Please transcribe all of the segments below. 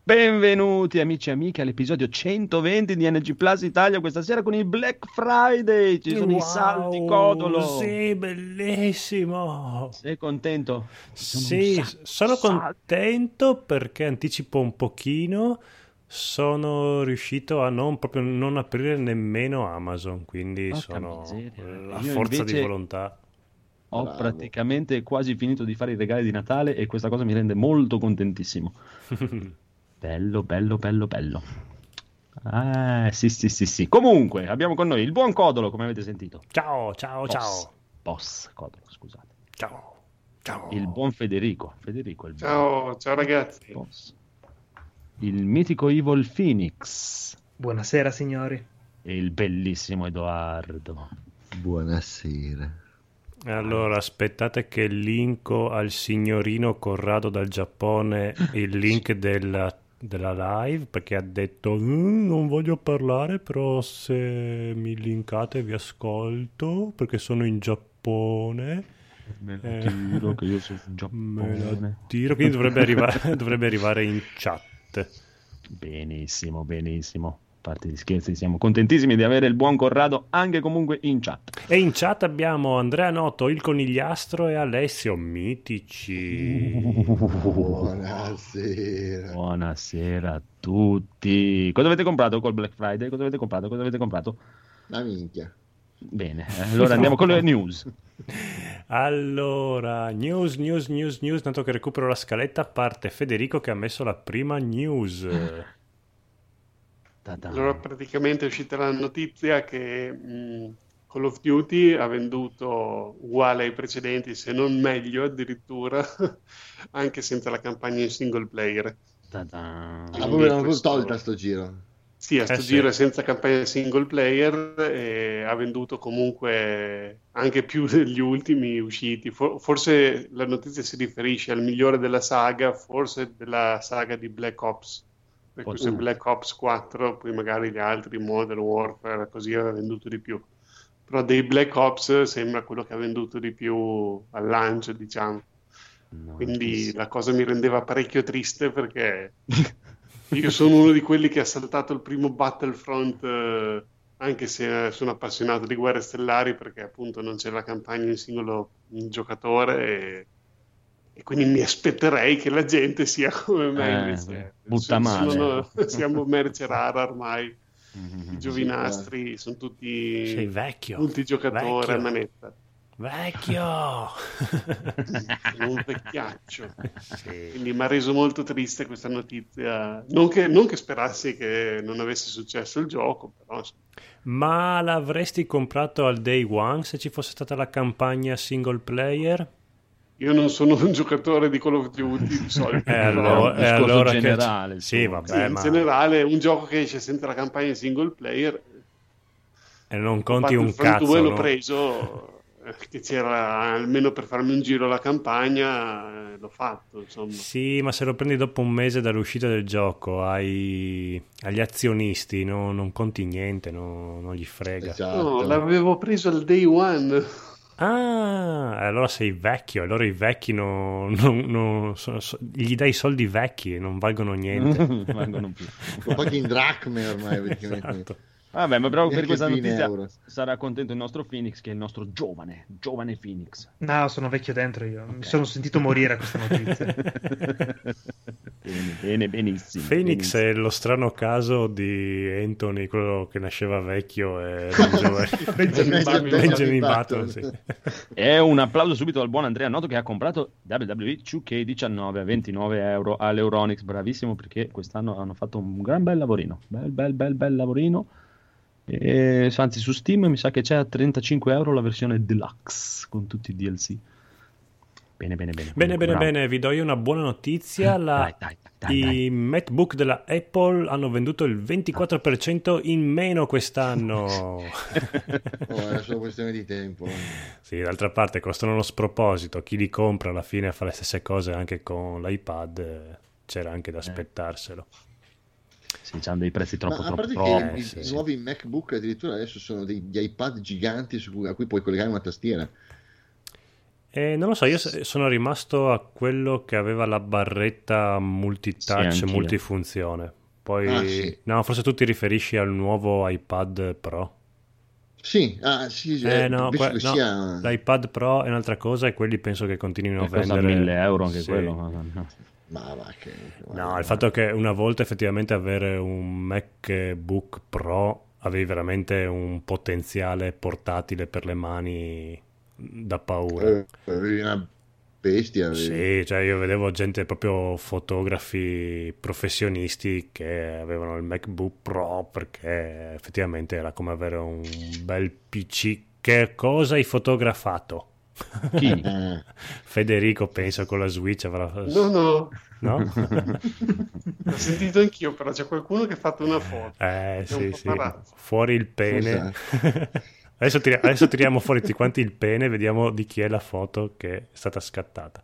Benvenuti amici e amiche all'episodio 120 di NG Plus Italia, questa sera con il Black Friday, ci sono i saldi codolo. Sì, bellissimo. Sei contento? Ci sono un Sì, sacco sono saldi. contento perché anticipo un pochino. Sono riuscito a non aprire nemmeno Amazon, quindi Porca sono miseria. la Io forza di invece volontà. ho Bravo. praticamente quasi finito di fare i regali di Natale e questa cosa mi rende molto contentissimo. Bello, bello, bello, bello. Sì, sì, sì, sì. Comunque, abbiamo con noi il buon Codolo, come avete sentito. Ciao, ciao, Boss, ciao. boss Codolo, scusate. Ciao, Il ciao. buon Federico, Federico è il buon Ciao ragazzi. boss. Il mitico Evil Phoenix Buonasera signori. e il bellissimo Edoardo. Buonasera. Allora, aspettate che linko al signorino Corrado dal Giappone il link della live, perché ha detto non voglio parlare, però se mi linkate vi ascolto perché sono in Giappone. Me la tiro che io sono in Me la Giappone. tiro, quindi dovrebbe arrivare in chat. Benissimo, benissimo. A parte gli scherzi, siamo contentissimi di avere il buon Corrado anche comunque in chat. E in chat abbiamo Andrea Noto, il conigliastro e Alessio, mitici. Buonasera. Buonasera a tutti. Cosa avete comprato col Black Friday? Cosa avete comprato? Cosa avete comprato? La minchia. Bene, allora andiamo con le news. Allora, news, tanto che recupero la scaletta, parte Federico che ha messo la prima news. Ta-da. Allora praticamente è uscita la notizia che Call of Duty ha venduto uguale ai precedenti, se non meglio addirittura, anche senza la campagna in single player. Ta-da. Ah, Quindi proprio l'hanno questo- tolta sto giro. Sì, a sto sì. giro è senza campagna single player e ha venduto comunque anche più degli ultimi usciti. Forse la notizia si riferisce al migliore della saga, forse della saga di Black Ops. Per cui se Black Ops 4, poi magari gli altri, Modern Warfare, così aveva venduto di più. Però dei Black Ops sembra quello che ha venduto di più al lancio, diciamo. No, Quindi la cosa mi rendeva parecchio triste perché io sono uno di quelli che ha saltato il primo Battlefront, anche se sono appassionato di guerre stellari, perché appunto non c'è la campagna in singolo giocatore e quindi mi aspetterei che la gente sia come me invece. butta male. Siamo merce rara ormai. Mhm. I giovinastri sono tutti Sei vecchio. multigiocatore a Vecchio. manetta. Vecchio. Sono un vecchiaccio. Sì. Quindi mi ha reso molto triste questa notizia. Non che sperassi che non avesse successo il gioco, però insomma. Ma l'avresti comprato al day one se ci fosse stata la campagna single player? Io non sono un giocatore di Call of Duty di solito. allora- E discorso allora generale, sì, insomma. vabbè, in ma generale un gioco che esce senza la campagna in single player. e non conti un Battlefront 2 cazzo, l'ho no? preso, che c'era almeno per farmi un giro la campagna, l'ho fatto, insomma. Sì, ma se lo prendi dopo un mese dall'uscita del gioco agli azionisti non conti niente, non gli frega. Esatto. No, l'avevo preso al day one. Ah, allora sei vecchio, allora i vecchi gli dai i soldi vecchi e non valgono niente. Non valgono più. Con pochi in dracme ormai praticamente. Esatto. Vabbè, ma proprio per Neanche questa più in notizia euro. sarà contento il nostro Phoenix, che è il nostro giovane Phoenix. No, sono vecchio dentro io. Mi sono sentito morire a questa notizia. Bene, bene, benissimo. Phoenix benissimo. è lo strano caso di Anthony, quello che nasceva vecchio e era giovane. Benjamin Button, sì. E un applauso subito al buon Andrea Noto che ha comprato WWE 2K19 a 29 euro all'Euronix. Bravissimo, perché quest'anno hanno fatto un gran bel lavorino. Bel lavorino. E, anzi, su Steam mi sa che c'è a 35 euro la versione deluxe con tutti i DLC. Bene. Bene, vi do io una buona notizia. Dai. I MacBook della Apple hanno venduto il 24% in meno quest'anno. Oh, è solo questione di tempo. Sì, d'altra parte costano lo sproposito. Chi li compra alla fine fa le stesse cose anche con l'iPad. C'era anche da aspettarselo. Sì, c'hanno dei prezzi Ma troppo a parte troppo. che i nuovi MacBook addirittura adesso sono degli iPad giganti a cui puoi collegare una tastiera. Non lo so, io sono rimasto a quello che aveva la barretta multitouch, Sì, anch'io. multifunzione. Poi, sì. no, forse tu ti riferisci al nuovo iPad Pro. Sì, sì, No, penso che no, sia... l'iPad Pro è un'altra cosa e quelli penso che continuino a Che costa vendere. 1.000 euro anche Sì. quello. Ma va che... No, il fatto che una volta effettivamente avere un MacBook Pro avevi veramente un potenziale portatile per le mani da paura. Avevi una bestia. Avevi. Sì, cioè io vedevo gente, proprio fotografi professionisti che avevano il MacBook Pro perché effettivamente era come avere un bel PC. Che cosa hai fotografato? Chi? Federico, penso, con la Switch avrà... No, No? l'ho sentito anch'io, però c'è qualcuno che ha fatto una foto. È un Sì, po' sì. parazzo. Fuori il pene. Adesso tiriamo fuori tutti quanti il pene e vediamo di chi è la foto che è stata scattata.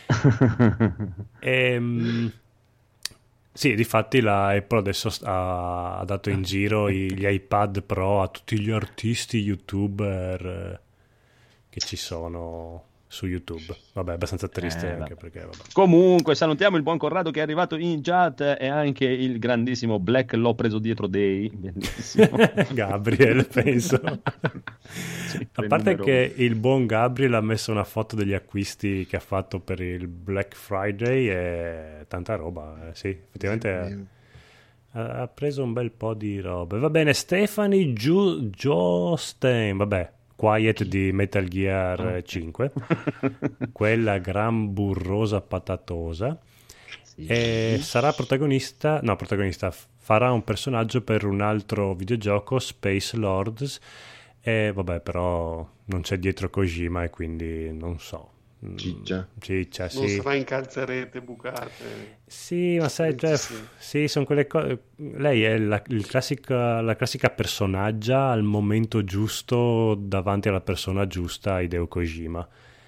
Sì, difatti la Apple adesso ha dato in giro gli iPad Pro a tutti gli artisti youtuber che ci sono su YouTube. Vabbè, abbastanza triste anche perché vabbè. Comunque salutiamo il buon Corrado che è arrivato in chat e anche il grandissimo Black l'ho preso dietro Day, bellissimo. Gabriel, penso. Sì, A parte che il buon Gabriel ha messo una foto degli acquisti che ha fatto per il Black Friday e tanta roba, sì, effettivamente ha preso un bel po' di robe. Va bene, Stephanie Jostein, vabbè, Quiet di Metal Gear 5, quella gran burrosa patatosa, e sarà protagonista, farà un personaggio per un altro videogioco, Space Lords, e vabbè, però non c'è dietro Kojima e quindi non so. Ciccia. Non Sì. sarà in calzarete bucate. Sì, ma sai, cioè, sì, sono quelle cose. Lei è la classica personaggia al momento giusto davanti alla persona giusta, Hideo Kojima.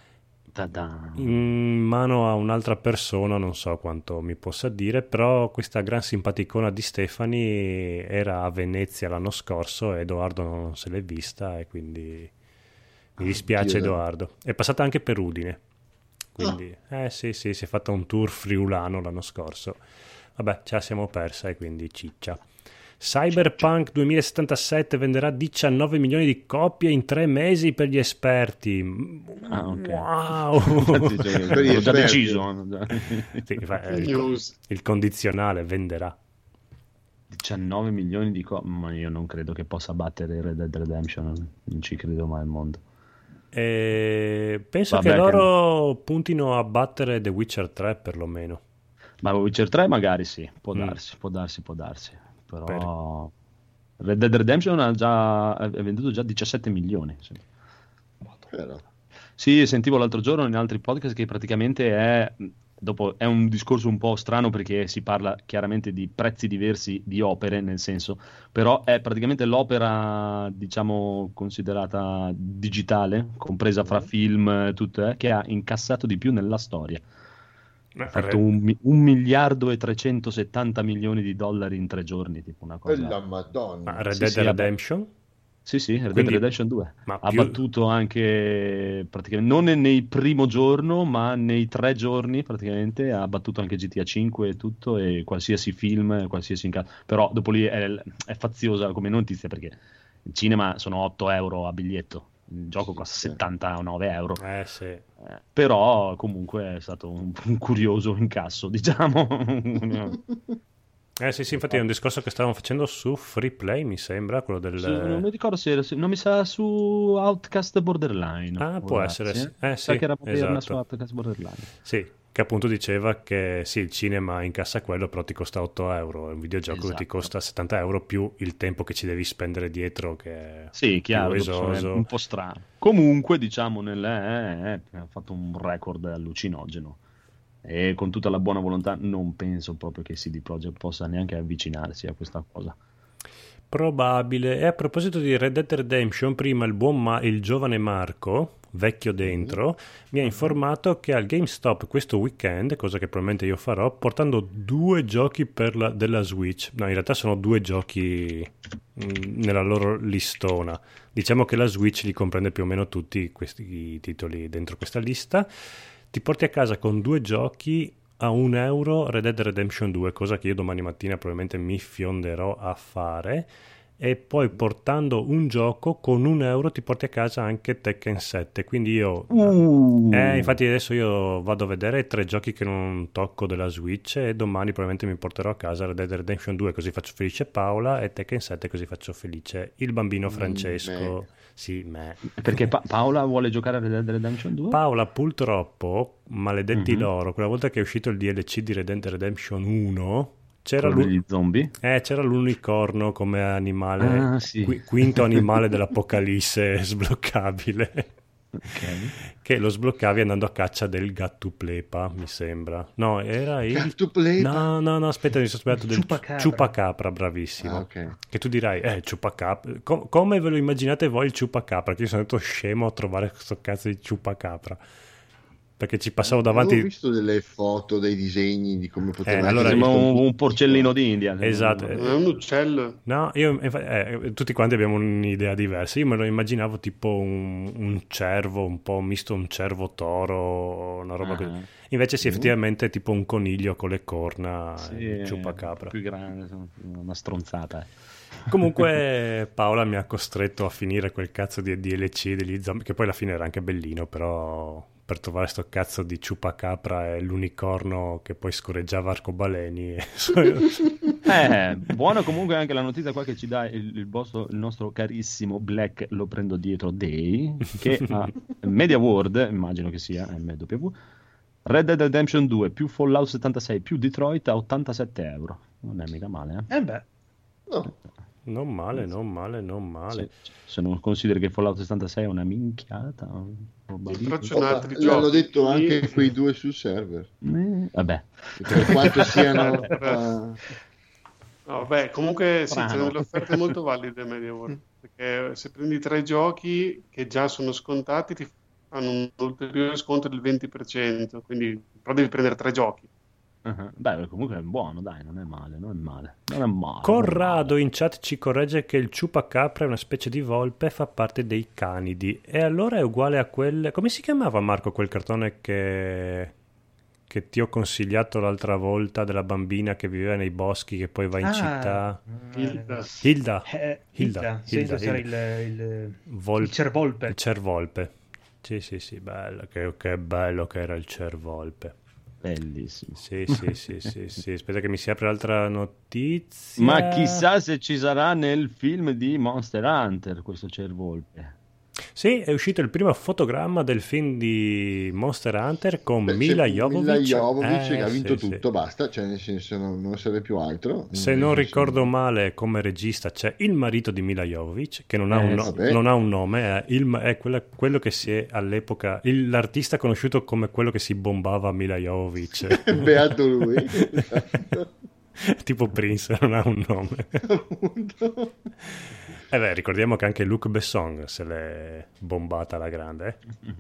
In mano a un'altra persona non so quanto mi possa dire, però questa gran simpaticona di Stephanie era a Venezia l'anno scorso e Edoardo non se l'è vista e quindi mi dispiace. Edoardo. È passata anche per Udine, quindi sì, si è fatta un tour friulano l'anno scorso. Vabbè, ce la siamo persa e quindi ciccia. Cyberpunk 2077 venderà 19 milioni di copie in 3 mesi per gli esperti. Ok. Wow! L'ho già deciso. Sì, il condizionale venderà 19 milioni di copie, ma io non credo che possa battere Red Dead Redemption, non ci credo mai al mondo. Penso che loro puntino a battere The Witcher 3 perlomeno. Ma Witcher 3 magari sì, può darsi. Però Red Dead Redemption è venduto già 17 milioni. Sì. Sì, sentivo l'altro giorno in altri podcast che praticamente è un discorso un po' strano perché si parla chiaramente di prezzi diversi di opere, nel senso, però è praticamente l'opera, diciamo, considerata digitale, compresa fra film, tutto, che ha incassato di più nella storia. Ha fatto 1 miliardo e 370 milioni di dollari in 3 giorni, tipo una cosa. La Madonna. Ma Red Dead Redemption? Sì, Red Dead Redemption 2 ha più... battuto anche praticamente non nel primo giorno, ma nei 3 giorni praticamente ha battuto anche GTA 5 e tutto, e qualsiasi film, qualsiasi però dopo lì è faziosa come notizia perché il cinema sono 8 euro a biglietto, il gioco costa 79 euro. Sì. Però comunque è stato un curioso incasso, diciamo. Sì, infatti è un discorso che stavamo facendo su Free Play, mi sembra, quello del... non mi ricordo se non mi sa su Outcast Borderline. Può essere, sì. Sa che era moderna su esatto. Outcast Borderline. Sì, che appunto diceva che sì, il cinema incassa quello, però ti costa 8 euro, è un videogioco che ti costa 70 euro più il tempo che ci devi spendere dietro, che è chiaro, esoso. È un po' strano. Comunque, diciamo, ha fatto un record allucinogeno. E con tutta la buona volontà non penso proprio che CD Projekt possa neanche avvicinarsi a questa cosa. Probabile. E a proposito di Red Dead Redemption, prima il giovane Marco, vecchio dentro, mi ha informato che al GameStop questo weekend, cosa che probabilmente io farò, portando 2 giochi della Switch. No, in realtà sono 2 giochi nella loro listona. Diciamo che la Switch li comprende più o meno tutti questi titoli dentro questa lista. Ti porti a casa con 2 giochi a €1 Red Dead Redemption 2, cosa che io domani mattina probabilmente mi fionderò a fare, e poi portando un gioco con €1 ti porti a casa anche Tekken 7, quindi io infatti adesso io vado a vedere 3 giochi che non tocco della Switch e domani probabilmente mi porterò a casa Red Dead Redemption 2 così faccio felice Paola, e Tekken 7 così faccio felice il bambino Francesco. Sì, perché Paola vuole giocare a Red Dead Redemption 2? Paola purtroppo, maledetti loro, quella volta che è uscito il DLC di Red Dead Redemption 1 c'era gli zombie? C'era l'unicorno come animale, quinto animale dell'apocalisse sbloccabile. Okay. Che lo sbloccavi andando a caccia del Gattuplepa, mi sembra. No, era il Gattuplepa? No, aspetta, mi sono sbagliato del Ciupacabra, bravissimo. Okay. Che tu dirai, Ciupacabra. Come ve lo immaginate voi il Ciupacabra? Che io sono andato scemo a trovare questo cazzo di Ciupacabra. Perché ci passavo davanti. Ho visto delle foto, dei disegni di come poteva allora sembra un porcellino d'India. Esatto. È un uccello. No, tutti quanti abbiamo un'idea diversa. Io me lo immaginavo tipo un cervo, un po' misto un cervo toro, una roba così. Invece effettivamente tipo un coniglio con le corna, Ciupacabra. Più grande, una stronzata. Comunque Paola mi ha costretto a finire quel cazzo di DLC degli zombie, che poi alla fine era anche bellino, però per trovare sto cazzo di Ciupacabra e l'unicorno che poi scorreggiava arcobaleni. Buona comunque anche la notizia qua che ci dà il nostro carissimo Black lo prendo dietro Day, che a Media World, immagino che sia MW, Red Dead Redemption 2 più Fallout 76 più Detroit a €87. Non è mica male, No. Non male. Se non consideri che Fallout 76 è una minchiata, l'hanno detto anche quei 2 sul server. Vabbè, per quanto siano comunque sì, c'è delle offerte molto valide Media World, perché se prendi 3 giochi che già sono scontati ti fanno un ulteriore sconto del 20%, quindi però devi prendere 3 giochi. Beh, comunque è buono, dai, non è male. Corrado in chat ci corregge che il Ciupacabra è una specie di volpe e fa parte dei canidi. E allora è uguale a quelle. Come si chiamava, Marco, quel cartone che ti ho consigliato l'altra volta, della bambina che viveva nei boschi che poi va in città? Hilda. Il Cervolpe. Il Cervolpe. Sì, bello. Che bello che era il Cervolpe. Bellissimo. Sì. Aspetta che mi si apre l'altra notizia. Ma chissà se ci sarà nel film di Monster Hunter questo Cervolpe. Sì, è uscito il primo fotogramma del film di Monster Hunter con Mila Jovovich. Mila Jovovich che ha vinto tutto, basta, cioè nel senso non serve più altro. Se non ricordo male, come regista c'è il marito di Mila Jovovich, che non ha un nome, è quello che si è all'epoca, l'artista conosciuto come quello che si bombava Mila Jovovich. Beato lui. Esatto. Tipo Prince, non ha un nome. Appunto. Ricordiamo che anche Luc Besson se l'è bombata alla grande.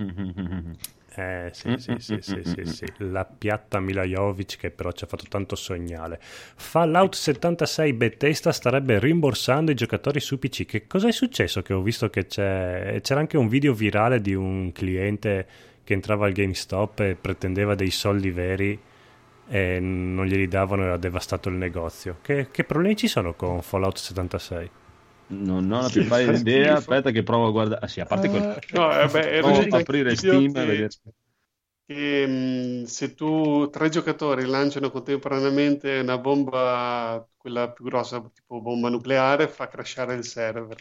Sì. La piatta Mila Jovovich che però ci ha fatto tanto sognare. Fallout 76 Bethesda starebbe rimborsando i giocatori su PC. Che cosa è successo? Che ho visto che c'era anche un video virale di un cliente che entrava al GameStop e pretendeva dei soldi veri e non glieli davano e ha devastato il negozio. Che problemi ci sono con Fallout 76? Non ho la più pallida idea. Aspetta che provo a guardare. A parte quello. Provo a aprire Steam e vedere. Che se tu 3 giocatori lanciano contemporaneamente una bomba, quella più grossa, tipo bomba nucleare, fa crashare il server.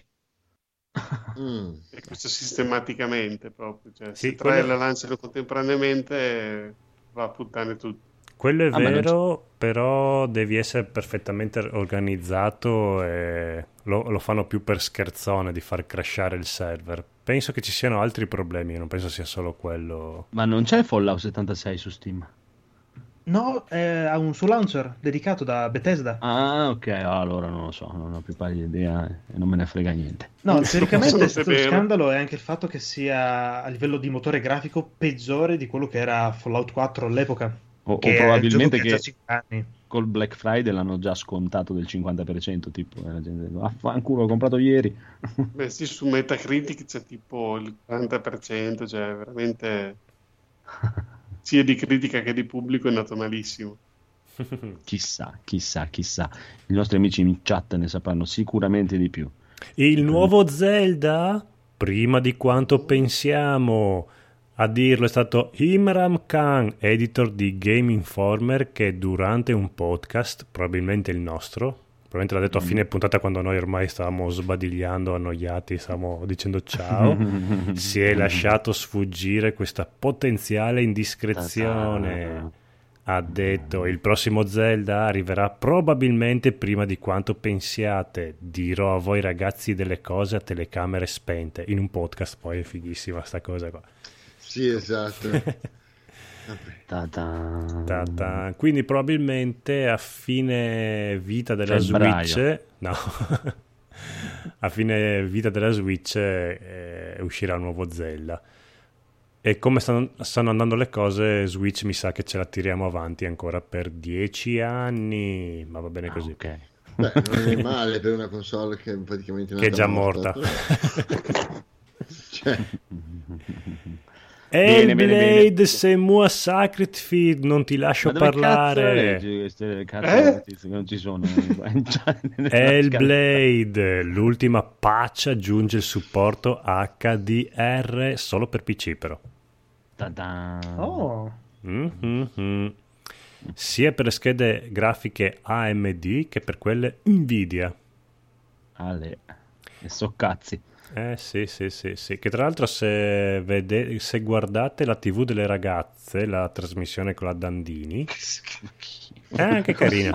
E questo sistematicamente proprio. Cioè, se 3 la lanciano contemporaneamente va a puttane tutto. Quello è vero, però devi essere perfettamente organizzato e lo fanno più per scherzone di far crashare il server. Penso che ci siano altri problemi, non penso sia solo quello. Ma non c'è Fallout 76 su Steam? No, ha un suo launcher dedicato da Bethesda. Ah, ok, allora non lo so, non ho più pari idea e non me ne frega niente. No, teoricamente è stato lo sapere. scandalo è anche il fatto che sia a livello di motore grafico peggiore di quello che era Fallout 4 all'epoca. O Che è il probabilmente gioco che ha già che 5 anni. col Black Friday l'hanno già scontato del 50%, tipo, la gente dice, vaffanculo, l'ho comprato ieri. Beh, sì, su Metacritic c'è tipo il 40%, cioè veramente sia di critica che di pubblico è andato malissimo. Chissà. I nostri amici in chat ne sapranno sicuramente di più. Il nuovo Zelda, prima di quanto pensiamo. A dirlo è stato Imran Khan, editor di Game Informer, che durante un podcast, probabilmente il nostro, probabilmente l'ha detto a fine puntata quando noi ormai stavamo sbadigliando, annoiati, stavamo dicendo ciao, si è lasciato sfuggire questa potenziale indiscrezione. Ha detto: il prossimo Zelda arriverà probabilmente prima di quanto pensiate, dirò a voi ragazzi delle cose a telecamere spente, in un podcast. Poi è fighissima sta cosa qua. Sì, esatto. Ta-ta. Quindi probabilmente a fine vita della Switch, no, a fine vita della Switch uscirà il nuovo Zelda. E come stanno andando le cose, Switch mi sa che ce la tiriamo avanti ancora per 10 anni, ma va bene così. Ok. Beh, non è male per una console che praticamente che è già morta. Cioè. Hellblade, Shenmue Sacred Field, non ti lascio parlare. Queste cazzo che non ci sono. Hellblade, l'ultima patch aggiunge il supporto HDR solo per PC però. Oh. Mm-hmm. Sia per le schede grafiche AMD che per quelle Nvidia. Ale, e so cazzi. Sì, che tra l'altro se guardate la TV delle ragazze, la trasmissione con la Dandini, è anche carina.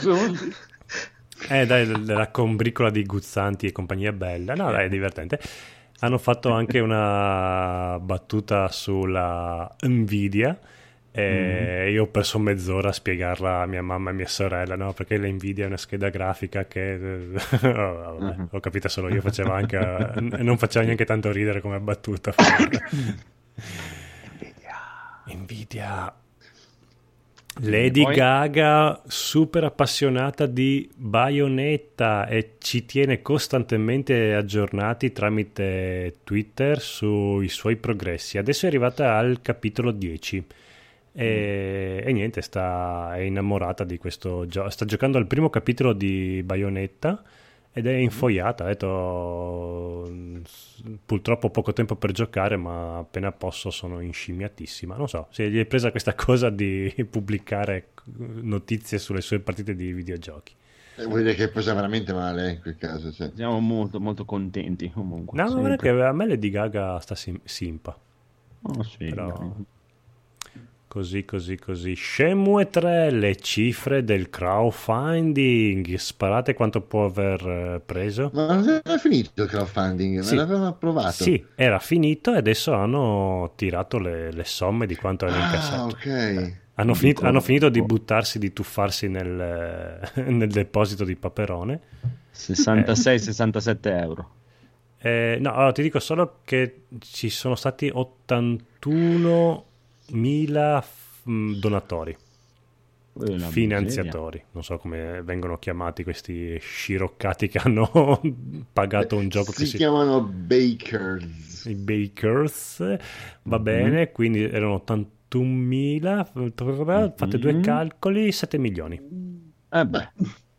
Dai, della combricola di Guzzanti e compagnia bella, no dai, è divertente. Hanno fatto anche una battuta sulla Nvidia e io ho perso mezz'ora a spiegarla a mia mamma e mia sorella, no? Perché la Nvidia è una scheda grafica che ho capito solo io, faceva anche non faceva neanche tanto ridere come battuta. Nvidia. Lady Gaga super appassionata di Bayonetta e ci tiene costantemente aggiornati tramite Twitter sui suoi progressi. Adesso è arrivata al capitolo 10 e niente, è innamorata di questo gioco. Sta giocando al primo capitolo di Bayonetta ed è infoiata. Ha detto: purtroppo ho poco tempo per giocare, ma appena posso sono inscimmiatissima. Non so se gli è presa questa cosa di pubblicare notizie sulle sue partite di videogiochi. Vuol dire che è presa veramente male in quel caso, cioè. Siamo molto molto contenti comunque. No, non è che a me Lady Gaga sta simpa. Oh, sì, però così. Shenmue 3, le cifre del crowdfunding, sparate quanto può aver preso. Ma non era finito il crowdfunding? Sì. Me l'avevano approvato. Sì, era finito e adesso hanno tirato le somme di quanto hanno incassato. Ok. Hanno finito di buttarsi, di tuffarsi nel deposito di Paperone. 66-67 euro. No, allora ti dico solo che ci sono stati 81.000 donatori, finanziatori, non so come vengono chiamati questi sciroccati che hanno pagato un gioco che si chiamano bakers. I bakers, va bene, quindi erano 81.000, fate due calcoli, 7 milioni. Beh.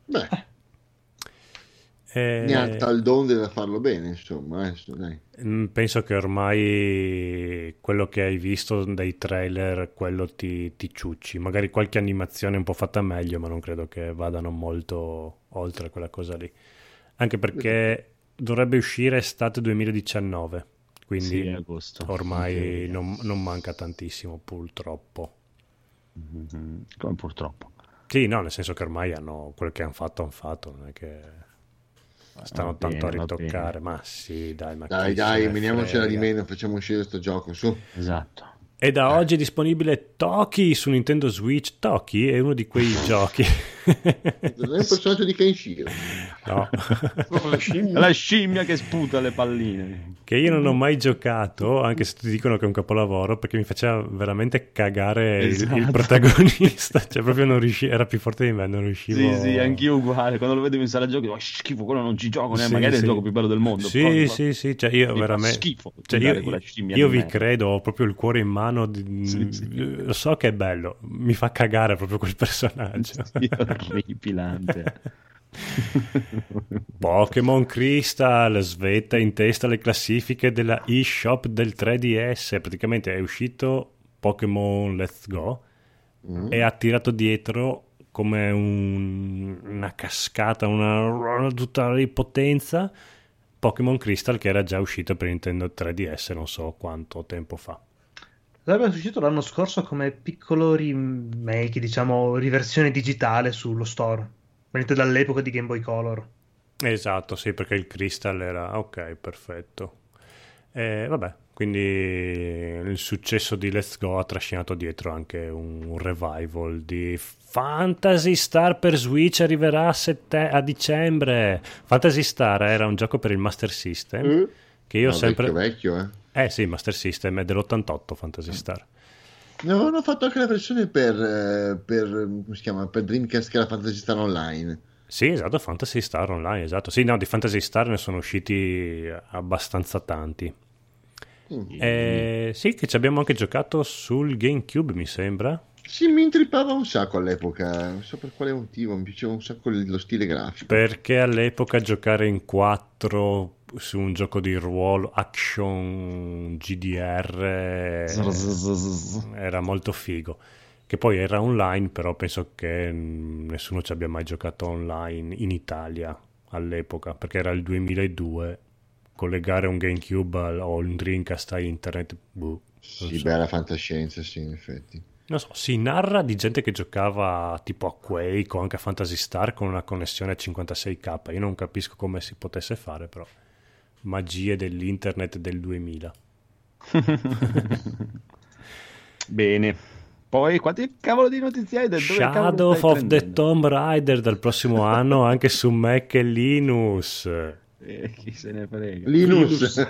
Ne ha tal don da farlo bene, insomma. Dai. Penso che ormai quello che hai visto dai trailer, quello ti ciucci. Magari qualche animazione un po' fatta meglio, ma non credo che vadano molto oltre quella cosa lì. Anche perché dovrebbe uscire estate 2019, quindi sì, agosto. Ormai non manca tantissimo, purtroppo. Come purtroppo? Sì, no, nel senso che ormai hanno quello che hanno fatto, non è che stanno tanto a ritoccare, ma sì, dai, veniamocela di meno, facciamo uscire questo gioco, su. Esatto. E da oggi è disponibile Toki su Nintendo Switch. Toki è uno di quei giochi. Non è un personaggio di Kenshiro. No. La scimmia che sputa le palline. Che io non ho mai giocato, anche se ti dicono che è un capolavoro, perché mi faceva veramente cagare il protagonista. Cioè proprio non riuscivo, era più forte di me, non riuscivo. Sì, anch'io uguale. Quando lo vedo in sala giochi, schifo, quello non ci gioco, Sì, magari sì. è il gioco più bello del mondo. Sì, cioè io mi veramente... fa schifo. Cioè io vi credo, ho proprio il cuore in mano. Sì. Lo so che è bello, mi fa cagare proprio quel personaggio. Sì, orripilante. Pokémon Crystal svetta in testa alle classifiche della eShop del 3DS. Praticamente è uscito Pokémon Let's Go e ha tirato dietro come una cascata, tutta ripotenza Pokémon Crystal, che era già uscito per Nintendo 3DS non so quanto tempo fa. Sarebbe uscito l'anno scorso come piccolo remake, diciamo, riversione digitale sullo store, venite dall'epoca di Game Boy Color. Esatto, sì, perché il Crystal era... Ok, perfetto. Vabbè, quindi il successo di Let's Go ha trascinato dietro anche un revival di Phantasy Star per Switch, arriverà a dicembre. Phantasy Star era un gioco per il Master System che io sempre... Vecchio. Sì, Master System è dell'88 Phantasy Star. No, hanno fatto anche la versione per come si chiama? Per Dreamcast, che era Phantasy Star Online. Sì, esatto, Phantasy Star Online, esatto. Sì, no, di Phantasy Star ne sono usciti abbastanza tanti. Sì, che ci abbiamo anche giocato sul GameCube, mi sembra. Sì, mi intrippava un sacco all'epoca, non so per quale motivo, mi piaceva un sacco lo stile grafico. Perché all'epoca giocare in 4 su un gioco di ruolo action GDR era molto figo. Che poi era online, però penso che nessuno ci abbia mai giocato online in Italia all'epoca, perché era il 2002. Collegare un GameCube o un Dreamcast a internet, sì, bella fantascienza, sì, in effetti. Non so, si narra di gente che giocava tipo a Quake o anche a Phantasy Star con una connessione a 56k. Io non capisco come si potesse fare, però magie dell'internet del 2000. Bene. Poi quanti cavolo di notizie hai? Shadow of the Tomb Raider dal prossimo anno anche su Mac e Linux. Chi se ne frega. Linux.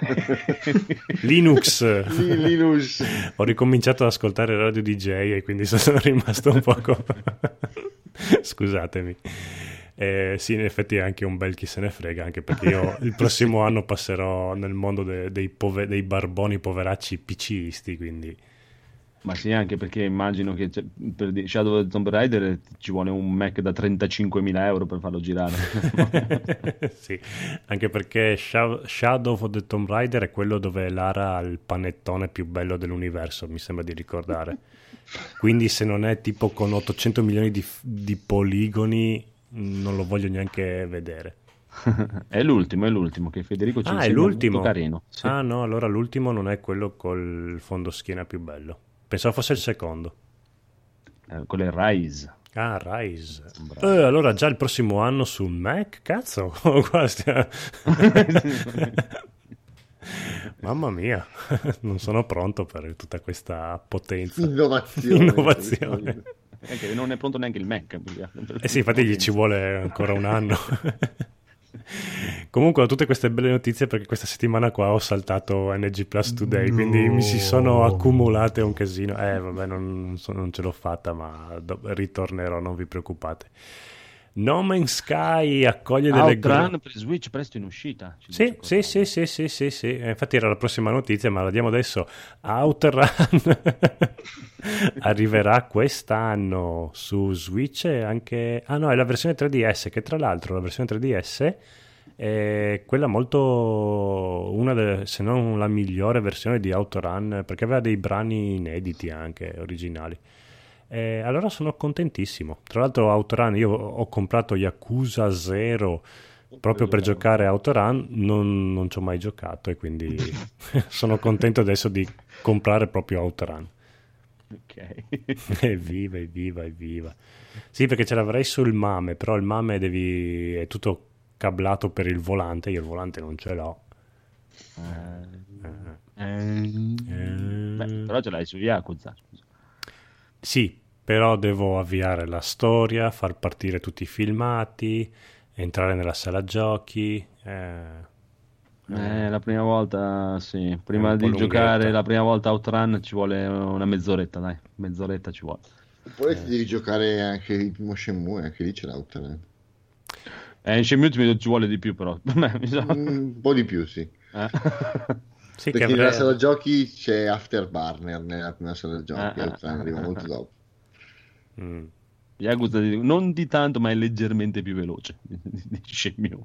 Ho ricominciato ad ascoltare Radio DJ e quindi sono rimasto un poco scusatemi. Sì, in effetti è anche un bel chi se ne frega, anche perché io il prossimo anno passerò nel mondo dei barboni poveracci PCisti, quindi... Ma sì, anche perché immagino che per Shadow of the Tomb Raider ci vuole un Mac da 35.000 euro per farlo girare. Sì, anche perché Shadow of the Tomb Raider è quello dove Lara ha il panettone più bello dell'universo, mi sembra di ricordare. Quindi se non è tipo con 800 milioni di poligoni non lo voglio neanche vedere. È l'ultimo che Federico ci insegna, è l'ultimo. molto carino. Sì. Ah no, allora l'ultimo non è quello col fondoschiena più bello. Pensavo fosse il secondo. Quello è Rise. Ah, Rise. Allora già il prossimo anno su Mac? Cazzo! Mamma mia, non sono pronto per tutta questa potenza. Innovazione. Che non è pronto neanche il Mac. Sì, infatti gli ci vuole ancora un anno. Comunque ho tutte queste belle notizie perché questa settimana qua ho saltato NG Plus Today, quindi mi si sono accumulate un casino. Vabbè, non ce l'ho fatta, ma ritornerò, non vi preoccupate. No Man's Sky accoglie delle Outrun per Switch presto in uscita. Sì. Infatti era la prossima notizia, ma la diamo adesso. Outrun arriverà quest'anno su Switch e anche... Ah no, è la versione 3DS, che tra l'altro la versione 3DS è quella molto... se non la migliore versione di Outrun, perché aveva dei brani inediti anche, originali. Allora sono contentissimo. Tra l'altro Outrun, io ho comprato Yakuza 0 proprio per giocare a Outrun, non ci ho mai giocato e quindi sono contento adesso di comprare proprio Outrun. Ok. Evviva. Sì, perché ce l'avrei sul MAME, però il MAME è tutto cablato per il volante, io il volante non ce l'ho. Beh, però ce l'hai su Yakuza. Sì, però devo avviare la storia, far partire tutti i filmati, entrare nella sala giochi. La prima volta, sì. Prima un po' di giocare lunghetta. la prima volta Outrun ci vuole una mezz'oretta, dai. Mezz'oretta ci vuole. Poi ti devi giocare anche il primo Shenmue, anche lì ce l'ha Outrun. In Shenmue ci vuole di più, però. Mi sa. Un po' di più, sì. Sì, Perché nella sala giochi c'è Afterburner nella prima sala giochi, Outrun arriva molto dopo. Yakuza non di tanto, ma è leggermente più veloce di Shenmue.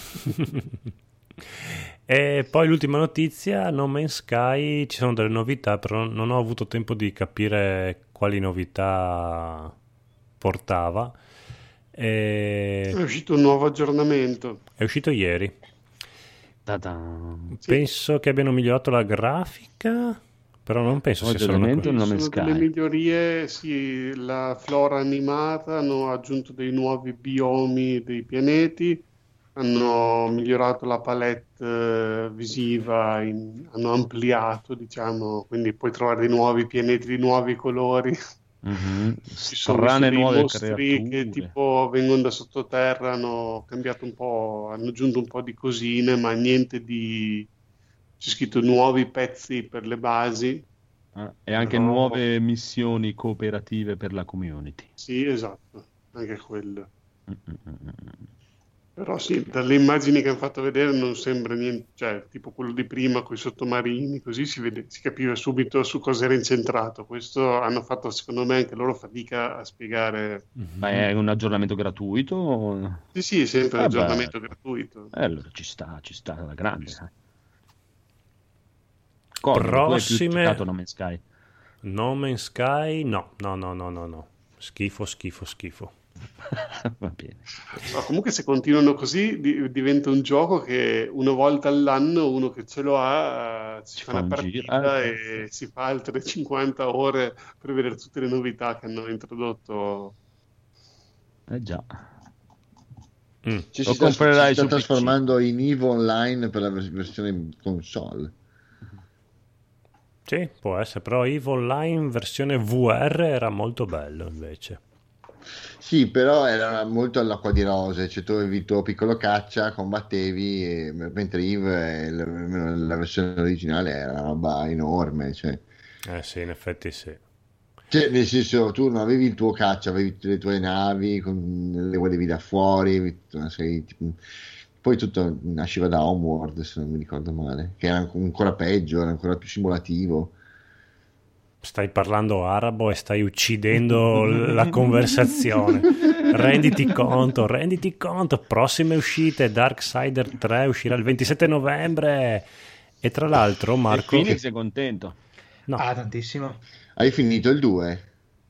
E poi l'ultima notizia, No Man's Sky, ci sono delle novità, però non ho avuto tempo di capire quali novità portava. È uscito un nuovo aggiornamento. È uscito ieri. Ta-da. Penso che abbiano migliorato la grafica, però non penso sia solo una cosa. No Man's Sono Sky. delle migliorie, sì, la flora animata, hanno aggiunto dei nuovi biomi dei pianeti, hanno migliorato la palette visiva, hanno ampliato, diciamo, quindi puoi trovare dei nuovi pianeti di nuovi colori. Ci sono Strane dei nuove mostri creature. che tipo vengono da sottoterra, hanno cambiato un po', hanno aggiunto un po' di cosine, ma niente di... C'è scritto nuovi pezzi per le basi. E anche Però- nuove missioni cooperative per la community. Sì, esatto, anche quello. Però sì, dalle immagini che hanno fatto vedere non sembra niente, cioè tipo quello di prima con i sottomarini, così si capiva subito su cosa era incentrato. Questo hanno fatto secondo me anche loro fatica a spiegare. Ma è un aggiornamento gratuito? Sì, è sempre un aggiornamento gratuito. Allora ci sta alla grande. Prossime- Tu hai più No Man's Sky. No Man's Sky, no. Schifo. Va bene. No, comunque se continuano così diventa un gioco che una volta all'anno uno che ce lo ha si fa una un partita giro. e si fa altre 50 ore per vedere tutte le novità che hanno introdotto. Già. Ci Lo si comprerai sta su PC. trasformando in EVO Online per la versione console. Sì, può essere, però EVE Online versione VR era molto bello invece. Sì, però era molto all'acqua di rose, cioè tu avevi il tuo piccolo caccia, combattevi, mentre Eve, la versione originale era una roba enorme, cioè. Sì, in effetti sì. Cioè, nel senso, tu non avevi il tuo caccia, avevi le tue navi, le guardavi da fuori, avevi tutta una serie di... Poi tutto nasceva da Homeworld, se non mi ricordo male, che era ancora peggio, era ancora più simulativo. Stai parlando arabo e stai uccidendo la conversazione. Renditi conto. Prossime uscite, Darksider 3 uscirà il 27 novembre. E tra l'altro, Marco... E Phoenix è contento. No. Ah, tantissimo. Hai finito il 2?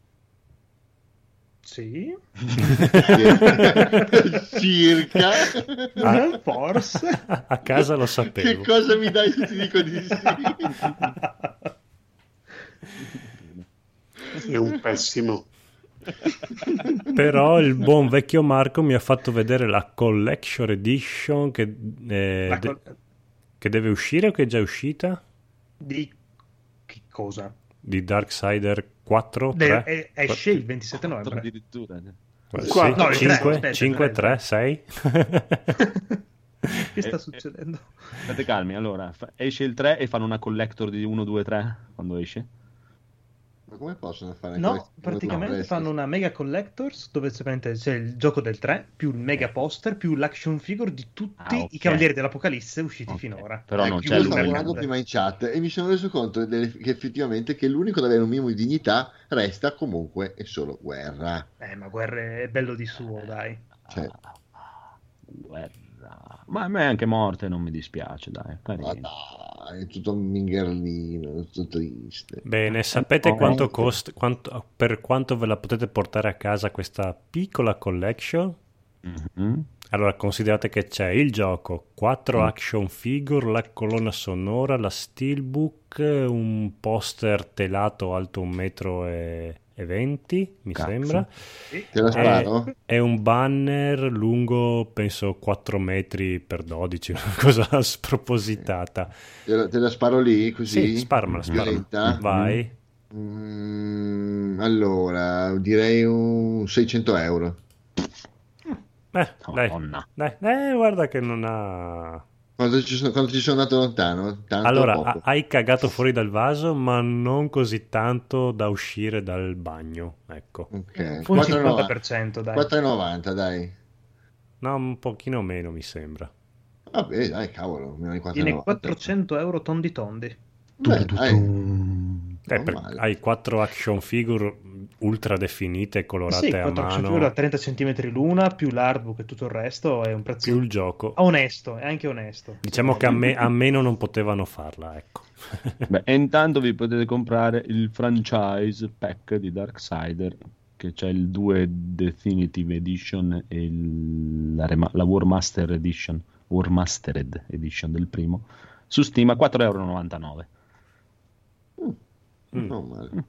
Sì. Circa. Forse. A casa lo sapevo. Che cosa mi dai se ti dico di sì? È un pessimo. Però il buon vecchio Marco mi ha fatto vedere la Collection Edition che deve uscire o che è già uscita? Di che cosa? Di Darksider 4? 3? Esce il 27 novembre. Addirittura. Sì, no, il 5, 3, 5, 3, 6. Che sta succedendo? State calmi, allora esce il 3 e fanno una collector di 1, 2, 3 quando esce? Ma come possono fare? No, praticamente fanno una mega collectors dove c'è il gioco del 3 più il mega poster più l'action figure di tutti i Cavalieri dell'Apocalisse usciti finora. Però non Io c'è stavo lui. guardando prima in chat e mi sono reso conto che effettivamente che l'unico ad avere un minimo di dignità resta comunque e solo guerra. Ma guerra è bello di suo, dai. Cioè, Guerra. Ma a me anche morte non mi dispiace, dai. ma dai, è tutto un mingerlino, tutto triste. Bene, sapete quanto costa, per quanto ve la potete portare a casa questa piccola collection? Mm-hmm. Allora, considerate che c'è il gioco, 4 action figure, la colonna sonora, la steelbook, un poster telato alto 1,20 m mi sembra. Te la sparo? È un banner lungo, penso 4 metri per 12, una cosa spropositata. Te la sparo lì, così? Sì, sparamela. Vai. Allora, direi un 600 euro. Dai, guarda che non ha... Quando ci sono andato lontano? Tanto allora, poco. hai cagato fuori dal vaso, ma non così tanto da uscire dal bagno, ecco. Ok. Un 50%, dai. 4,90, dai. No, un pochino meno, mi sembra. Vabbè, dai, cavolo. Viene 400 euro tondi. Beh, hai 4 action figure ultra definite, colorate a 4 action mano. figure a 30 cm l'una, più l'artbook e tutto il resto, è un prezzo più il gioco. Onesto, è anche onesto. Diciamo che a meno non potevano farla, ecco. Beh, e intanto vi potete comprare il franchise pack di Darksider, che c'è il 2 Definitive Edition e la War Mastered Edition del primo, su Steam a 4,99 €. Non male.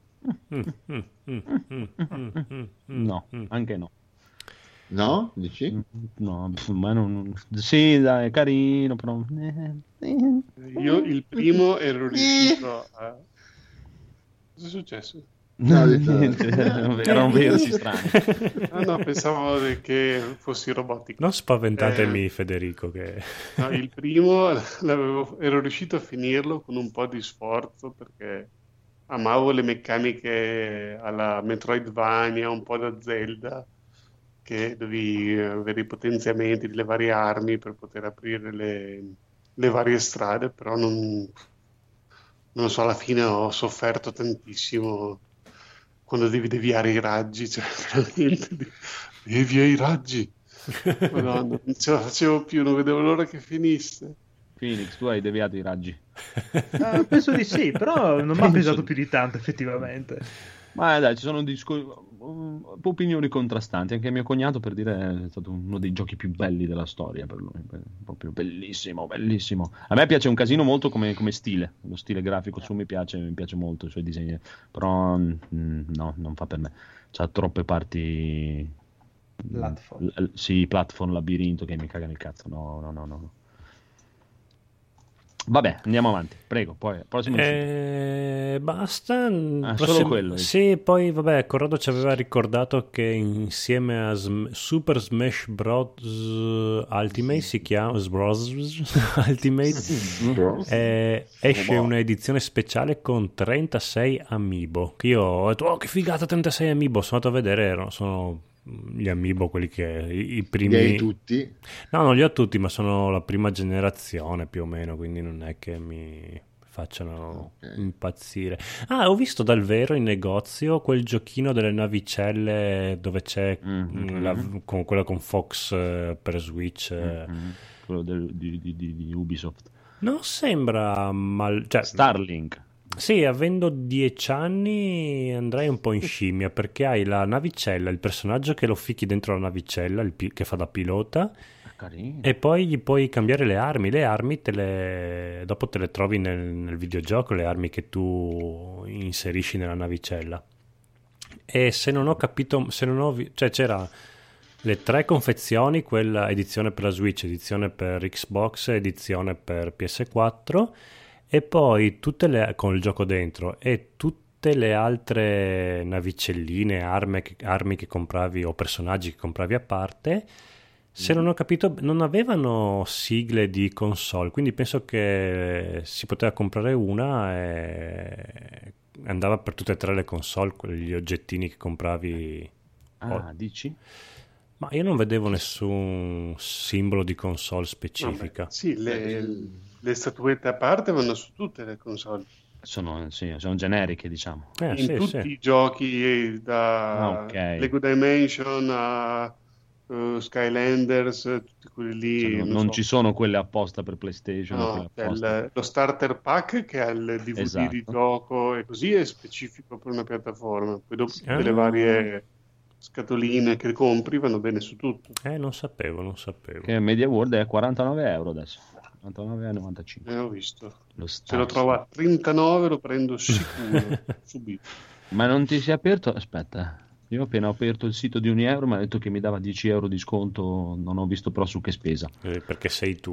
No, anche no. No? Dici? No, ma non... Sì, dai, è carino, però... Io il primo ero riuscito a... Cosa è successo? No, erano versi strani. No, pensavo che fossi robotico. Non spaventatemi, Federico. Che... No, il primo ero riuscito a finirlo con un po' di sforzo, perché amavo le meccaniche alla Metroidvania, un po' da Zelda, che devi avere i potenziamenti delle varie armi per poter aprire le varie strade, però non so, alla fine ho sofferto tantissimo quando devi deviare i raggi, cioè veramente devia i raggi. Madonna, non ce la facevo più, non vedevo l'ora che finisse. Phoenix, tu hai deviato i raggi? Penso di sì, però non mi ha pesato più di tanto, effettivamente. Ma dai, ci sono opinioni contrastanti. Anche mio cognato, per dire, è stato uno dei giochi più belli della storia per lui. Proprio bellissimo, bellissimo. A me piace un casino molto come stile. Lo stile grafico mi piace molto i suoi disegni. Però no, non fa per me. C'ha troppe parti... Platform. Sì, platform, labirinto, che mi cagano il cazzo. No. Vabbè, andiamo avanti, prego. Poi prossimo basta. Solo quello. Sì, poi vabbè, Corrado ci aveva ricordato che insieme a Super Smash Bros. Ultimate si chiama Ultimate esce un'edizione speciale con 36 amiibo. Che io ho detto, oh che figata, 36 amiibo. Sono andato a vedere, sono gli amiibo, quelli che i primi. Li hai tutti? No, non li ho tutti, ma sono la prima generazione più o meno, quindi non è che mi facciano impazzire. Ho visto dal vero in negozio quel giochino delle navicelle dove c'è con quella con Fox per Switch, quello di Ubisoft. non sembra mal, cioè, Starlink. Sì, avendo 10 anni andrei un po' in scimmia, perché hai la navicella, il personaggio che lo ficchi dentro la navicella, che fa da pilota, Carino. e poi gli puoi cambiare le armi. Le armi dopo te le trovi nel videogioco, le armi che tu inserisci nella navicella. E se non ho capito, cioè c'era le 3 confezioni, quella edizione per la Switch, edizione per Xbox, edizione per PS4, e poi con il gioco dentro, e tutte le altre navicelline, armi che compravi o personaggi che compravi a parte, se non ho capito, non avevano sigle di console, quindi penso che si poteva comprare una e andava per tutte e 3 le console, gli oggettini che compravi. Dici? Ma io non vedevo nessun simbolo di console specifica. Vabbè, sì, le statuette a parte vanno su tutte le console. Sono generiche, diciamo. In tutti i giochi, da Lego Dimension a Skylanders, tutti quelli lì. Cioè, non ci sono quelle apposta per PlayStation. No, lo starter pack che ha il DVD di gioco e così è specifico per una piattaforma. Poi dopo tutte le varie scatoline che compri vanno bene su tutto. Non sapevo. Che Media World è a 49 euro adesso. 99,95. Ho visto. Se lo trovo a 39 lo prendo sicuro, subito. Ma non ti si è aperto? Aspetta, io appena ho aperto il sito di €1 mi ha detto che mi dava 10 euro di sconto, non ho visto però su che spesa. Perché sei tu.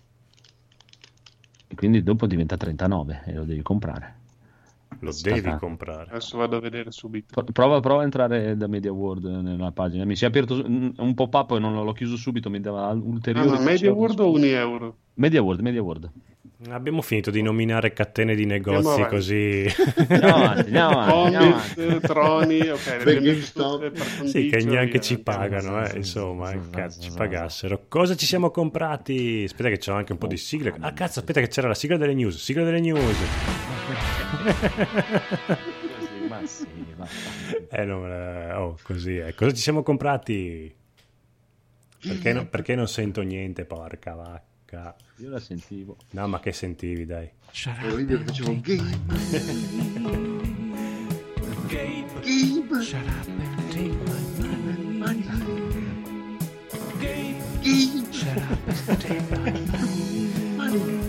E quindi dopo diventa 39 e lo devi comprare. Lo devi comprare. Adesso vado a vedere subito. Prova a entrare da Media World nella pagina. Mi si è aperto un pop-up e non l'ho chiuso subito, mi dava ulteriori. Media World o €1? Media World. Abbiamo finito di nominare catene di negozi così. Andiamo avanti. Troni, ok. Sì, che neanche ci pagano, insomma, cazzo, ci pagassero. Cosa ci siamo comprati? Aspetta che c'è anche un po' di sigle. Ah, cazzo, aspetta che c'era la sigla delle news. Ma sì, così è. Cosa ci siamo comprati? Perché non sento niente, porca vacca. Io la sentivo. No, ma che sentivi, dai? Io facevo Gabe. Shut up and take my money. Shut up and take my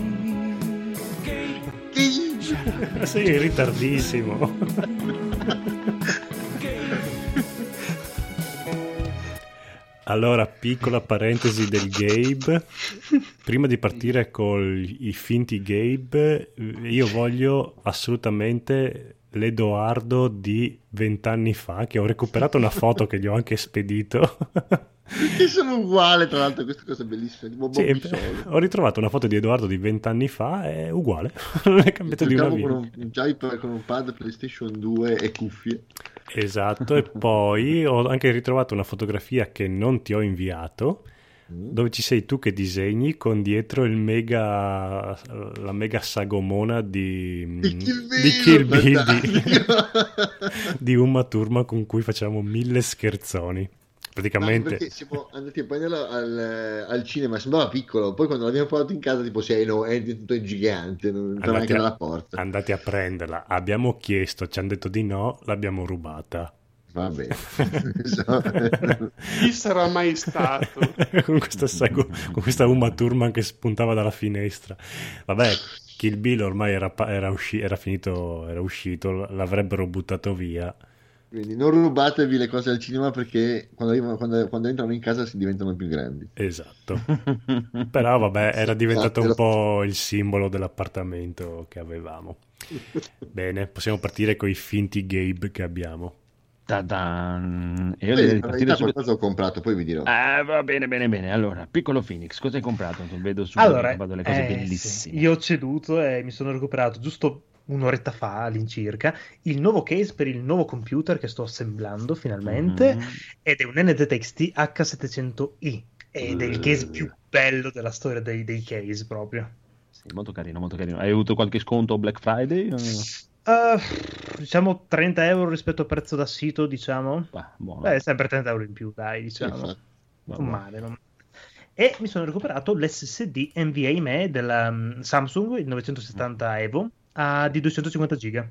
money. Sei in ritardissimo. Allora, piccola parentesi del Gabe. Prima di partire con i finti Gabe, io voglio assolutamente l'Edoardo di 20 anni fa, che ho recuperato una foto che gli ho anche spedito. Che sono uguale, tra l'altro, questa cosa è bellissima. Sì, ho ritrovato una foto di Edoardo di 20 anni fa, è uguale, non è cambiato di una via. Con un pad PlayStation 2 e cuffie. Esatto, e poi ho anche ritrovato una fotografia che non ti ho inviato, dove ci sei tu che disegni con dietro la mega sagomona di Kill Bill di Uma Thurman, con cui facciamo 1000 scherzoni. Praticamente perché siamo andati a prenderlo al cinema, sembrava piccolo, poi quando l'abbiamo portato in casa tipo è diventato gigante, non entrava neanche dalla porta. Andati a prenderla, abbiamo chiesto, ci hanno detto di no, l'abbiamo rubata. Va bene. Chi sarà mai stato? con questa Uma Thurman che spuntava dalla finestra. Vabbè, Kill Bill ormai era uscito, l'avrebbero buttato via. Quindi non rubatevi le cose al cinema, perché quando entrano in casa si diventano più grandi. Esatto. Però vabbè, era diventato un po' il simbolo dell'appartamento che avevamo. Bene, possiamo partire con i finti Gabe che abbiamo. Io direi di partire subito. Qualcosa ho comprato, poi vi dirò. Va bene. Allora, piccolo Phoenix, cosa hai comprato? Vedo subito che vado le cose bellissime. Sì. Io ho ceduto e mi sono recuperato giusto un'oretta fa all'incirca il nuovo case per il nuovo computer che sto assemblando finalmente, ed è un NZXT H700i ed è il case più bello della storia dei case proprio. Sì, molto carino. Hai avuto qualche sconto Black Friday? Diciamo 30 euro rispetto al prezzo da sito, diciamo. Buono. Sempre 30 euro in più, dai, diciamo. Non male. E mi sono recuperato l'SSD NVMe della Samsung, il 970 Evo, di 250 giga.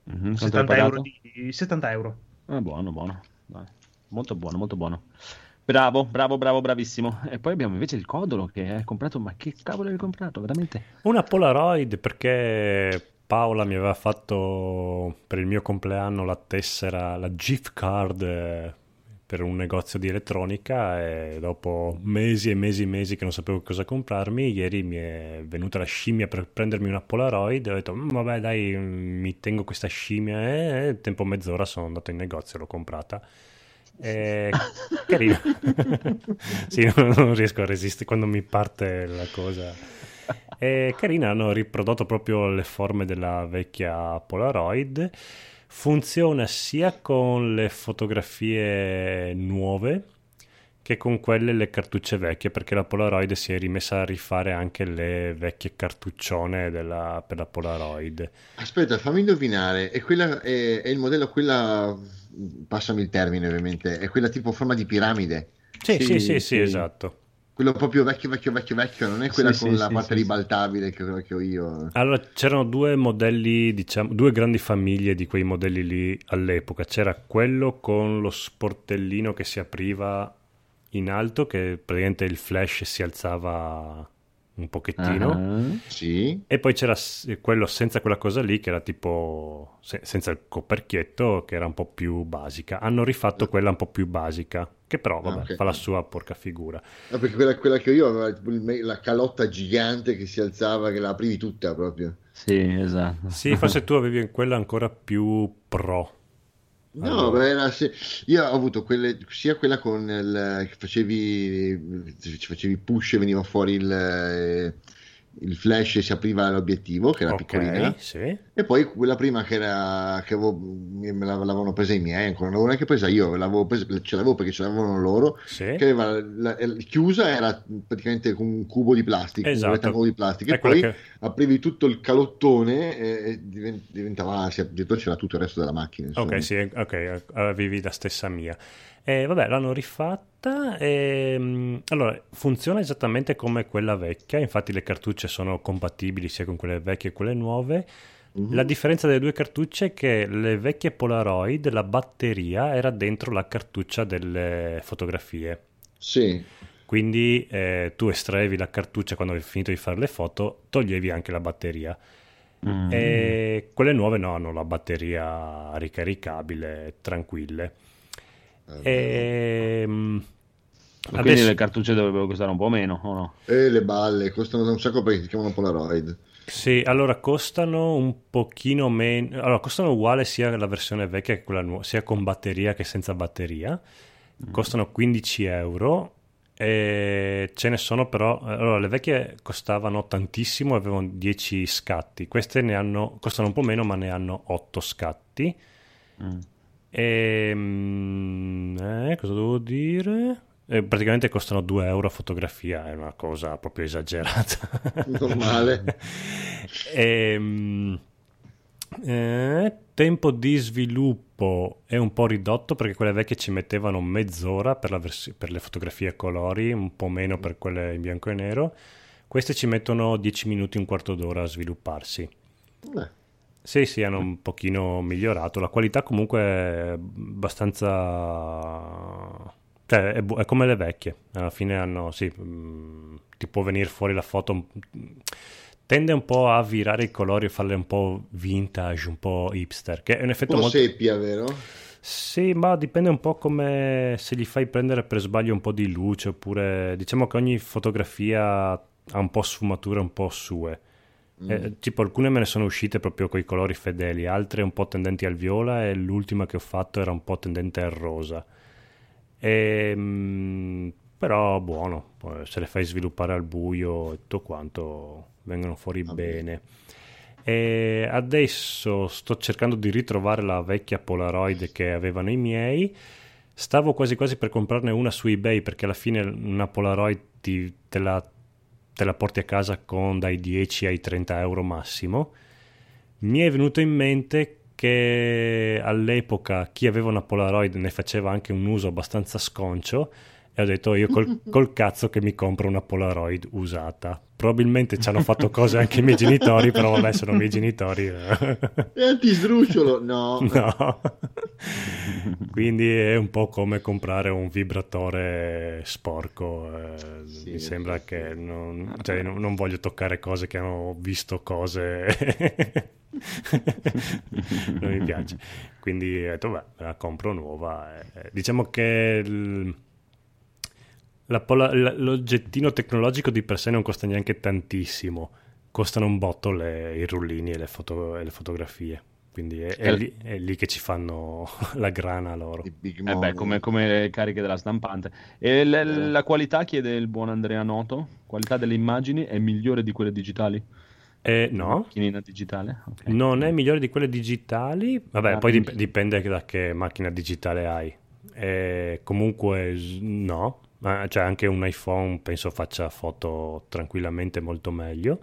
70 euro. Buono. Dai. Molto buono. Bravo, bravissimo. E poi abbiamo invece il Codolo che hai comprato. Ma che cavolo hai comprato, veramente? Una Polaroid, perché Paola mi aveva fatto per il mio compleanno la tessera, la gift card per un negozio di elettronica, e dopo mesi e mesi che non sapevo cosa comprarmi, ieri mi è venuta la scimmia per prendermi una Polaroid e ho detto vabbè dai, mi tengo questa scimmia, e tempo mezz'ora sono andato in negozio e l'ho comprata. Carina. Sì, non riesco a resistere quando mi parte la cosa. È carina, hanno riprodotto proprio le forme della vecchia Polaroid. Funziona sia con le fotografie nuove che con le cartucce vecchie, perché la Polaroid si è rimessa a rifare anche le vecchie cartuccione per la Polaroid. Aspetta, fammi indovinare, è il modello, quella, passami il termine ovviamente, è quella tipo forma di piramide? Sì, esatto. Quello proprio vecchio, non è quella con la parte ribaltabile che ho io. Allora, c'erano due modelli, diciamo, due grandi famiglie di quei modelli lì all'epoca. C'era quello con lo sportellino che si apriva in alto, che praticamente il flash si alzava un pochettino. Sì. E poi c'era quello senza quella cosa lì, che era tipo senza il coperchietto, che era un po' più basica. Hanno rifatto quella un po' più basica, che però, vabbè, Ok. fa la sua porca figura. No, perché quella che io aveva tipo la calotta gigante che si alzava, che la aprivi tutta proprio. Sì, esatto. Sì, forse tu avevi quella ancora più pro. No, Allora. beh, io ho avuto quelle, sia quella con che facevi push e veniva fuori il flash e si apriva l'obiettivo, che era piccolina, Ok, sì. e poi quella prima l'avevano presa i miei, ancora non l'avevo neanche presa io, ce l'avevo perché ce l'avevano loro, Sì. che aveva chiusa, era praticamente con un cubo di plastica, un Esatto. rettangolo di plastica, È e quella poi che... aprivi tutto il calottone e diventava, addirittura c'era tutto il resto della macchina, insomma. Ok, sì, ok, avevi la stessa mia. E vabbè, l'hanno rifatta e allora funziona esattamente come quella vecchia, infatti le cartucce sono compatibili sia con quelle vecchie che quelle nuove. La differenza delle due cartucce è che le vecchie Polaroid, la batteria era dentro la cartuccia delle fotografie. Sì. Quindi tu estraevi la cartuccia quando avevi finito di fare le foto, toglievi anche la batteria. E quelle nuove no, hanno la batteria ricaricabile, tranquille. Ma quindi Adesso le cartucce dovrebbero costare un po' meno, o no? E le balle costano un sacco perché si chiamano Polaroid. sì, allora costano un pochino meno. Allora, costano uguale sia la versione vecchia che quella nuova, sia con batteria che senza batteria. Costano 15 euro. E ce ne sono però. Allora, le vecchie costavano tantissimo, avevano 10 scatti. Queste costano un po' meno, ma ne hanno 8 scatti. Cosa devo dire? Praticamente costano 2 euro a fotografia, è una cosa proprio esagerata. Normale. Tempo di sviluppo è un po' ridotto perché quelle vecchie ci mettevano mezz'ora per le fotografie a colori, un po' meno per quelle in bianco e nero. Queste ci mettono 10 minuti, un quarto d'ora a svilupparsi. Beh, Sì, hanno un pochino migliorato. La qualità comunque è abbastanza... Cioè, è come le vecchie. Alla fine hanno... Sì, ti può venire fuori la foto... Tende un po' a virare i colori e farle un po' vintage, un po' hipster, che è un effetto un po' molto... seppia, vero? Sì, ma dipende un po' come se gli fai prendere per sbaglio un po' di luce, oppure diciamo che ogni fotografia ha un po' sfumature un po' sue. Tipo alcune me ne sono uscite proprio con i colori fedeli, altre un po' tendenti al viola e l'ultima che ho fatto era un po' tendente al rosa. Però buono, poi se le fai sviluppare al buio e tutto quanto vengono fuori bene. E adesso sto cercando di ritrovare la vecchia Polaroid che avevano i miei. Stavo quasi quasi per comprarne una su eBay perché alla fine una Polaroid te la porti a casa con dai 10 ai 30 euro massimo. Mi è venuto in mente che all'epoca chi aveva una Polaroid ne faceva anche un uso abbastanza sconcio e ho detto io col cazzo che mi compro una Polaroid usata. Probabilmente ci hanno fatto cose anche i miei genitori, però vabbè, sono i miei genitori. E antisdrucciolo? No. No. Quindi è un po' come comprare un vibratore sporco. Sì, Mi sembra sì, che non voglio toccare cose che hanno visto cose. Non mi piace. Quindi ho detto, beh, la compro nuova. Diciamo che l'oggettino tecnologico di per sé non costa neanche tantissimo, costano un botto i rullini e le fotografie, quindi è lì che ci fanno la grana loro. I big Beh, money. come le cariche della stampante. E la qualità, chiede il buon Andrea Noto, qualità delle immagini è migliore di quelle digitali? No, Macchinina digitale? Ok. non è migliore di quelle digitali, vabbè, Ah, poi minchia. dipende da che macchina digitale hai. Comunque no. Cioè anche un iPhone penso faccia foto tranquillamente molto meglio,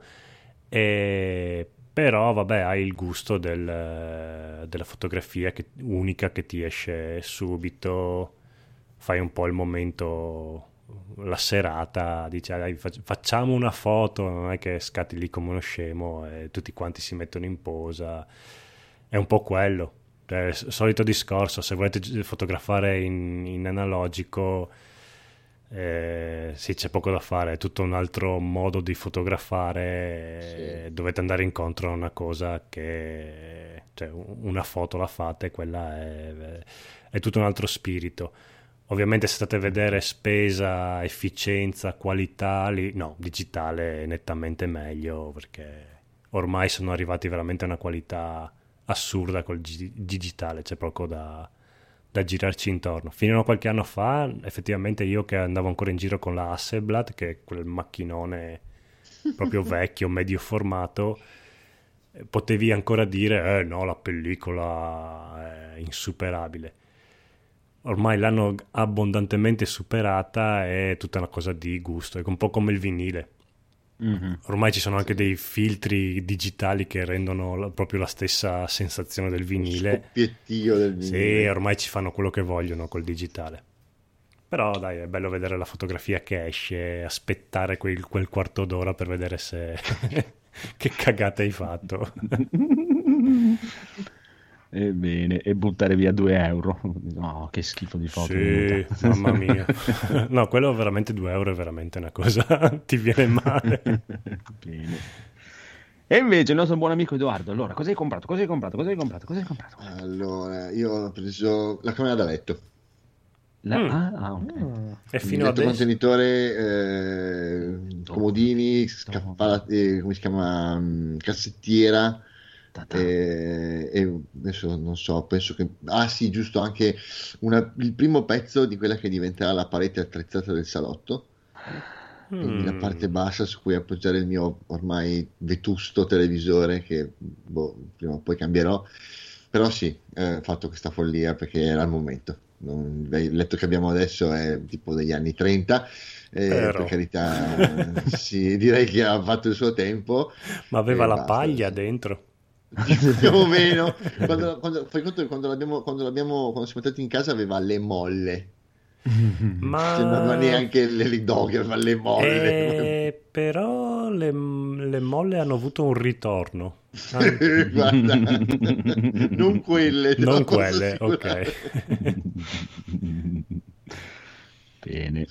però vabbè hai il gusto della fotografia unica che ti esce subito, fai un po' il momento, la serata, dici dai, facciamo una foto, non è che scatti lì come uno scemo e tutti quanti si mettono in posa, è un po' quello. Solito discorso, se volete fotografare in analogico Sì, c'è poco da fare, è tutto un altro modo di fotografare. Dovete andare incontro a una cosa che, cioè, una foto la fate, quella è tutto un altro spirito. Ovviamente se state a vedere spesa, efficienza, qualità, no, digitale è nettamente meglio, perché ormai sono arrivati veramente a una qualità assurda col digitale, c'è poco da girarci intorno. Fino a qualche anno fa, effettivamente, io che andavo ancora in giro con la Hasselblad, che è quel macchinone proprio vecchio, medio formato, potevi ancora dire no, la pellicola è insuperabile. Ormai l'hanno abbondantemente superata, è tutta una cosa di gusto, è un po' come il vinile. Ormai ci sono anche dei filtri digitali che rendono proprio la stessa sensazione del vinile. Scoppiettio del vinile. Sì, ormai ci fanno quello che vogliono col digitale. Però dai, è bello vedere la fotografia che esce, aspettare quel quarto d'ora per vedere se che cagata hai fatto. Ebbene, e buttare via 2 euro. No, che schifo di foto. Sì, mamma mia. No, quello veramente 2 euro è veramente una cosa, ti viene male. Bene. E invece il nostro buon amico Edoardo, allora, cosa hai comprato? Allora, io ho preso la camera da letto. Ok. E Il fino letto adesso contenitore, comodini, scaffale, come si chiama, cassettiera. E adesso non so, penso che sì, giusto, anche il primo pezzo di quella che diventerà la parete attrezzata del salotto, quindi la parte bassa su cui appoggiare il mio ormai vetusto televisore che prima o poi cambierò, però sì, ho fatto questa follia perché era il momento. Il letto che abbiamo adesso è tipo degli anni 30, per carità, sì, direi che ha fatto il suo tempo, ma aveva la basta, paglia sì. dentro. Più o meno, fai conto che quando siamo entrati in casa aveva le molle, Ma cioè, non neanche le doghe, aveva le molle. Però le molle hanno avuto un ritorno. Guarda, non quelle, Non quelle, ok. Bene.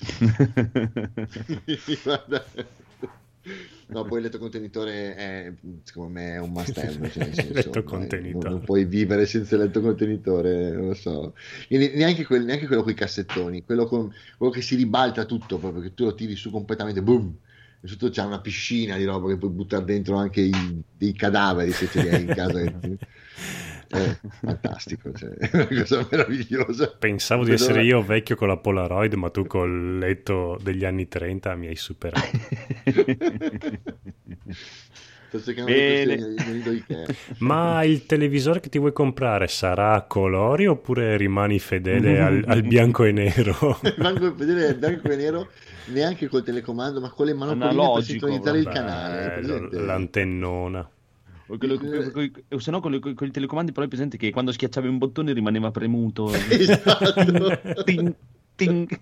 Guarda. No, poi il letto contenitore è, secondo me, è un must have, cioè, nel senso, letto contenitore. non puoi vivere senza il letto contenitore, non lo so. E neanche quello con i cassettoni, quello che si ribalta tutto, proprio che tu lo tiri su completamente, boom, e sotto c'è una piscina di roba che puoi buttare dentro anche dei cadaveri se ce li hai in casa. È fantastico, cioè, è una cosa meravigliosa. Pensavo di essere io vecchio con la Polaroid, ma tu col letto degli anni 30 mi hai superato. Sto cercando di Ma il televisore che ti vuoi comprare sarà a colori oppure rimani fedele al bianco e nero? Rimango fedele al bianco e nero, neanche col telecomando, ma con le manopoline per sintonizzare il canale. L'antennona. O se no con i telecomandi, però è presente che quando schiacciavi un bottone rimaneva premuto. Esatto. Ting, ting.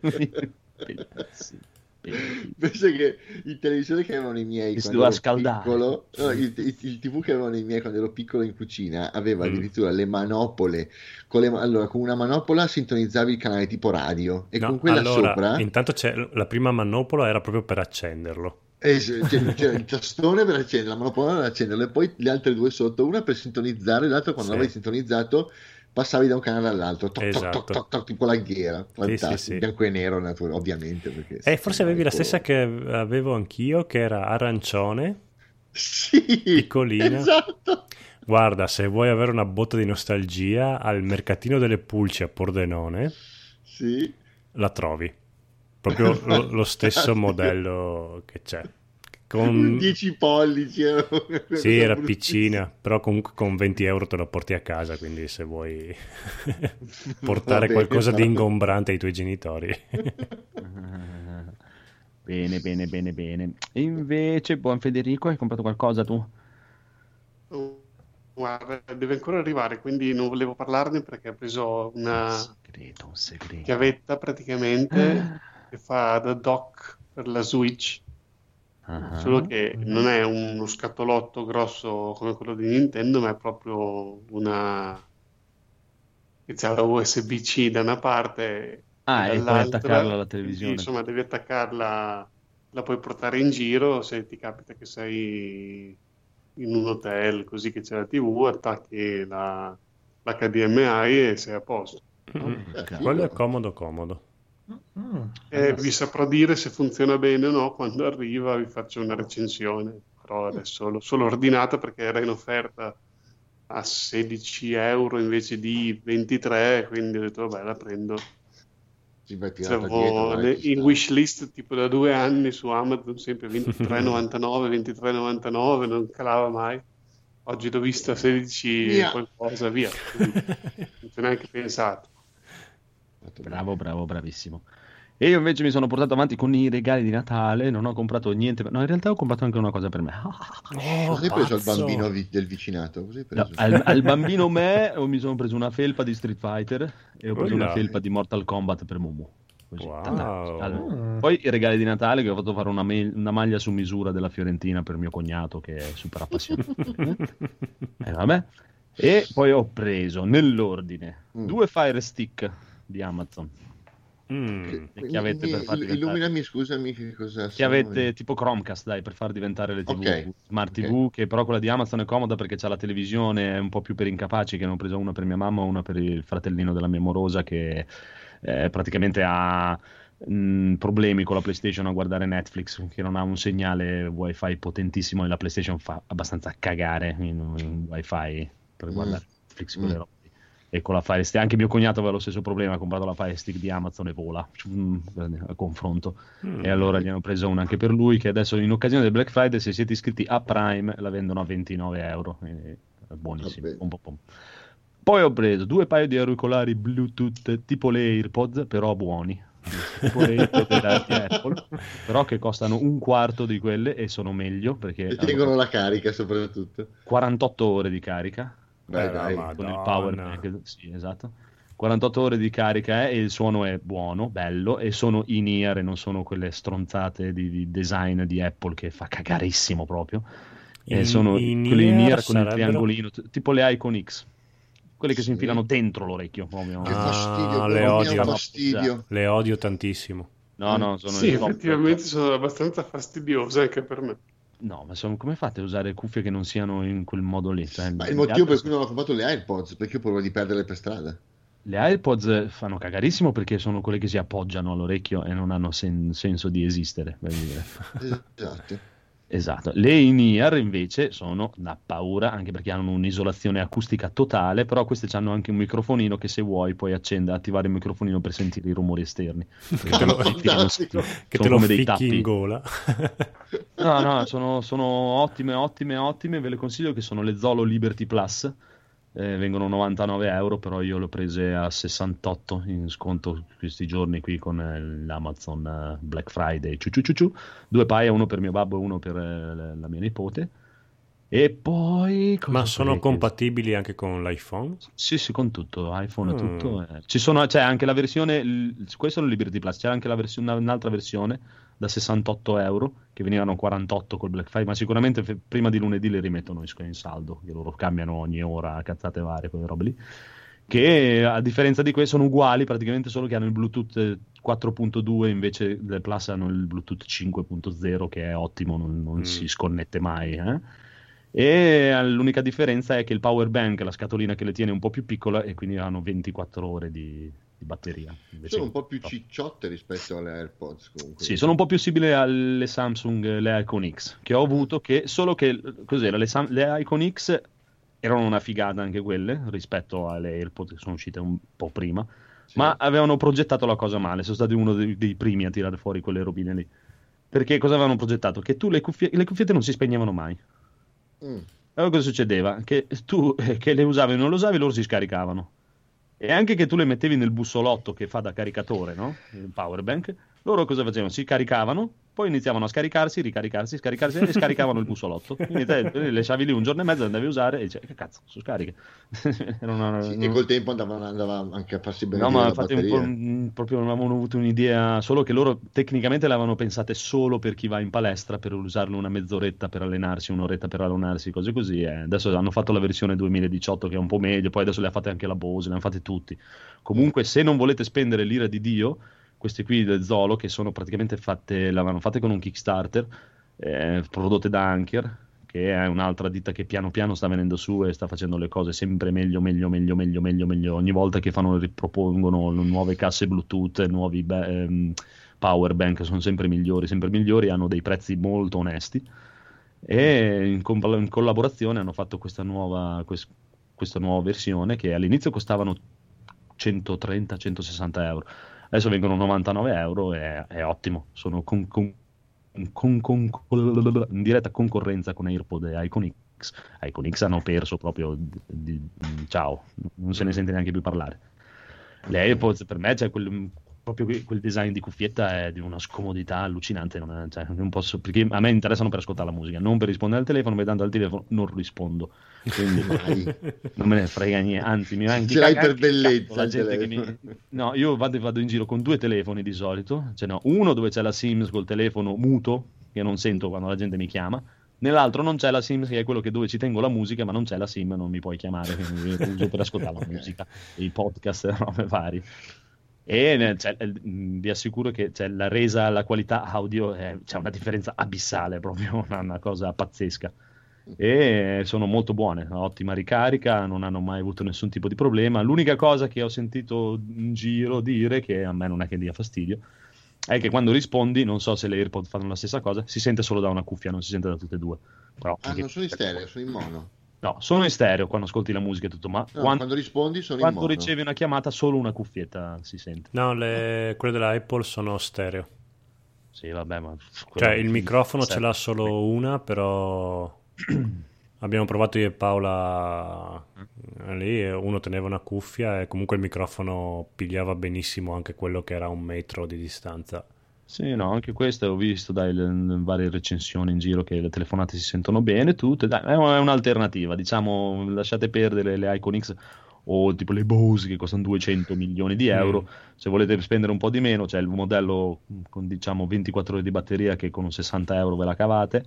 Penso che il televisore che avevano i miei si quando doveva ero scaldare. piccolo, no, il TV che avevano i miei quando ero piccolo in cucina aveva addirittura le manopole. Allora, con una manopola sintonizzavi il canale tipo radio e con quella sopra. Intanto la prima manopola era proprio per accenderlo. C'era il tastone per accendere, la manopola per accenderlo e poi le altre due sotto, una per sintonizzare, l'altra quando l'avevi sintonizzato passavi da un canale all'altro, toc, tipo la ghiera, fantastico, sì. bianco e nero ovviamente, perché forse avevi la stessa che avevo anch'io, che era arancione, sì, piccolina. Esatto. Guarda, se vuoi avere una botta di nostalgia, al mercatino delle Pulci a Pordenone sì, la trovi proprio lo stesso modello che c'è. Con 10 pollici. Sì, era piccina, però comunque con 20 euro te lo porti a casa, quindi se vuoi portare qualcosa di ingombrante ai tuoi genitori. Bene. E invece, buon Federico, hai comprato qualcosa tu? Guarda, deve ancora arrivare, quindi non volevo parlarne perché ho preso una segreto. chiavetta praticamente che fa da dock per la Switch. Solo che non è uno scatolotto grosso come quello di Nintendo, ma è proprio una che c'ha la USB-C da una parte Ah, e puoi dall'altra, attaccarla alla quindi, televisione. insomma, devi attaccarla, la puoi portare in giro se ti capita che sei in un hotel così che c'è la TV, attacchi l'HDMI e sei a posto. Quello è comodo. Vi saprò dire se funziona bene o no quando arriva, vi faccio una recensione, però adesso l'ho solo ordinata perché era in offerta a 16 euro invece di 23, quindi ho detto vabbè, la prendo. Sì, vai tirata Avevo dietro, ci in sta. wishlist tipo da 2 anni su Amazon, sempre 23,99, 23,99, non calava mai. Oggi l'ho vista a 16 Via. qualcosa, via. Non ci ho neanche pensato. Bravo, bravissimo. E io invece mi sono portato avanti con i regali di Natale, non ho comprato niente. No, in realtà ho comprato anche una cosa per me. Cosa hai preso al bambino del vicinato? Cosa hai No, preso? al bambino me mi sono preso una felpa di Street Fighter e ho preso una felpa di Mortal Kombat per Mumu. Così. Wow. Poi i regali di Natale che ho fatto fare una maglia su misura della Fiorentina per mio cognato che è super appassionato. Vabbè. E poi ho preso nell'ordine 2 Fire Stick di Amazon. Che avete per far diventare... Illuminami, scusami, che cosa che avete tipo Chromecast, dai, per far diventare le TV, Smart TV, che però quella di Amazon è comoda perché c'ha la televisione, è un po' più per incapaci, che ne ho presa una per mia mamma e una per il fratellino della mia morosa che praticamente ha problemi con la PlayStation a guardare Netflix, che non ha un segnale wifi potentissimo e la PlayStation fa abbastanza cagare in wifi per guardare Netflix con le robe. E con la Fire Stick, anche mio cognato aveva lo stesso problema, ha comprato la Fire Stick di Amazon e vola a confronto. E allora gli hanno preso una anche per lui, che adesso in occasione del Black Friday, se siete iscritti a Prime, la vendono a 29 euro. È buonissimo. Poi ho preso 2 paio di auricolari Bluetooth tipo le AirPods, però buoni. Tipo le AirPods di Apple, però che costano un quarto di quelle e sono meglio perché e tengono la carica soprattutto. 48 ore di carica. Dai. Con il power bank, sì, esatto. 48 ore di carica e il suono è buono, bello, e sono in-ear e non sono quelle stronzate di design di Apple che fa cagarissimo proprio. E sono quelli in-ear con il triangolino, tipo le Icon X, quelle che si infilano dentro l'orecchio. Che fastidio, le le odio tantissimo. No, sono sì, effettivamente sono abbastanza fastidiose anche per me. No, ma come fate a usare cuffie che non siano in quel modo lì? Cioè, ma il motivo per cui non ho comprato le AirPods, perché ho paura di perderle per strada. Le AirPods fanno cagarissimo perché sono quelle che si appoggiano all'orecchio e non hanno senso di esistere, per dire. Esatto. Le in-ear invece sono da paura, anche perché hanno un'isolazione acustica totale, però queste hanno anche un microfonino che se vuoi puoi attivare il microfonino per sentire i rumori esterni. Che te lo ficchi in gola. No, sono ottime, ve le consiglio, che sono le Zolo Liberty Plus. Vengono 99 euro, però io le ho prese a 68 in sconto questi giorni qui con l'Amazon Black Friday. 2 paia, uno per mio babbo e uno per la mia nipote. E poi ma sono compatibili anche con l'iPhone? Sì, con tutto, iPhone e tutto. C'è anche la versione, questo è il Liberty Plus, c'è anche un'altra versione da 68 euro che venivano 48 col Black Friday, ma sicuramente prima di lunedì le rimettono in saldo, che loro cambiano ogni ora, cazzate varie, quelle robe lì, che a differenza di questo sono uguali praticamente, solo che hanno il Bluetooth 4.2 invece del Plus hanno il Bluetooth 5.0 che è ottimo, non si sconnette mai, e l'unica differenza è che il power bank, la scatolina che le tiene è un po' più piccola e quindi hanno 24 ore di batteria. Invece sono un po' più cicciotte rispetto alle AirPods comunque. Sì, sono un po' più simili alle Samsung, le Icon X che ho avuto, che solo che cos'era, le Icon X erano una figata anche quelle rispetto alle AirPods che sono uscite un po' prima, ma avevano progettato la cosa male, sono stati uno dei primi a tirare fuori quelle robine lì, perché cosa avevano progettato? Che tu le cuffiette non si spegnevano mai. Allora cosa succedeva? Che tu che le usavi o non le usavi, loro si scaricavano. E anche che tu le mettevi nel bussolotto che fa da caricatore, no? Il power bank, Loro cosa facevano? Si caricavano, poi iniziavano a scaricarsi, ricaricarsi, scaricarsi e scaricavano il bussolotto. Quindi te le lasciavi lì un giorno e mezzo, andavi a usare e dicevi, che cazzo, sono scariche. E col tempo andava anche a farsi bene No, ma la infatti batteria. proprio non avevano avuto un'idea, solo che loro tecnicamente le avevano pensate solo per chi va in palestra, per usarlo una mezz'oretta per allenarsi, un'oretta per allenarsi, cose così. Adesso hanno fatto la versione 2018 che è un po' meglio, poi adesso le ha fatte anche la Bose, le hanno fatte tutti. Comunque, se non volete spendere l'ira di Dio, queste qui del Zolo, che sono praticamente fatte, l'avevano fatte con un Kickstarter, prodotte da Anker, che è un'altra ditta che piano piano sta venendo su e sta facendo le cose sempre meglio. Ogni volta che ripropongono nuove casse Bluetooth, nuovi power bank, sono sempre migliori, hanno dei prezzi molto onesti. E in collaborazione hanno fatto questa nuova versione che all'inizio costavano 130-160 euro. Adesso vengono 99 euro e è ottimo. Sono in diretta concorrenza con AirPod e Icon X. Icon X hanno perso proprio ciao, non se ne sente neanche più parlare. Le AirPods per me c'è proprio quel design di cuffietta è di una scomodità allucinante, non posso, perché a me interessano per ascoltare la musica, non per rispondere al telefono, ma tanto al telefono non rispondo, quindi non me ne frega niente, anzi mi va anche ce l'hai per bellezza la gente che no, io vado in giro con 2 telefoni di solito, cioè no, uno dove c'è la SIM col telefono muto che non sento quando la gente mi chiama, nell'altro non c'è la SIM che è quello che dove ci tengo la musica, ma non c'è la SIM, non mi puoi chiamare, quindi io uso per ascoltare la musica, i podcast e robe varie. E vi assicuro che la resa, la qualità audio c'è una differenza abissale, proprio una cosa pazzesca, e sono molto buone, ottima ricarica, non hanno mai avuto nessun tipo di problema. L'unica cosa che ho sentito in giro dire, che a me non è che dia fastidio, è che quando rispondi, non so se le AirPod fanno la stessa cosa, si sente solo da una cuffia, non si sente da tutte e due. Però, non sono in stereo, sono in mono. No, sono in stereo quando ascolti la musica e tutto, ma quando rispondi sono in mono. Quando ricevi una chiamata solo una cuffietta si sente. No, quelle della Apple sono stereo. Sì, vabbè, ma cioè il microfono ce l'ha solo una, però abbiamo provato io e Paola lì, e uno teneva una cuffia e comunque il microfono pigliava benissimo anche quello che era a 1 metro di distanza. Sì, no, anche questo ho visto dai varie recensioni in giro che le telefonate si sentono bene tutte, dai, è un'alternativa, diciamo, lasciate perdere le Icon X o tipo le Bose che costano 200 milioni di euro, se volete spendere un po' di meno c'è il modello con diciamo 24 ore di batteria che con 60 euro ve la cavate,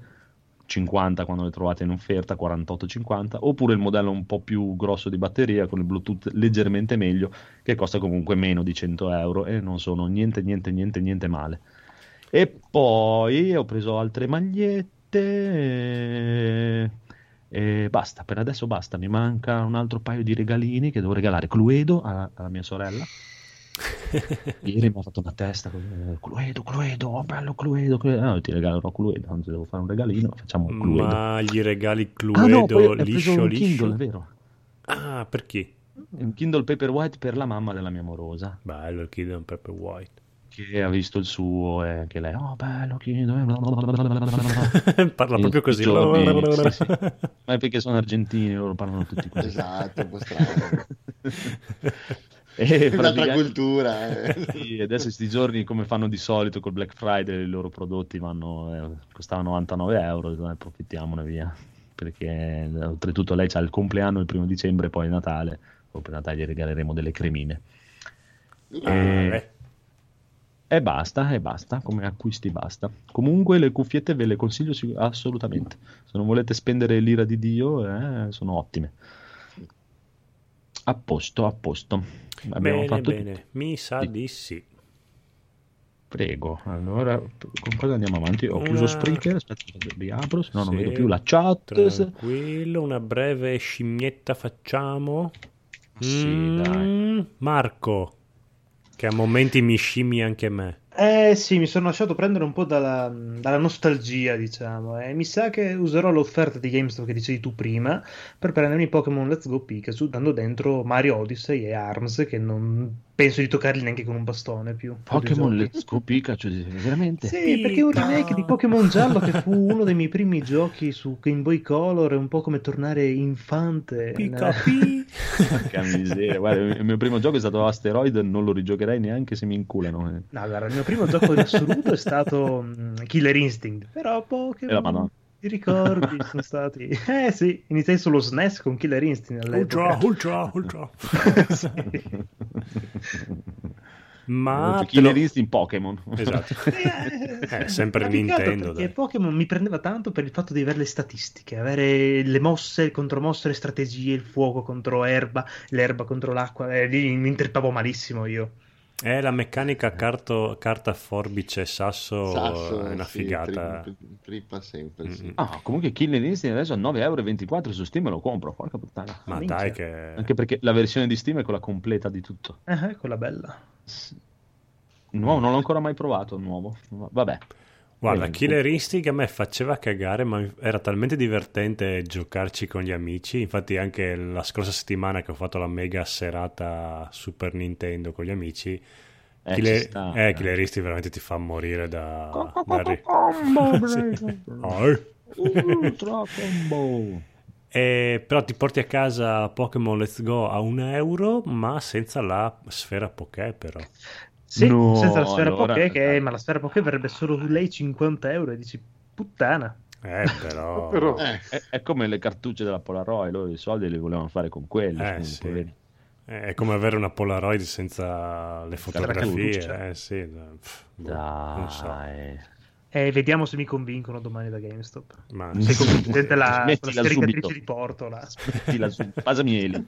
50 quando le trovate in offerta, 48-50, oppure il modello un po' più grosso di batteria con il Bluetooth leggermente meglio che costa comunque meno di 100 euro e non sono niente male. E poi ho preso altre magliette e basta, per adesso basta, mi manca un altro paio di regalini che devo regalare Cluedo alla mia sorella. Ieri mi ha fatto una testa Cluedo, oh bello Cluedo, no, ti regalerò Cluedo, non devo fare un regalino, facciamo Cluedo. Ma gli regali Cluedo no, poi liscio un liscio? Kindle, è vero? Ah, per chi? Un Kindle Paperwhite per la mamma della mia amorosa. Bello il Kindle Paperwhite. Che ha visto il suo e che lei, oh bello Kindle, parla proprio così. Sì. Ma è perché sono argentini, loro parlano tutti così. Esatto, un po' strano. E un'altra cultura. Sì, adesso questi giorni come fanno di solito col Black Friday i loro prodotti costavano 99 euro, approfittiamone via, perché oltretutto lei c'ha il compleanno il 1 dicembre, poi Natale, o per Natale gli regaleremo delle cremine e basta, come acquisti basta. Comunque le cuffiette ve le consiglio assolutamente, se non volete spendere l'ira di Dio, sono ottime. A posto. Abbiamo fatto bene. Mi sa di sì. Prego, allora con cosa andiamo avanti? Ho chiuso Spreaker, aspetta che riapro, se no non vedo più la chat. Tranquillo, una breve scimmietta facciamo. Sì, dai. Marco, che a momenti mi scimmia anche me. Sì, mi sono lasciato prendere un po' dalla nostalgia, diciamo, e mi sa che userò l'offerta di GameStop che dicevi tu prima per prendermi Pokémon Let's Go Pikachu, dando dentro Mario Odyssey e ARMS, che non penso di toccarli neanche con un bastone più. Pokémon Let's Go Pikachu, veramente? Sì, perché è un remake di Pokémon Giallo che fu uno dei miei primi giochi su Game Boy Color, è un po' come tornare infante. Porca miseria, guarda, il mio primo gioco è stato Asteroid, non lo rigiocherei neanche se mi inculano. No, guarda, il mio primo gioco in assoluto è stato Killer Instinct, però la Pokémon, Madonna. ti ricordi, sono stati... sì, iniziai sullo SNES con Killer Instinct all'epoca. Ultra. Sì. Ma te Killer lo- Instinct Pokémon. Esatto. Sempre Ma più che altro Nintendo, perché dai. Pokémon mi prendeva tanto per il fatto di avere le statistiche, avere le mosse, il contromosse, le strategie, il fuoco contro erba, l'erba contro l'acqua, lì mi intrippavo malissimo io. La meccanica carta forbice sasso, Sasso, è una sì, figata. trippa sempre, sì. Ah, comunque Killer Instinct adesso a 9,24 € su Steam, me lo compro, porca puttana. Ma minchia. dai che... Anche perché la versione di Steam è quella completa di tutto. Quella bella. Il nuovo non l'ho ancora mai provato, il nuovo. Vabbè. Guarda, Bene. Killer Instinct a me faceva cagare, ma era talmente divertente giocarci con gli amici. Infatti anche la scorsa settimana che ho fatto la mega serata Super Nintendo con gli amici, Ci sta. Killer Instinct veramente ti fa morire da Combo Sì. breaker. Ultra combo. Però ti porti a casa Pokémon Let's Go a €1, ma senza la sfera Poké però. Sì, No, senza la sfera allora- Poké, ma la sfera Poké verrebbe solo su lei 50 € e dici, puttana. Però... Però- È come le cartucce della Polaroid, loro i soldi li volevano fare con quelli. Sì. poveri. È come avere una Polaroid senza le fotografie. cartuccia. Sì, non so. Dai. Vediamo se mi convincono domani da GameStop. Ma Sei convincente la Smettila scaricatrice subito. di Porto là. Mettila su, Pasamieli.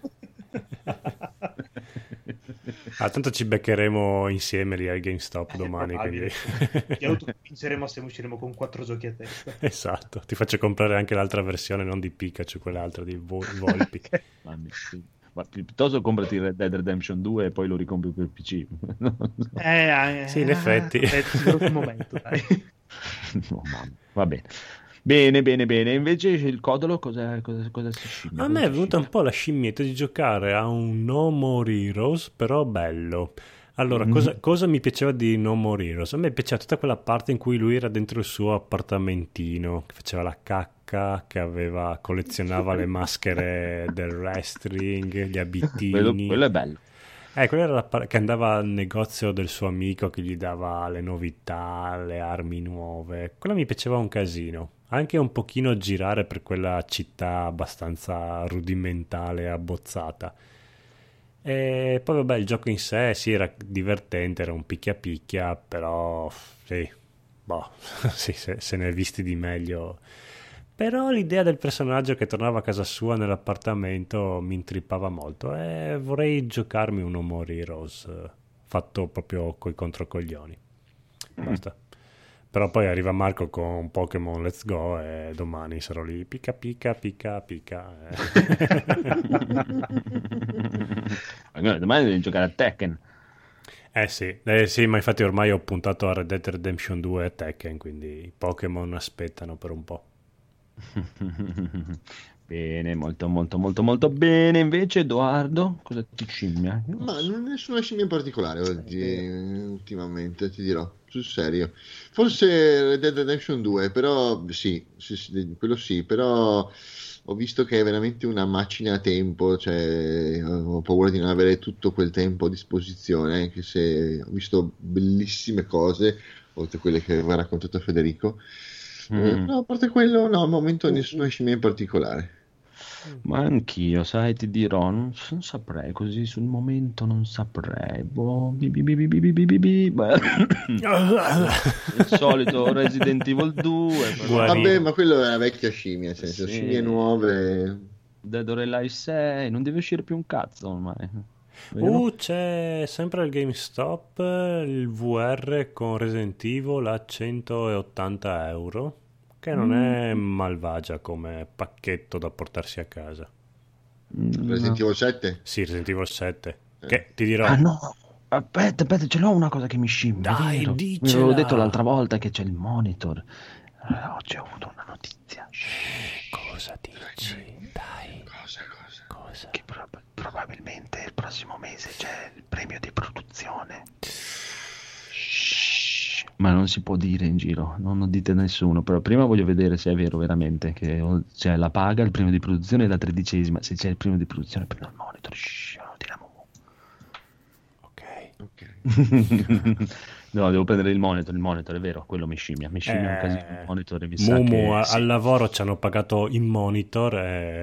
tanto ci beccheremo insieme lì al GameStop domani. Probabile. Quindi... Ti autoconvinceremo se usciremo con 4 giochi a testa. Esatto, ti faccio comprare anche l'altra versione, non di Pikachu, quell'altra di Volpi. Mamma, sì. Ma piuttosto comprati Red Dead Redemption 2 e poi lo ricompri per PC. Sì, in effetti. Un momento, dai. No, mamma. Va bene. Bene. Invece il Codolo cosa si scimmia? A me è venuta un po' la scimmietta di giocare a un No More Heroes, però bello. Allora, cosa mi piaceva di No More Heroes? A me piaceva tutta quella parte in cui lui era dentro il suo appartamentino, che faceva la cacca, che collezionava le maschere del wrestling, gli abitini. Quello è bello. Quella era che andava al negozio del suo amico che gli dava le novità, le armi nuove. Quella mi piaceva un casino. Anche un pochino girare per quella città abbastanza rudimentale e abbozzata. E poi vabbè, il gioco in sé sì, era divertente, era un picchia però sì, sì, se ne è visti di meglio. Però l'idea del personaggio che tornava a casa sua nell'appartamento mi intrippava molto e vorrei giocarmi un No More Heroes fatto proprio coi controcoglioni. Basta. Però poi arriva Marco con Pokémon Let's Go e domani sarò lì pica. Domani devi giocare a Tekken. Sì, ma infatti ormai ho puntato a Red Dead Redemption 2 e Tekken, quindi i Pokémon aspettano per un po'. Bene, molto bene. Invece Edoardo, cosa ti scimmia? Ma non nessuna scimmia in particolare oggi, ultimamente, ti dirò, sul serio. Forse Red Dead Redemption 2, però sì, quello sì, però ho visto che è veramente una macchina a tempo, cioè ho paura di non avere tutto quel tempo a disposizione, anche se ho visto bellissime cose, oltre a quelle che aveva raccontato Federico. No, a parte quello, no, al momento nessuna scimmia in particolare. Ma anch'io, sai, ti dirò, non saprei, così sul momento non saprei. Beh, il solito Resident Evil 2, però. Guarì. Vabbè, ma quello è una vecchia scimmia, nel senso, Sì. scimmie nuove. Dead or Alive 6, non deve uscire più un cazzo ormai. Vero? C'è sempre al GameStop il VR con Resident Evil a €180, che non è malvagia come pacchetto da portarsi a casa. Resident Evil 7? Sì, Resident Evil 7, che ti dirò... Ah no, aspetta, ce l'ho una cosa che mi scimmia. Dai, vero? dicela. Mi avevo detto l'altra volta che c'è il monitor. Oggi ho avuto una notizia. Cosa dici? Dai, Cosa? Che probabilmente il prossimo mese c'è il premio di produzione. Ma non si può dire in giro, non dite a nessuno, però prima voglio vedere se è vero veramente che c'è la paga, il premio di produzione è la 13ª, se c'è il premio di produzione prendo il monitor, non lo diciamo. ok. Ok. No, devo prendere il monitor è vero, quello mi scimmia un casino il monitor e mi sa Mumu che al sì. lavoro ci hanno pagato in monitor e...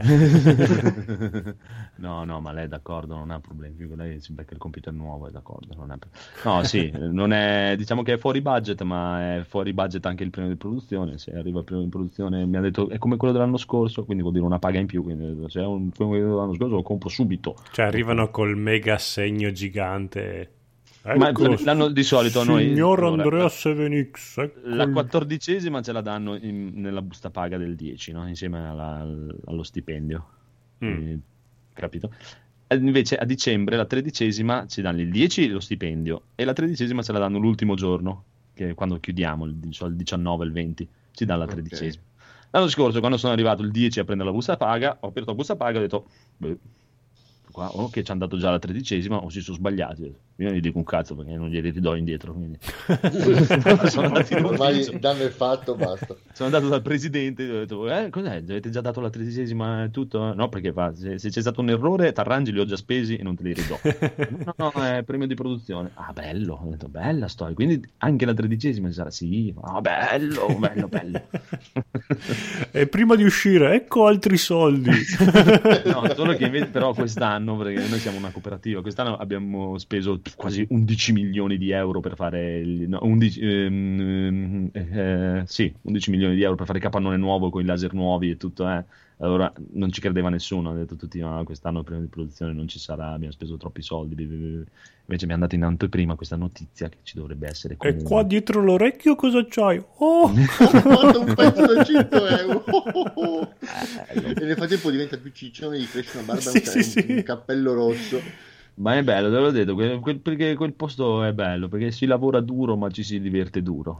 No, ma lei è d'accordo, non ha problemi, più che lei si becca il computer nuovo, è d'accordo, non è... No, sì, non è, diciamo che è fuori budget, ma è fuori budget anche il premio di produzione. Se arriva il premio di produzione, mi ha detto è come quello dell'anno scorso, quindi vuol dire una paga in più, quindi se è un premio dell'anno scorso lo compro subito. Cioè arrivano col mega assegno gigante. Ma Ecco, l'anno di solito noi... signor allora, Andrea 7X, ecco la 14ª ce la danno nella busta paga del 10, no? Insieme allo stipendio. Capito? Invece a dicembre, la 13ª, ci danno il 10 lo stipendio e la 13ª ce la danno l'ultimo giorno, che è quando chiudiamo, il 19 il 20, ci danno la 13ª. L'anno scorso, quando sono arrivato il 10 a prendere la busta paga, ho aperto la busta paga e ho detto... qua, o che ci hanno dato già la 13ª o si sono sbagliati. Io non gli dico un cazzo perché non glieli ridò indietro, quindi. Sono andati ormai il danno è fatto, basta. Sono andato dal presidente e ho detto cos'è? Avete già dato la 13ª e tutto? No, perché se c'è stato un errore t'arrangi, li ho già spesi e non te li ridò. No, è premio di produzione. Ah, bello, ho detto bella storia, quindi anche la 13ª sarà sì, bello. E prima di uscire ecco altri soldi. No, solo che invece però quest'anno, perché noi siamo una cooperativa, quest'anno abbiamo speso quasi 11 milioni di euro per fare 11 milioni di euro per fare il capannone nuovo con i laser nuovi e tutto, allora non ci credeva nessuno, hanno detto tutti quest'anno il premio di produzione non ci sarà, abbiamo speso troppi soldi. Invece mi è andata in anteprima questa notizia che ci dovrebbe essere comunque. E qua dietro l'orecchio cosa c'hai? Ho fatto un pezzo da 100 euro. E nel frattempo diventa più ciccione, gli cresce una barba e un cappello rosso. Ma è bello, te l'ho detto, perché quel posto è bello, perché si lavora duro ma ci si diverte duro.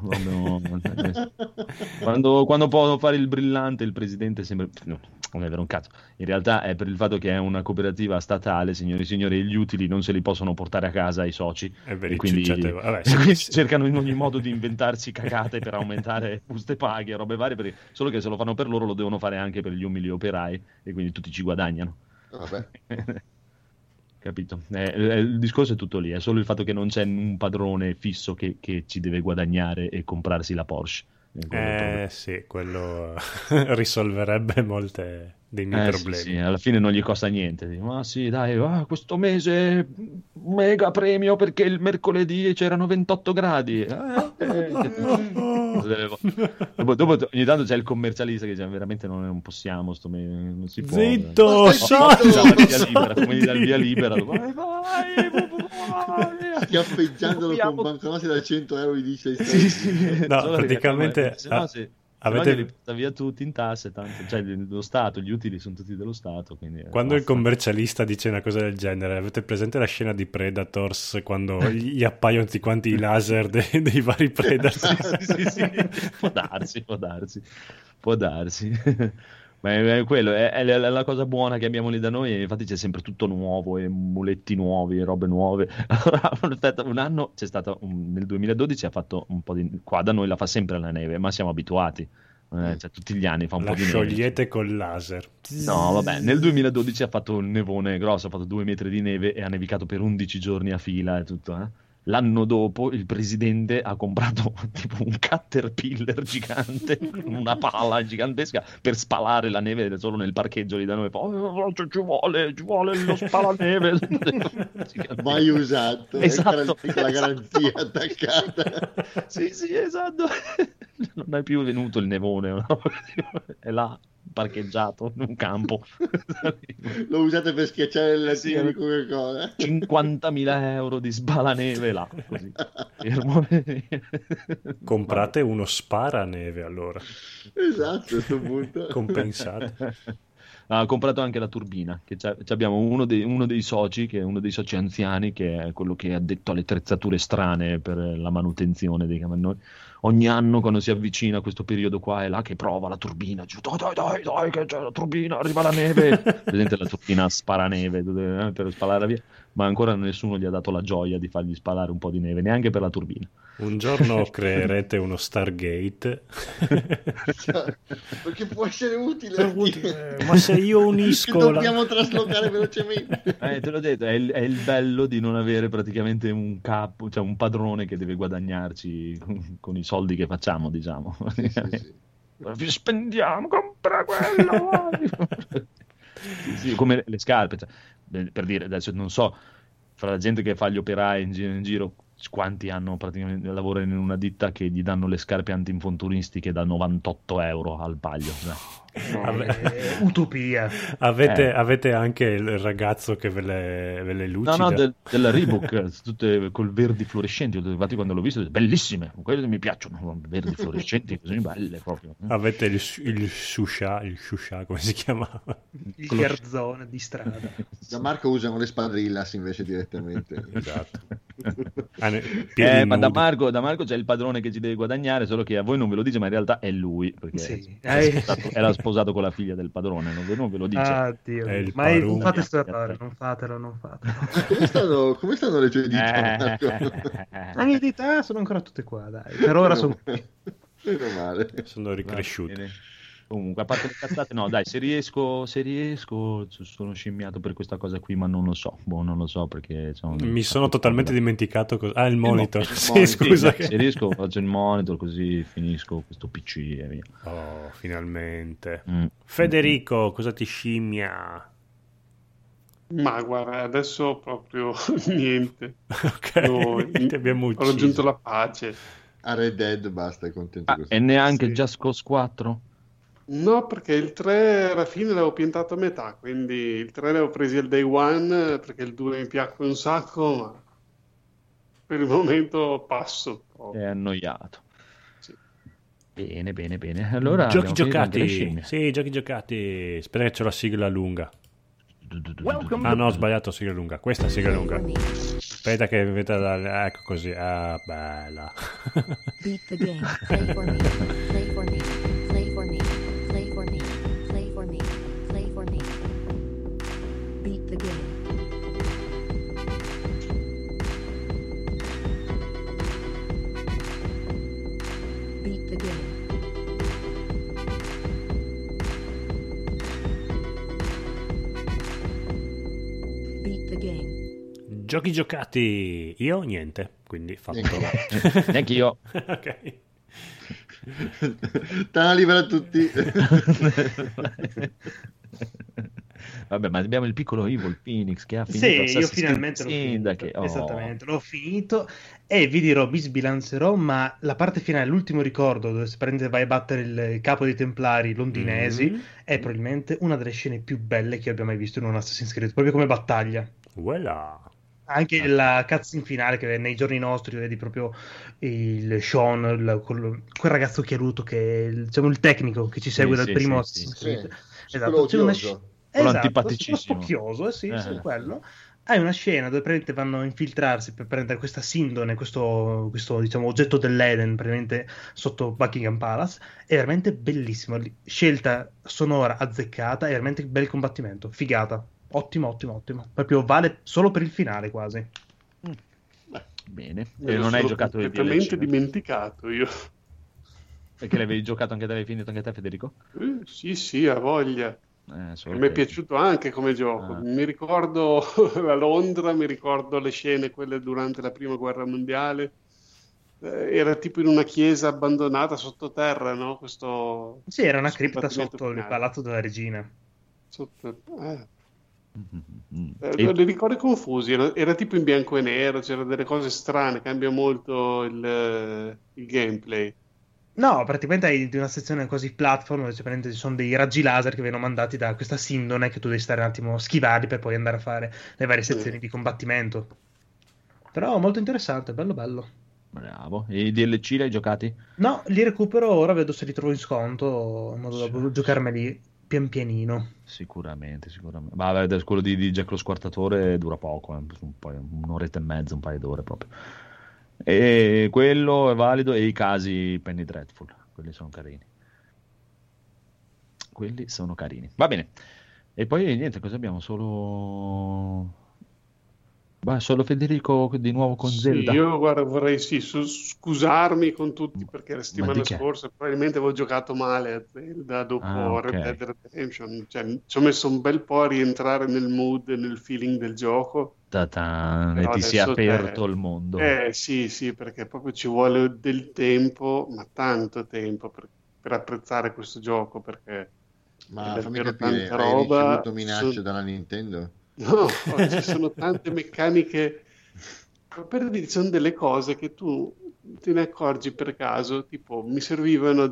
Quando può fare il brillante il presidente sembra... No, non è vero un cazzo. In realtà è per il fatto che è una cooperativa statale, signori e signori, gli utili non se li possono portare a casa i soci. E quindi cercano in ogni modo di inventarsi cagate per aumentare buste paghe e robe varie, perché solo che se lo fanno per loro lo devono fare anche per gli umili operai e quindi tutti ci guadagnano. Vabbè. Capito? Il discorso è tutto lì, è solo il fatto che non c'è un padrone fisso che ci deve guadagnare e comprarsi la Porsche. Sì, quello risolverebbe molte dei miei problemi. Sì, alla fine non gli costa niente. Dico, ma sì, dai, questo mese mega premio perché il mercoledì c'erano 28 gradi. Dopo ogni tanto c'è il commercialista che dice veramente non possiamo, non si può. Zitto, come gli dà il via libera. Vai. Schiaffeggiandolo con banconote da 100 euro gli dice sì. No, praticamente avete li porta via tutti in tasse, tanto, cioè lo Stato, gli utili sono tutti dello Stato, quindi quando il commercialista dice una cosa del genere, avete presente la scena di Predators quando gli appaiono tutti quanti i laser dei vari Predators? sì. può darsi. Ma è quello, è la cosa buona che abbiamo lì da noi, infatti c'è sempre tutto nuovo, e muletti nuovi, e robe nuove. Allora, un anno c'è stato, nel 2012 ha fatto un po' di... Qua da noi la fa sempre la neve, ma siamo abituati. Cioè, tutti gli anni fa un po' di neve. La sciogliete col laser. No, vabbè, nel 2012 ha fatto un nevone grosso, ha fatto 2 metri di neve e ha nevicato per 11 giorni a fila e tutto, L'anno dopo il presidente ha comprato tipo un caterpillar gigante, una pala gigantesca per spalare la neve solo nel parcheggio lì da noi. Ci vuole lo spalaneve. Mai usato, esatto, la garanzia attaccata. Sì, esatto. Non è più venuto il nevone, è là parcheggiato in un campo. Lo usate per schiacciare il latino di Coca-Cola. 50.000 euro di sbalaneve là, così. Comprate uno sparaneve allora. Esatto, a questo punto. Compensato. Ha comprato anche la turbina, che abbiamo uno dei soci, che è uno dei soci anziani, che è quello che è addetto alle attrezzature strane per la manutenzione dei camannoni. Ogni anno quando si avvicina questo periodo qua è là che prova la turbina, dai che c'è la turbina, arriva la neve. Presente la turbina sparaneve per spalare via, ma ancora nessuno gli ha dato la gioia di fargli spalare un po' di neve, neanche per la turbina. Un giorno creerete uno Stargate. Perché può essere utile. Ma se io Che unisco dobbiamo traslocare velocemente. Te l'ho detto, è il bello di non avere praticamente un capo, cioè un padrone che deve guadagnarci con i soldi che facciamo, diciamo. Sì, sì. Spendiamo, compra quello. Sì, come le scarpe, cioè, per dire, adesso non so, fra la gente che fa gli operai in giro, quanti hanno praticamente lavorano in una ditta che gli danno le scarpe antinfortunistiche da 98 euro al paio. Utopia. Avete anche il ragazzo che ve le lucida? No, della Reebok, tutte col verdi fluorescenti. Infatti quando l'ho visto, ho detto, bellissime, quelle mi piacciono, verdi fluorescenti, così belle proprio. Avete il shusha, come si chiamava? Il garzone di strada. Gianmarco usano le spadrillas invece direttamente. Esatto. Ma da Marco c'è il padrone che ci deve guadagnare, solo che a voi non ve lo dice, ma in realtà è lui, perché Sì. era sposato con la figlia del padrone, non ve lo dice. Ah, Dio. È il Ma Paru. non fate sto errore, non fatelo. Come stanno le tue dita, Marco? La mia dita sono ancora tutte qua, dai. Per ora sono qui. Meno male. Sono ricresciuti. Bene. Comunque, a parte le cazzate, no, dai, se riesco, sono scimmiato per questa cosa qui, ma non lo so. Non lo so perché Mi sono totalmente dimenticato. Il monitor. Il Sì, monitor, scusa. Se riesco, faccio il monitor così finisco questo PC e via. Oh, finalmente. Mm. Federico, cosa ti scimmia? Ma guarda, adesso proprio niente. Ok, No, ti abbiamo ho ucciso. raggiunto la pace. A Red Dead basta, è contento così. E neanche Sì. Just Cause 4? No, perché il 3 alla fine l'avevo piantato a metà, quindi il 3 l'avevo preso al day one perché il 2 mi piacque un sacco, ma per il momento passo. È annoiato. Sì. Bene. Allora, Giochi abbiamo finito anche le giocati. scimmie. Sì, giochi giocati. Aspetta che c'è la sigla lunga. Ah no, ho sbagliato, sigla lunga. Questa è sigla lunga. Aspetta che ecco così. Ah, bella. Beat the game. Play for me. Play for me. Play for me. Play for me. Play for me. Play for me. Beat the game. Beat the game. Beat the game. Giochi giocati. Io niente, quindi fatto. Neanche io. Ok. Tana libera a tutti. Vabbè, ma abbiamo il piccolo Evil Phoenix che ha finito Sì, io Assassin's finalmente l'ho Creed finito. Syndicate. Oh. Esattamente, l'ho finito e vi dirò, vi sbilancerò, ma la parte finale, l'ultimo ricordo dove si prende, vai a battere il capo dei Templari londinesi, è probabilmente una delle scene più belle che abbia mai visto in un Assassin's Creed, proprio come battaglia. Voilà. Anche la cutscene finale che nei giorni nostri vedi proprio il Sean, quel ragazzo chiaruto che è diciamo, il tecnico che ci segue dal primo Assassin's Creed. Esatto, C'è una odioso. Quello esatto, antipaticissimo. lo spocchioso, sì, quello. Hai una scena dove praticamente vanno a infiltrarsi per prendere questa Sindone, questo diciamo oggetto dell'Eden, praticamente sotto Buckingham Palace. È veramente bellissimo. Scelta sonora azzeccata, è veramente bel combattimento. Figata. Ottimo. Proprio vale solo per il finale quasi. Bene. Me E lo non hai sono giocato il completamente DLC? dimenticato io. Perché l'avevi giocato anche te, l'avevi finito anche te, Federico? Sì, ha voglia. Solo Mi è te. piaciuto anche come gioco. Mi ricordo la Londra, mi ricordo le scene quelle durante la prima guerra mondiale. Era tipo in una chiesa abbandonata sottoterra, no? Questo Sì, era una cripta combattimento sotto il finale. palazzo della regina. E- Li ricordi confusi, era tipo in bianco e nero, c'erano delle cose strane, cambia molto il gameplay. No, praticamente hai di una sezione quasi platform dove praticamente ci sono dei raggi laser che vengono mandati da questa Sindone che tu devi stare un attimo schivarli per poi andare a fare le varie sezioni di combattimento. Però molto interessante, bello. Bravo. E i DLC li hai giocati? No, li recupero ora, vedo se li trovo in sconto, in modo da giocarmeli pian pianino. Sicuramente. Vabbè, quello di Jack lo Squartatore dura poco, un'oretta e mezza, un paio d'ore proprio. E quello è valido, e i casi Penny Dreadful, quelli sono carini. Va bene. E poi niente, cosa abbiamo? Solo Ma solo Federico di nuovo con Sì, Zelda. io guarda, vorrei scusarmi con tutti perché la Ma settimana di che? scorsa probabilmente avevo giocato male a Zelda Ah, dopo Red ok. Dead Redemption, cioè ci ho messo un bel po' a rientrare nel mood e nel feeling del gioco, Ta-tan, e però ti si è adesso aperto il mondo. sì, sì, perché proprio ci vuole del tempo, ma tanto tempo per apprezzare questo gioco perché è Ma fammi davvero capire, tanta hai roba. ricevuto minacce dalla Nintendo? No, ci sono tante meccaniche. Per dire, ci sono delle cose che tu te ne accorgi per caso, tipo mi servivano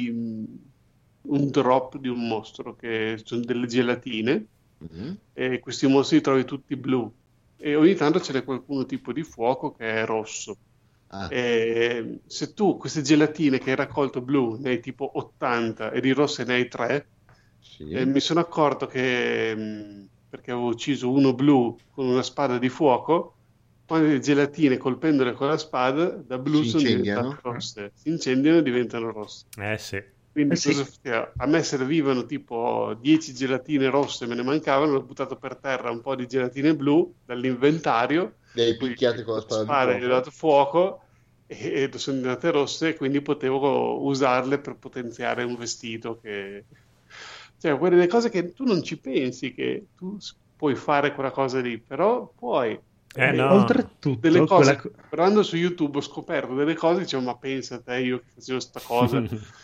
un drop di un mostro, che sono delle gelatine, Mhm. e questi mostri li trovi tutti blu, e ogni tanto ce n'è qualcuno tipo di fuoco che è rosso. Ah, E se tu queste gelatine che hai raccolto blu ne hai tipo 80 e di rosse ne hai 3, sì. mi sono accorto che, perché avevo ucciso uno blu con una spada di fuoco, poi le gelatine colpendole con la spada da blu Si sono diventate incendiano? rosse, si incendiano e diventano rosse. Sì. Quindi Sì. a me servivano tipo 10 gelatine rosse, me ne mancavano, ho buttato per terra un po' di gelatine blu dall'inventario, Le hai poi picchiate con la con spada di spada gli ho fuoco? dato fuoco e sono diventate rosse, e quindi potevo usarle per potenziare un vestito che... Cioè, quelle cose che tu non ci pensi che tu puoi fare quella cosa lì, però puoi. No. Oltretutto, Delle cose, quella... guardando su YouTube ho scoperto delle cose, dicevo, ma pensa a te, io che facevo sta cosa.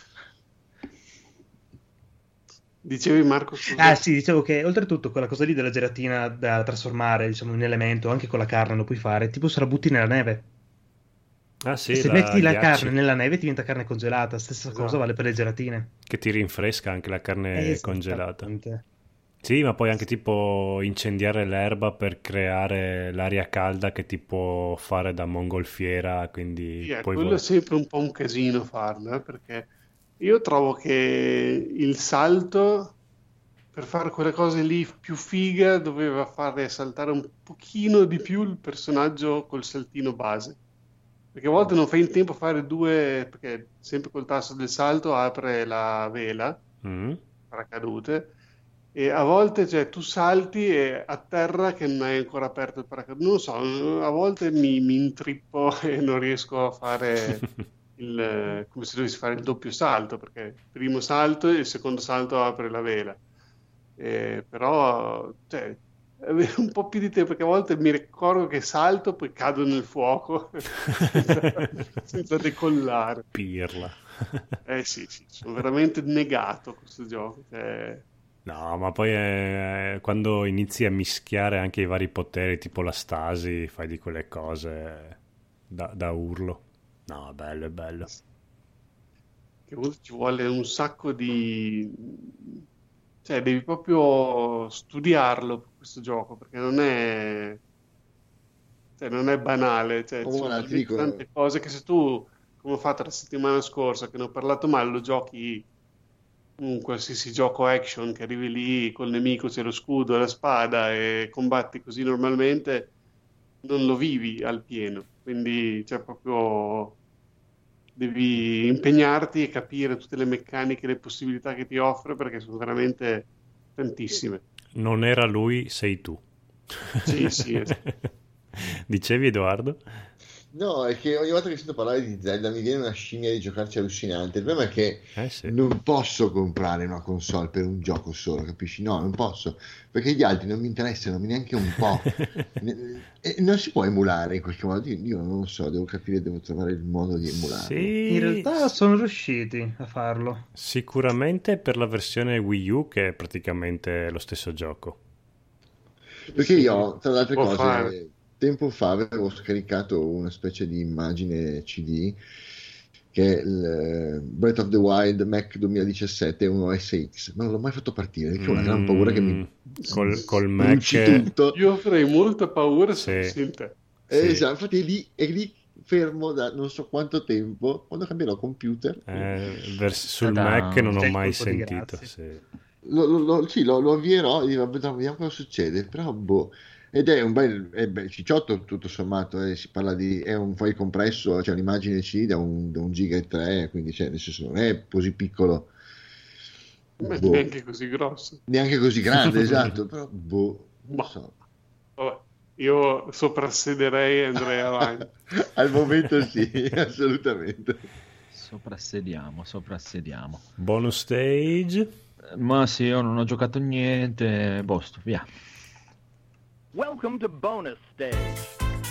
Dicevi Marco, scusa? Ah sì, dicevo che oltretutto quella cosa lì della gelatina da trasformare, diciamo, in elemento, anche con la carne lo puoi fare, tipo se la butti nella neve. Ah sì, Se metti la ghiacci, carne nella neve diventa carne congelata, stessa cosa Esatto. vale per le gelatine. che ti rinfresca anche la carne congelata. Esattamente. Sì, ma puoi anche tipo incendiare l'erba per creare l'aria calda che ti può fare da mongolfiera, quindi Sì, poi quello è sempre un po' un casino farlo, perché io trovo che il salto per fare quelle cose lì più figa doveva fare saltare un pochino di più il personaggio col saltino base. Perché a volte non fai in tempo a fare due, perché sempre col tasto del salto apre la vela, Mm. paracadute, e a volte cioè, tu salti e a terra che non hai ancora aperto il paracadute. Non lo so, a volte mi intrippo e non riesco a fare come se dovessi fare il doppio salto, perché il primo salto e il secondo salto apre la vela. Però cioè, avere un po' più di tempo, perché a volte mi ricordo che salto, poi cado nel fuoco senza decollare. Pirla. Sì, sono veramente negato a questo gioco. Cioè, No, ma poi quando inizi a mischiare anche i vari poteri, tipo la stasi, fai di quelle cose da urlo. No, bello, è bello. che ci vuole un sacco di... Cioè, devi proprio studiarlo questo gioco, perché non è banale. Cioè, ci sono Ora ti talmente dico, tante cose che se tu, come ho fatto la settimana scorsa, che ne ho parlato male, lo giochi un qualsiasi gioco action, che arrivi lì col nemico, c'è lo scudo, la spada e combatti così normalmente, non lo vivi al pieno. Quindi, cioè, proprio devi impegnarti e capire tutte le meccaniche, le possibilità che ti offre, perché sono veramente tantissime. Non era lui, sei tu. Sì, sì. Dicevi, Edoardo? no, è che ogni volta che sento parlare di Zelda mi viene una scimmia di giocarci allucinante. Il problema è che Sì. non posso comprare una console per un gioco solo, capisci? No, non posso, perché gli altri non mi interessano neanche un po'. E non si può emulare in qualche modo. Io non lo so, devo capire, devo trovare il modo di emularlo. Sì, In realtà sono riusciti a farlo. sicuramente per la versione Wii U, che è praticamente lo stesso gioco. Perché io, tra le altre Può cose, fare. tempo fa avevo scaricato una specie di immagine CD che è il Breath of the Wild Mac 2017 1 SX, ma non l'ho mai fatto partire perché ho una gran paura che mi Col bruci Mac tutto. Io avrei molta paura se Sì. fossi in te. Sì. Esatto, infatti è lì fermo da non so quanto tempo, quando cambierò computer. sul Ta-da. Mac non ho C'è il mai colpo di sentito. grazia. Sì. Lo avvierò e vediamo cosa succede, però boh. Ed è un bel cicciotto tutto sommato, si parla di, è un file compresso, cioè un'immagine C da un giga e 3, quindi cioè, nel senso non è così piccolo, Ma boh, neanche così grosso. neanche così grande, esatto, però boh, non Ma, so. vabbè. Io soprassederei e andrei avanti. Al momento sì, assolutamente. Soprassediamo. Bonus stage. Ma sì, io non ho giocato niente. Bosto, via. Welcome to bonus stage.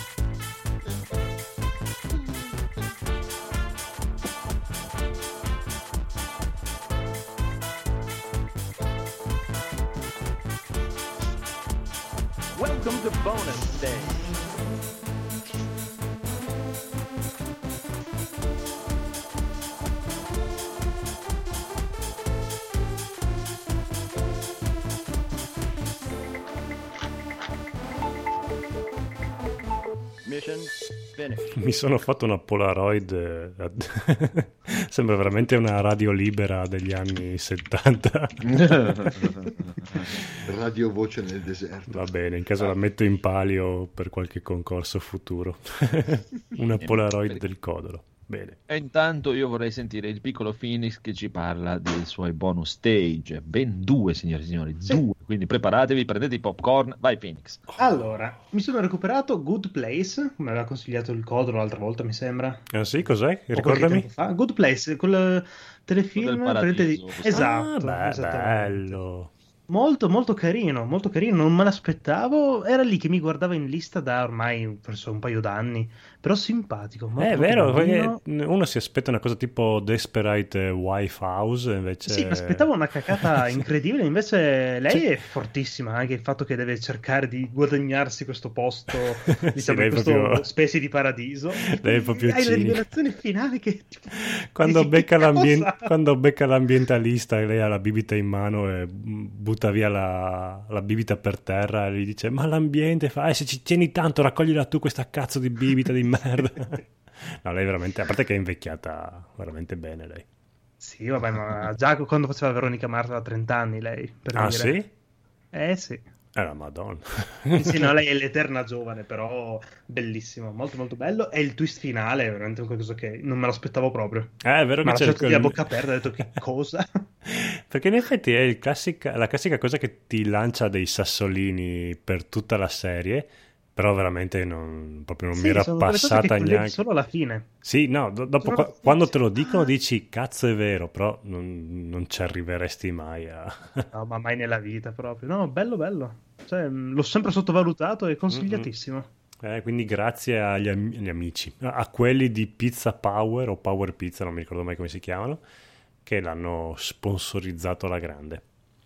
Welcome to bonus stage. Mission finished. Mi sono fatto una Polaroid. Sembra veramente una radio libera degli anni 70. Radio voce nel deserto. Va bene, in caso la metto in palio per qualche concorso futuro. Una Polaroid del Codolo. Bene. E intanto io vorrei sentire il piccolo Phoenix che ci parla dei suoi bonus stage. Ben 2, signori e signori, 2. Quindi preparatevi, prendete i popcorn. Vai Phoenix. Allora, mi sono recuperato Good Place, come aveva consigliato il Codolo l'altra volta, mi sembra. Ah sì, cos'è? O qualche Ricordami. tempo fa. Good Place, quel telefilm. Quello del paradiso. Esatto, Ah, esattamente. bello. Molto molto carino, non me l'aspettavo. Era lì che mi guardava in lista da ormai forse un paio d'anni, però simpatico. Molto, È molto vero, carino. perché uno si aspetta una cosa tipo Desperate Wife House, invece... Sì, mi aspettavo una cacata incredibile, invece lei è fortissima, anche il fatto che deve cercare di guadagnarsi questo posto, diciamo, lei in questo proprio- specie di paradiso. Lei è proprio Hai la cinica. rivelazione finale che... Quando dici, becca, che cosa? quando becca l'ambientalista e lei ha la bibita in mano e butta via la bibita per terra e gli dice ma l'ambiente fa se ci tieni tanto raccoglila tu questa cazzo di bibita di merda. No, lei veramente, a parte che è invecchiata veramente bene lei. Sì, vabbè, ma già quando faceva Veronica Mars a 30 anni lei, per Ah dire. sì? Sì. La madonna. Sì, no, lei è l'eterna giovane, però bellissimo, molto molto bello. E il twist finale è veramente qualcosa che non me lo aspettavo proprio. È vero Mi che ha c'è lasciato a bocca aperta, ho detto che cosa? Perché in effetti è la classica cosa che ti lancia dei sassolini per tutta la serie, però veramente proprio non mi era sono quelle cose che passata colleghi neanche. solo alla fine. Sì, no, dopo Solo alla fine quando te lo dici, dicono "Ah". dici cazzo è vero, però non ci arriveresti mai a... No, ma mai nella vita proprio. No, bello bello. Cioè, l'ho sempre sottovalutato e consigliatissimo. Quindi grazie agli amici, a quelli di Pizza Power o Power Pizza, non mi ricordo mai come si chiamano, che l'hanno sponsorizzato alla grande.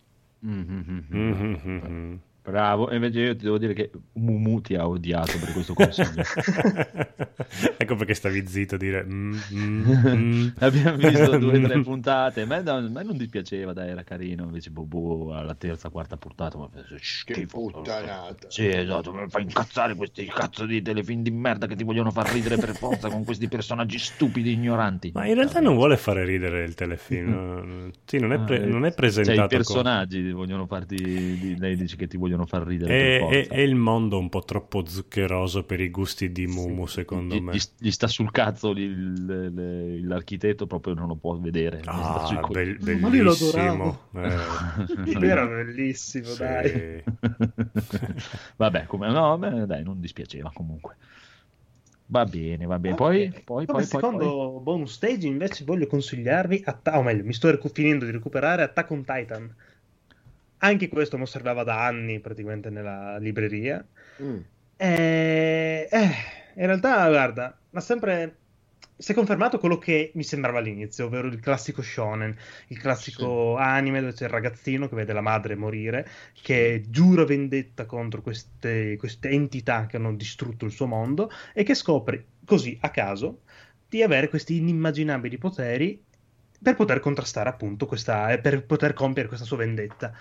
Bravo, e invece io ti devo dire che Mumu ti ha odiato per questo consiglio. Ecco perché stavi zitto a dire Abbiamo visto 2 o 3 puntate, a me non dispiaceva, dai, era carino, invece alla terza, quarta puntata ma Che schifo. puttanata. Sì, esatto, mi fa incazzare questi cazzo di telefilm di merda che ti vogliono far ridere per forza con questi personaggi stupidi, ignoranti. Ma in realtà non vuole fare ridere il telefilm. Sì, non è presentato Cioè, i personaggi vogliono farti, lei dice che ti vogliono far ridere per forza. È il mondo un po' troppo zuccheroso per i gusti di Mumu, secondo me. Gli sta sul cazzo l'architetto, proprio non lo può vedere. Ah, Ma io lo bellissimo. Era bellissimo, Sì. dai. Vabbè, no, dai, non dispiaceva comunque. Va bene. Poi. Come secondo bonus stage invece voglio consigliarvi, o meglio, mi sto finendo di recuperare Attack on Titan. Anche questo mi osservava da anni praticamente nella libreria. In realtà, guarda, ma sempre si è confermato quello che mi sembrava all'inizio, ovvero il classico shonen, il classico anime dove c'è il ragazzino che vede la madre morire, che giura vendetta contro queste entità che hanno distrutto il suo mondo e che scopre così a caso di avere questi inimmaginabili poteri per poter contrastare appunto per poter compiere questa sua vendetta.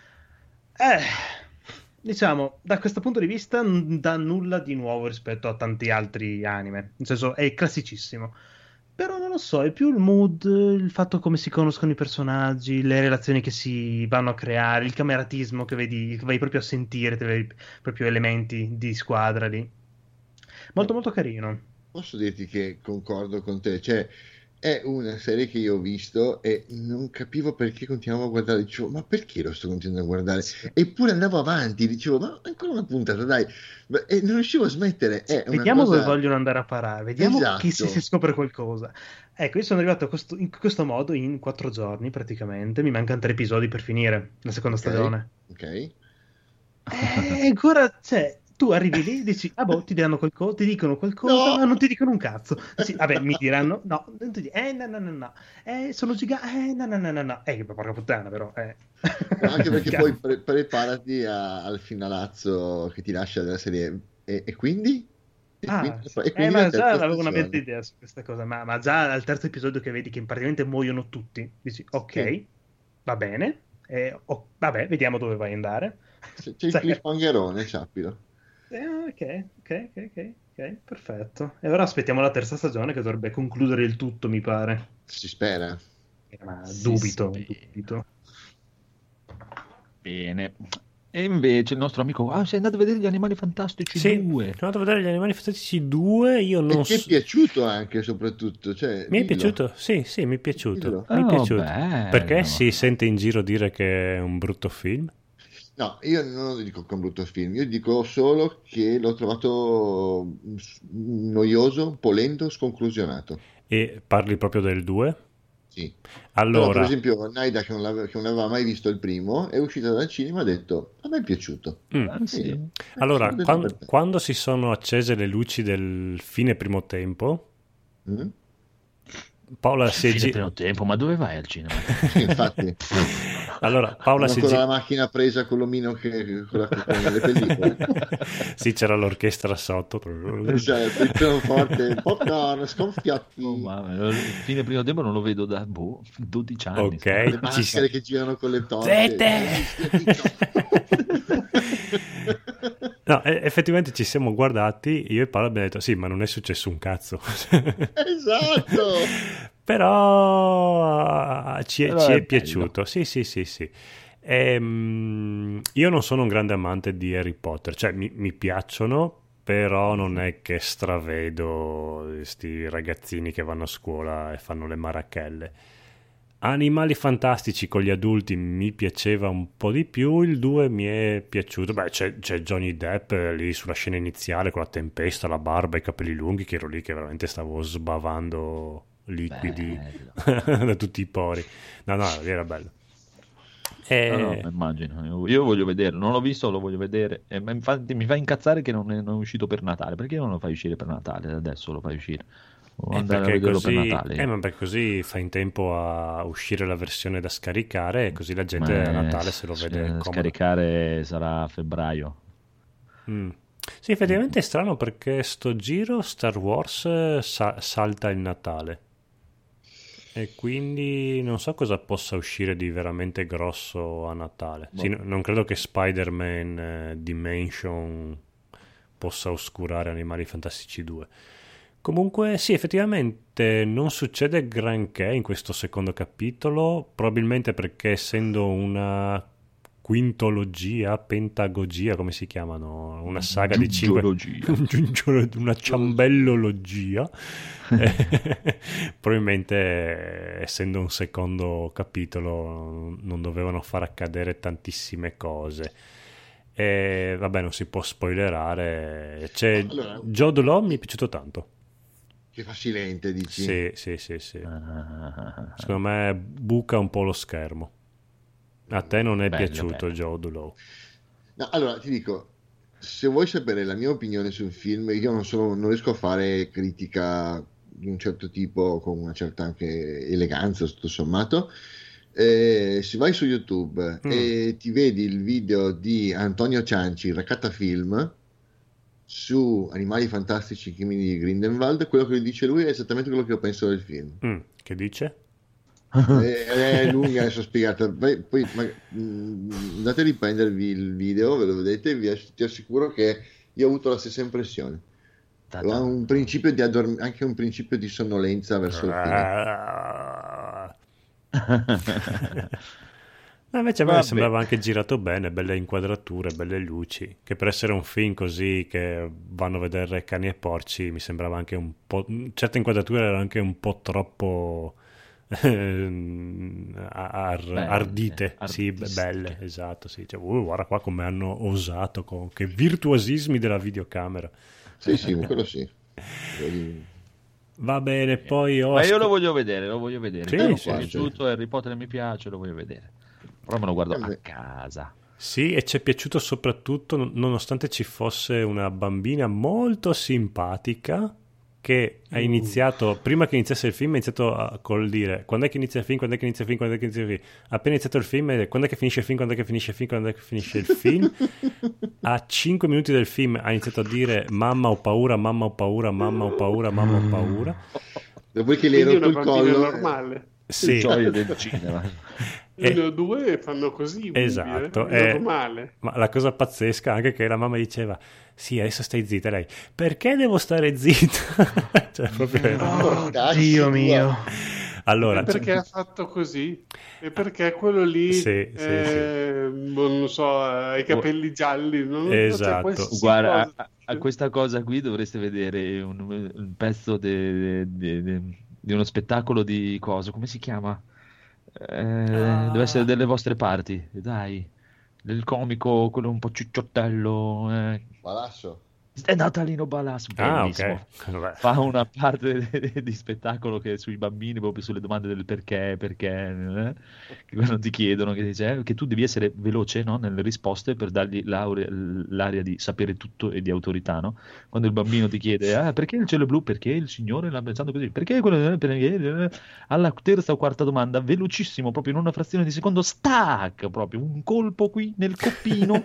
Diciamo, da questo punto di vista non dà nulla di nuovo rispetto a tanti altri anime, nel senso è classicissimo. Però non lo so, è più il mood, il fatto come si conoscono i personaggi, le relazioni che si vanno a creare, il cameratismo che vedi, che vai proprio a sentire, vedi proprio elementi di squadra lì. Molto molto carino. Posso dirti che concordo con te, cioè è una serie che io ho visto e non capivo perché continuavo a guardare, dicevo ma perché lo sto continuando a guardare, eppure andavo avanti, dicevo ma ancora una puntata dai, e non riuscivo a smettere. È una Vediamo cosa... dove vogliono andare a parare, vediamo Esatto. chi si scopre qualcosa. Ecco, io sono arrivato in questo modo in 4 giorni praticamente, mi mancano 3 episodi per finire la seconda stagione. Ok. E ancora, cioè, tu arrivi lì e dici, ah boh, ti diranno qualcosa, ti dicono qualcosa, No! ma non ti dicono un cazzo. Dici, vabbè, mi diranno, no, non ti no, sono giganti, no. Porca puttana, però, No, anche perché poi preparati al finalazzo che ti lascia della serie. E quindi? ma la già terza avevo una mezza stagione. idea su questa cosa, ma già al terzo episodio che vedi che praticamente muoiono tutti, dici, ok, Sì. va bene, vabbè, vediamo dove vai a andare. C'è il Sai- cliffhangerone, sappilo. Ok, perfetto. E ora aspettiamo la terza stagione che dovrebbe concludere il tutto, mi pare. Si spera. Ma Si dubito. spera. Bene. E invece il nostro amico, sei andato a vedere gli Animali Fantastici Sì, 2. sono andato a vedere gli Animali Fantastici 2, io E non ti è so... piaciuto anche, soprattutto. Cioè, Mi è dillo. piaciuto? Sì, mi è piaciuto. Dillo. Mi è Oh, piaciuto. bello. Perché si sente in giro dire che è un brutto film? No, io non dico che è un brutto film, io dico solo che l'ho trovato noioso, un po' lento, sconclusionato. E parli proprio del 2? Sì. Però, Allora, per esempio, Naida, che non aveva mai visto il primo, è uscita dal cinema e ha detto: a me è piaciuto. Sì. allora, sono detto per te. quando si sono accese le luci del fine primo tempo, Mm? Paola si è Fine primo tempo, ma dove vai al cinema? Sì, infatti, Allora, Paola non si è ancora la macchina presa con l'omino con le pellicole. Sì, c'era l'orchestra sotto. Cioè, il pianoforte, popcorn, sconfiotti, Oh, mamma, il fine primo tempo non lo vedo da 12 anni. Ok. le maschere che girano con le torce. No, effettivamente ci siamo guardati, io e Paola abbiamo detto sì, ma non è successo un cazzo. Esatto. Però ci Però è è bello. piaciuto. Sì. Io non sono un grande amante di Harry Potter, cioè mi piacciono, però non è che stravedo questi ragazzini che vanno a scuola e fanno le marachelle. Animali Fantastici con gli adulti mi piaceva un po' di più, il 2 mi è piaciuto. Beh, c'è Johnny Depp lì sulla scena iniziale con la tempesta, la barba, i capelli lunghi, che ero lì che veramente stavo sbavando liquidi da tutti i pori. No, era bello. No, immagino. Io voglio vederlo, non l'ho visto, lo voglio vedere. Ma infatti mi fa incazzare che non è uscito per Natale. Perché non lo fai uscire per Natale? Adesso lo fai uscire. Devo andare a Perché vederlo così, per Natale. ma perché così fa in tempo a uscire la versione da scaricare e così la gente a Natale se lo vede comodo. Scaricare sarà a febbraio. Sì, effettivamente è strano perché sto giro Star Wars salta il Natale e quindi non so cosa possa uscire di veramente grosso a Natale. Sì, non credo che Spider-Man Dimension possa oscurare Animali Fantastici 2. Comunque sì, effettivamente non succede granché in questo secondo capitolo, probabilmente perché essendo una quintologia, pentagogia, come si chiamano? Una saga di 5... una ciambellologia. Probabilmente essendo un secondo capitolo non dovevano far accadere tantissime cose. E vabbè, non si può spoilerare. Allora, Jude Law mi è piaciuto tanto. che fa silente, dici? Sì. Secondo me buca un po' lo schermo. A te non è piaciuto Jude Law? No, allora ti dico, se vuoi sapere la mia opinione sul film, io non riesco a fare critica di un certo tipo con una certa anche eleganza, tutto sommato. Se vai su YouTube e ti vedi il video di Antonio Cianci, Raccatta Film, su Animali Fantastici di Grindelwald, quello che dice lui è esattamente quello che io penso del film. Che dice? È lunga adesso spiegata. Poi andate a riprendervi il video, ve lo vedete, ti assicuro che io ho avuto la stessa impressione. Ho un principio di anche un principio di sonnolenza verso il fine. No, invece a me Vabbè. sembrava anche girato bene, belle inquadrature, belle luci, che per essere un film così che vanno a vedere cani e porci mi sembrava anche un po'... certe inquadrature erano anche un po' troppo ardite, sì, artistiche. belle, esatto, sì. Cioè, guarda qua come hanno osato, con che virtuosismi della videocamera. Sì, quello sì. Va bene, poi ho... Ma io lo voglio vedere, lo voglio vedere. Sì, Mi è sì, piaciuto, Harry Potter mi piace, lo voglio vedere. Però me lo guardo a me- casa. Sì, e ci è piaciuto soprattutto, nonostante ci fosse una bambina molto simpatica che ha iniziato, prima che iniziasse il film, ha iniziato col dire quando è che inizia il film, quando è che inizia il film, quando è che inizia il film. Appena iniziato il film, quando è che finisce il film, quando è che finisce il film, quando è che finisce il film. A 5 minuti del film ha iniziato a dire mamma ho paura, mamma ho paura, mamma ho paura, mamma ho paura. Dopo che le hai Quindi è rotto una il bambina collo, normale. Sì, Gioia del cinema. Uno o due fanno così, esatto, è normale. ma la cosa pazzesca anche che la mamma diceva sì, adesso stai zitta, lei perché devo stare zitta? Cioè, proprio... porca Dio sua. mio. Allora, E perché ha fatto così? E perché quello lì, Sì, sì, non so, ha i capelli gialli, non Esatto. qualsiasi Guarda, cosa. a questa cosa qui dovreste vedere un pezzo di uno spettacolo di cosa, come si chiama? Deve essere delle vostre parti, dai. Del comico, quello un po' cicciottello. Balasso. Natalino Balasso, bellissimo. ok. Vabbè. Fa una parte di spettacolo che è sui bambini, proprio sulle domande del perché, che quando ti chiedono, che dice che tu devi essere veloce, no, nelle risposte per dargli l'aria di sapere tutto e di autorità, no? Quando il bambino ti chiede perché il cielo è blu, perché il Signore l'ha pensato così, perché quello, perché... alla terza o quarta domanda, velocissimo, proprio in una frazione di secondo, stacca proprio un colpo qui nel coppino.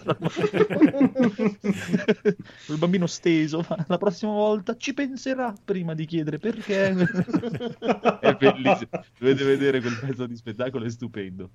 Il bambino steso, la prossima volta ci penserà prima di chiedere perché. È bellissimo, dovete vedere quel pezzo di spettacolo, è stupendo.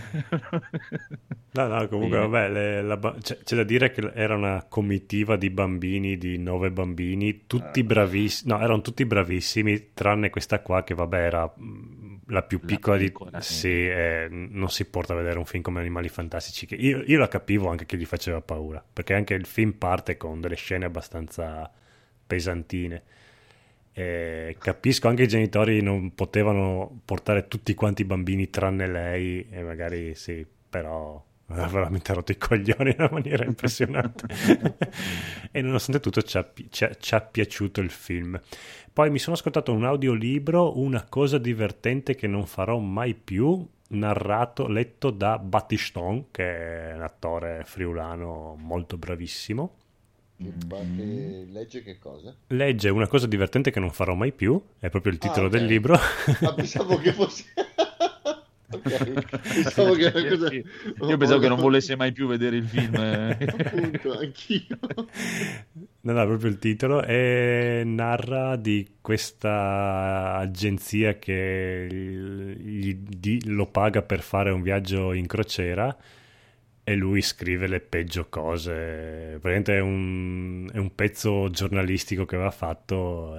No, comunque Bene. vabbè, c'è da dire che era una comitiva di bambini, di 9 bambini, tutti bravissimi, no, erano tutti bravissimi, tranne questa qua che vabbè era la più La piccola piccola, sì, non si porta a vedere un film come Animali Fantastici, che io la capivo anche che gli faceva paura, perché anche il film parte con delle scene abbastanza pesantine. Capisco anche i genitori non potevano portare tutti quanti i bambini tranne lei, e magari sì, però ha veramente rotto i coglioni in una maniera impressionante. E nonostante tutto ci ha piaciuto il film. Poi mi sono ascoltato un audiolibro, Una cosa divertente che non farò mai più, letto da Battiston, che è un attore friulano molto bravissimo. Che legge che cosa? Legge Una cosa divertente che non farò mai più, è proprio il titolo ok. del libro. Pensavo che fosse... Ok, pensavo che era una cosa... Io pensavo che non volesse mai più vedere il film. Appunto, anch'io. Non ha proprio il titolo, e narra di questa agenzia che lo paga per fare un viaggio in crociera e lui scrive le peggio cose. Praticamente è un pezzo giornalistico che aveva fatto,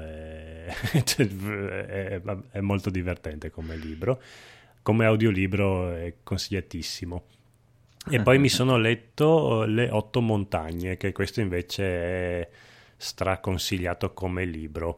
è molto divertente come libro. Come audiolibro è consigliatissimo. E poi mi sono letto Le 8 montagne, che questo invece è straconsigliato come libro.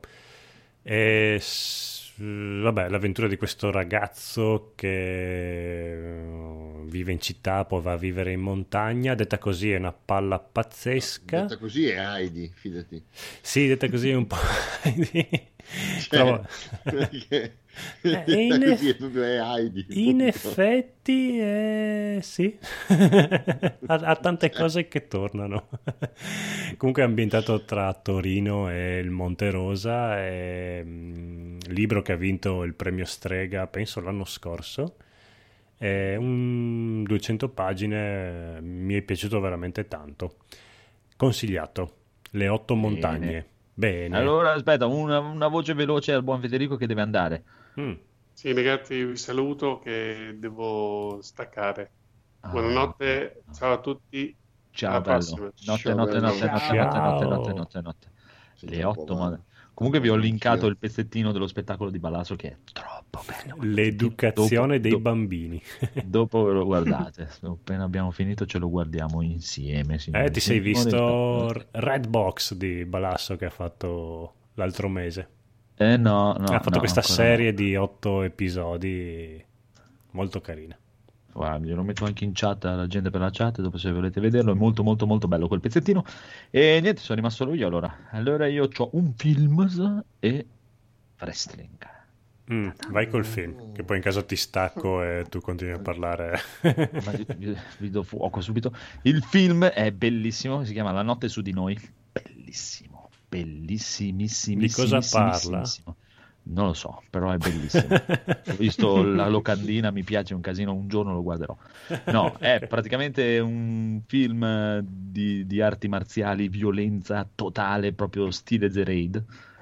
Vabbè, l'avventura di questo ragazzo che vive in città, poi va a vivere in montagna. Detta così è una palla pazzesca. Detta così è Heidi, fidati. Sì, detta così è un po'... Cioè, perché in, così è proprio Heidi. In effetti sì, ha tante cose che tornano. Comunque è ambientato tra Torino e il Monte Rosa, è libro che ha vinto il premio Strega penso l'anno scorso, è 200 pagine, mi è piaciuto veramente tanto, consigliato. Le 8 montagne. Bene. Allora aspetta, una voce veloce al buon Federico che deve andare. Sì, ragazzi, vi saluto che devo staccare. Buonanotte, ciao a tutti. Ciao, alla bello. prossima. Notte. Ciao. Le 8 Comunque vi ho Anch'io. linkato il pezzettino dello spettacolo di Balasso che è troppo bello. L'educazione dei bambini. Dopo ve lo guardate, appena abbiamo finito ce lo guardiamo insieme. signori. Ti sei visto Signori, Redbox di Balasso che ha fatto l'altro mese? no, Ha fatto no, questa ancora serie di 8 episodi molto carina. Guarda, glielo metto anche in chat alla gente per la chat, dopo se volete vederlo, è molto molto molto bello quel pezzettino. E niente, sono rimasto solo io allora. Allora io ho un film e wrestling. Vai col film, che poi in caso ti stacco e tu continui a parlare. Ma vi do fuoco subito. Il film è bellissimo, si chiama La notte su di noi. Bellissimo, bellissimissimo. Di cosa parla? Non lo so, però è bellissimo. Ho visto la locandina, mi piace un casino, un giorno lo guarderò. No, è praticamente un film di arti marziali, violenza totale, proprio stile The Raid.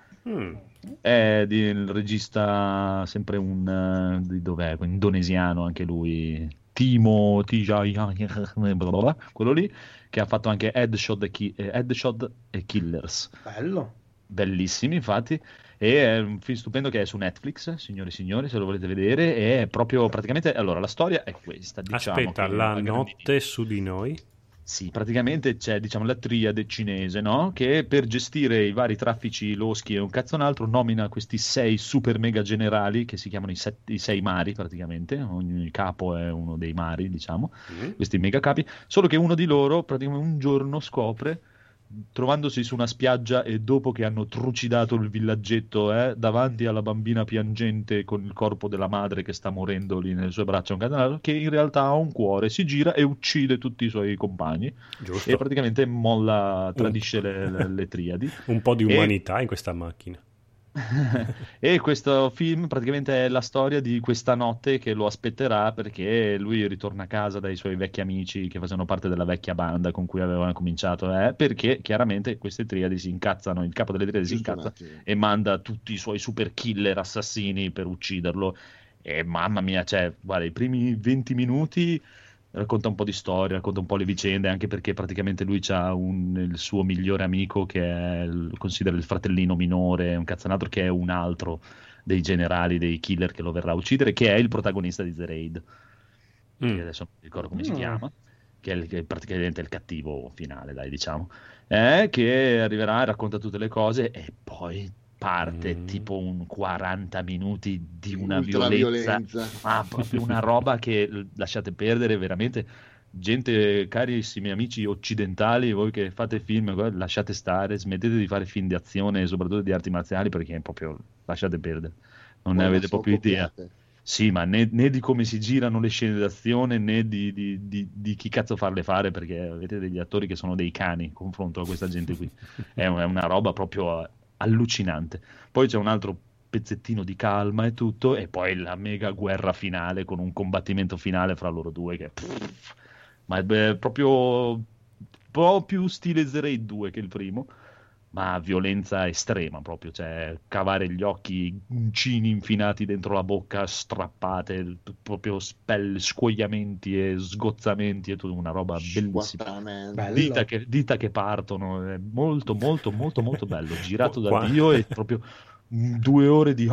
È il regista, sempre di dov'è? Indonesiano anche lui, Timo quello lì, che ha fatto anche Headshot e Killers. Bello. Bellissimi, infatti. E è un film stupendo che è su Netflix, signori e signori, se lo volete vedere. E è proprio praticamente. Allora, la storia è questa. Diciamo Aspetta, che La notte su di noi? Sì, praticamente c'è, diciamo, la triade cinese, no? Che per gestire i vari traffici loschi e un cazzo un altro nomina questi 6 super mega generali che si chiamano i 6 mari, praticamente. Ogni capo è uno dei mari, diciamo, questi mega capi. Solo che uno di loro, praticamente un giorno scopre, trovandosi su una spiaggia e dopo che hanno trucidato il villaggetto davanti alla bambina piangente con il corpo della madre che sta morendo lì nelle sue braccia, un canale che in realtà ha un cuore, si gira e uccide tutti i suoi compagni. Giusto. E praticamente tradisce le triadi. Un po' di umanità in questa macchina. E questo film praticamente è la storia di questa notte che lo aspetterà, perché lui ritorna a casa dai suoi vecchi amici che facevano parte della vecchia banda con cui avevano cominciato, perché chiaramente queste triadi si incazzano, il capo delle triadi si incazza e manda tutti i suoi super killer assassini per ucciderlo. E mamma mia, cioè, guarda, i primi 20 minuti racconta un po' di storia, racconta un po' le vicende, anche perché praticamente lui ha il suo migliore amico che considera il fratellino minore, un cazzanato, che è un altro dei generali, dei killer che lo verrà a uccidere, che è il protagonista di The Raid, che adesso non mi ricordo come si chiama, che è praticamente il cattivo finale, dai, diciamo, che arriverà e racconta tutte le cose e poi parte tipo un 40 minuti di una violenza, proprio una roba che lasciate perdere veramente. Gente, carissimi amici occidentali, voi che fate film, lasciate stare, smettete di fare film di azione, soprattutto di arti marziali, perché proprio lasciate perdere, non ne avete proprio idea. Sì, ma né di come si girano le scene d'azione, né di chi cazzo farle fare, perché avete degli attori che sono dei cani in confronto a questa gente qui. È una roba proprio allucinante. Poi c'è un altro pezzettino di calma e tutto, e poi la mega guerra finale con un combattimento finale fra loro due che ma è proprio un po' più stile The Raid 2 che il primo, ma violenza estrema proprio, cioè cavare gli occhi, uncini infinati dentro la bocca, strappate, proprio squagliamenti e sgozzamenti e tutta una roba bellissima. Dita che partono, è molto molto molto molto bello, girato da Dio, e proprio 2 ore di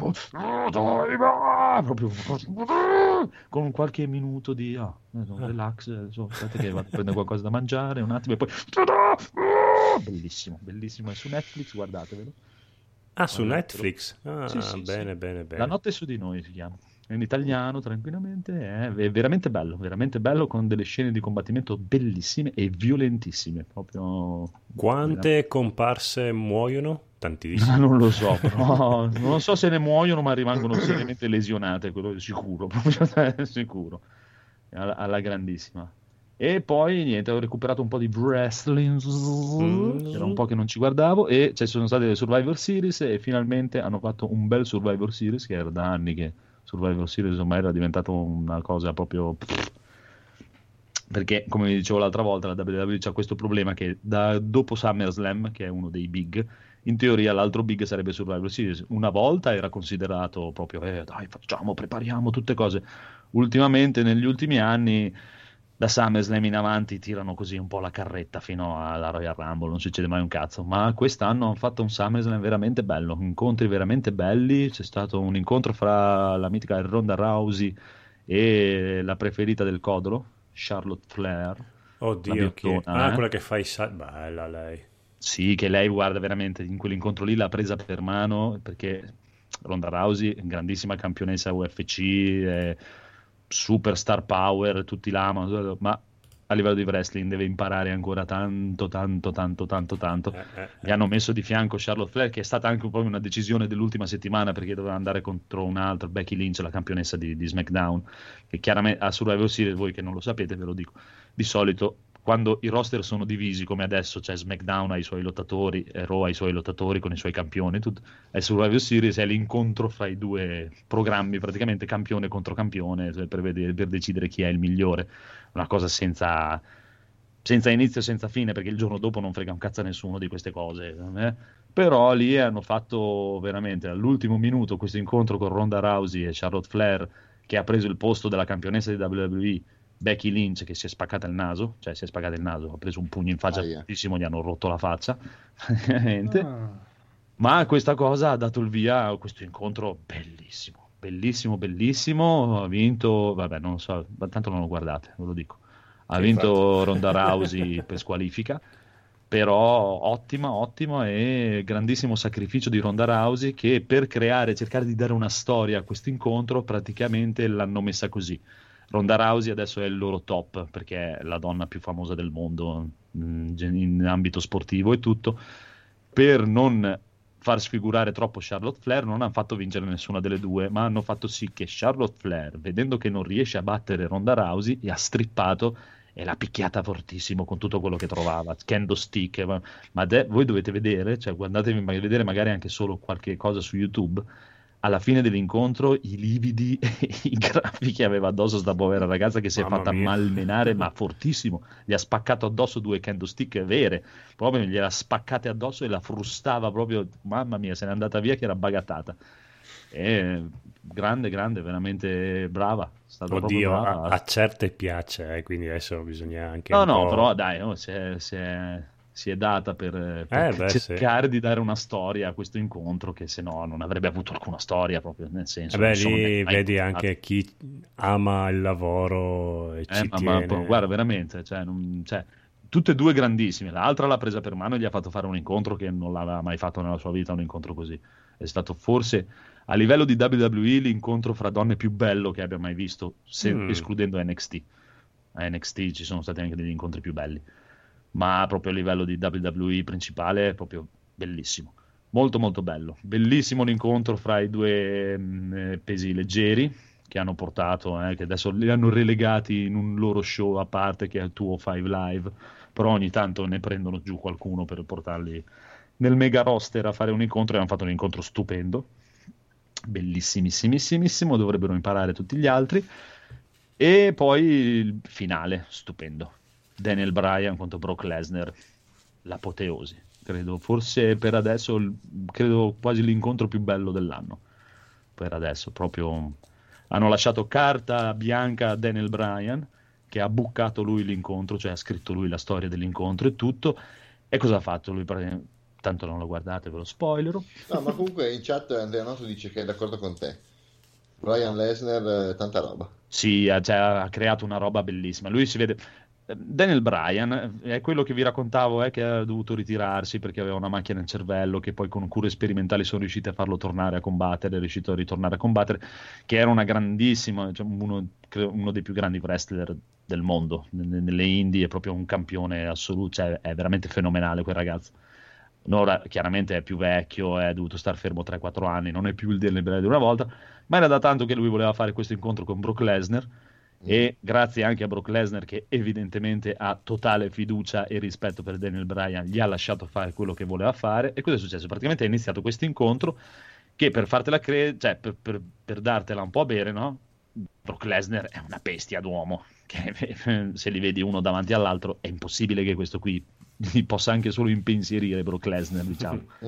proprio con qualche minuto di relax, aspetta che vado a prendere qualcosa da mangiare un attimo e poi bellissimo, bellissimo, è su Netflix, guardatevelo. Su Netflix? Sì. Bene. La notte su di noi si chiama, è in italiano tranquillamente, è veramente bello, con delle scene di combattimento bellissime e violentissime proprio. Quante comparse muoiono? Tantissime. Non lo so, però non so se ne muoiono, ma rimangono seriamente lesionate, quello è sicuro, proprio sicuro, alla grandissima. E poi niente, ho recuperato un po' di wrestling, era un po' che non ci guardavo, e ci sono state le Survivor Series, e finalmente hanno fatto un bel Survivor Series, che era da anni che Survivor Series insomma era diventato una cosa proprio, perché come vi dicevo l'altra volta, la WWE c'ha questo problema che dopo SummerSlam, che è uno dei big, in teoria l'altro big sarebbe Survivor Series. Una volta era considerato proprio dai, prepariamo tutte cose. Ultimamente, negli ultimi anni, da SummerSlam in avanti tirano così un po' la carretta fino alla Royal Rumble, non succede mai un cazzo, ma quest'anno hanno fatto un SummerSlam veramente bello, incontri veramente belli. C'è stato un incontro fra la mitica Ronda Rousey e la preferita del Codolo, Charlotte Flair. Oddio, quella che fa bella lei. Sì, che lei, guarda, veramente in quell'incontro lì l'ha presa per mano, perché Ronda Rousey, grandissima campionessa UFC, super star power, tutti l'amano, ma a livello di wrestling deve imparare ancora tanto. Gli hanno messo di fianco Charlotte Flair, che è stata anche un po' una decisione dell'ultima settimana, perché doveva andare contro un altro, Becky Lynch, la campionessa di SmackDown, che chiaramente a Survivor Series, voi che non lo sapete ve lo dico, di solito quando i roster sono divisi come adesso, cioè SmackDown ha i suoi lottatori e Raw ha i suoi lottatori con i suoi campioni, tutto, e Survivor Series è l'incontro fra i due programmi, praticamente campione contro campione, per decidere chi è il migliore. Una cosa senza inizio e senza fine, perché il giorno dopo non frega un cazzo a nessuno di queste cose, però lì hanno fatto veramente all'ultimo minuto questo incontro con Ronda Rousey e Charlotte Flair, che ha preso il posto della campionessa di WWE Becky Lynch, che si è spaccata il naso, ha preso un pugno in faccia fortissimo, gli hanno rotto la faccia ma questa cosa ha dato il via a questo incontro bellissimo. Ha vinto, vabbè, non lo so, tanto non lo guardate, ve lo dico, ha vinto Ronda Rousey per squalifica, però ottima e grandissimo sacrificio di Ronda Rousey, che per cercare di dare una storia a questo incontro praticamente l'hanno messa così. Ronda Rousey adesso è il loro top, perché è la donna più famosa del mondo in ambito sportivo e tutto. Per non far sfigurare troppo Charlotte Flair non hanno fatto vincere nessuna delle due, ma hanno fatto sì che Charlotte Flair, vedendo che non riesce a battere Ronda Rousey, ha strippato e l'ha picchiata fortissimo con tutto quello che trovava, kendo stick, voi dovete vedere, cioè guardatevi a vedere magari anche solo qualche cosa su YouTube. Alla fine dell'incontro i lividi e i graffi che aveva addosso sta povera ragazza, che si è fatta malmenare, ma fortissimo, gli ha spaccato addosso 2 kendo stick vere, proprio gliela spaccate addosso e la frustava proprio, mamma mia, se n'è andata via che era bagattata. Grande, veramente brava, stata oddio, brava. A certe piace, quindi adesso bisogna anche però dai, si è data per cercare di dare una storia a questo incontro, che se no non avrebbe avuto alcuna storia, proprio nel senso. Lì vedi anche chi ama il lavoro e ci tiene. Ma guarda, veramente, tutte e due grandissime. L'altra l'ha presa per mano e gli ha fatto fare un incontro che non l'aveva mai fatto nella sua vita, un incontro così. È stato forse a livello di WWE l'incontro fra donne più bello che abbia mai visto, escludendo NXT. A NXT ci sono stati anche degli incontri più belli, ma proprio a livello di WWE principale è proprio bellissimo, molto bello, bellissimo l'incontro fra i due pesi leggeri che hanno portato, che adesso li hanno relegati in un loro show a parte che è il 205 Live, però ogni tanto ne prendono giù qualcuno per portarli nel mega roster a fare un incontro, e hanno fatto un incontro stupendo, bellissimissimissimo, dovrebbero imparare tutti gli altri. E poi il finale stupendo, Daniel Bryan contro Brock Lesnar, l'apoteosi, credo, forse per adesso credo quasi l'incontro più bello dell'anno per adesso. Proprio hanno lasciato carta bianca a Daniel Bryan, che ha buccato lui l'incontro, cioè ha scritto lui la storia dell'incontro e tutto. E cosa ha fatto lui? Tanto non lo guardate, ve lo spoilero. No, ma comunque in chat Andrea Noto dice che è d'accordo con te. Bryan Lesnar, tanta roba. Sì, ha creato una roba bellissima. Lui si vede. Daniel Bryan è quello che vi raccontavo, che ha dovuto ritirarsi perché aveva una macchia nel cervello, che poi con cure sperimentali sono riusciti a farlo tornare a combattere, è riuscito a ritornare a combattere, che era una grandissima, uno dei più grandi wrestler del mondo, nelle indie, è proprio un campione assoluto, cioè è veramente fenomenale quel ragazzo. Ora chiaramente è più vecchio, è dovuto star fermo 3-4 anni, non è più il Daniel Bryan di una volta, ma era da tanto che lui voleva fare questo incontro con Brock Lesnar, e grazie anche a Brock Lesnar, che evidentemente ha totale fiducia e rispetto per Daniel Bryan, gli ha lasciato fare quello che voleva fare. E cosa è successo? Praticamente è iniziato questo incontro che, per fartela credere, cioè per dartela un po' a bere, no? Brock Lesnar è una bestia d'uomo, che se li vedi uno davanti all'altro è impossibile che questo qui possa anche solo impensierire Brock Lesnar, diciamo.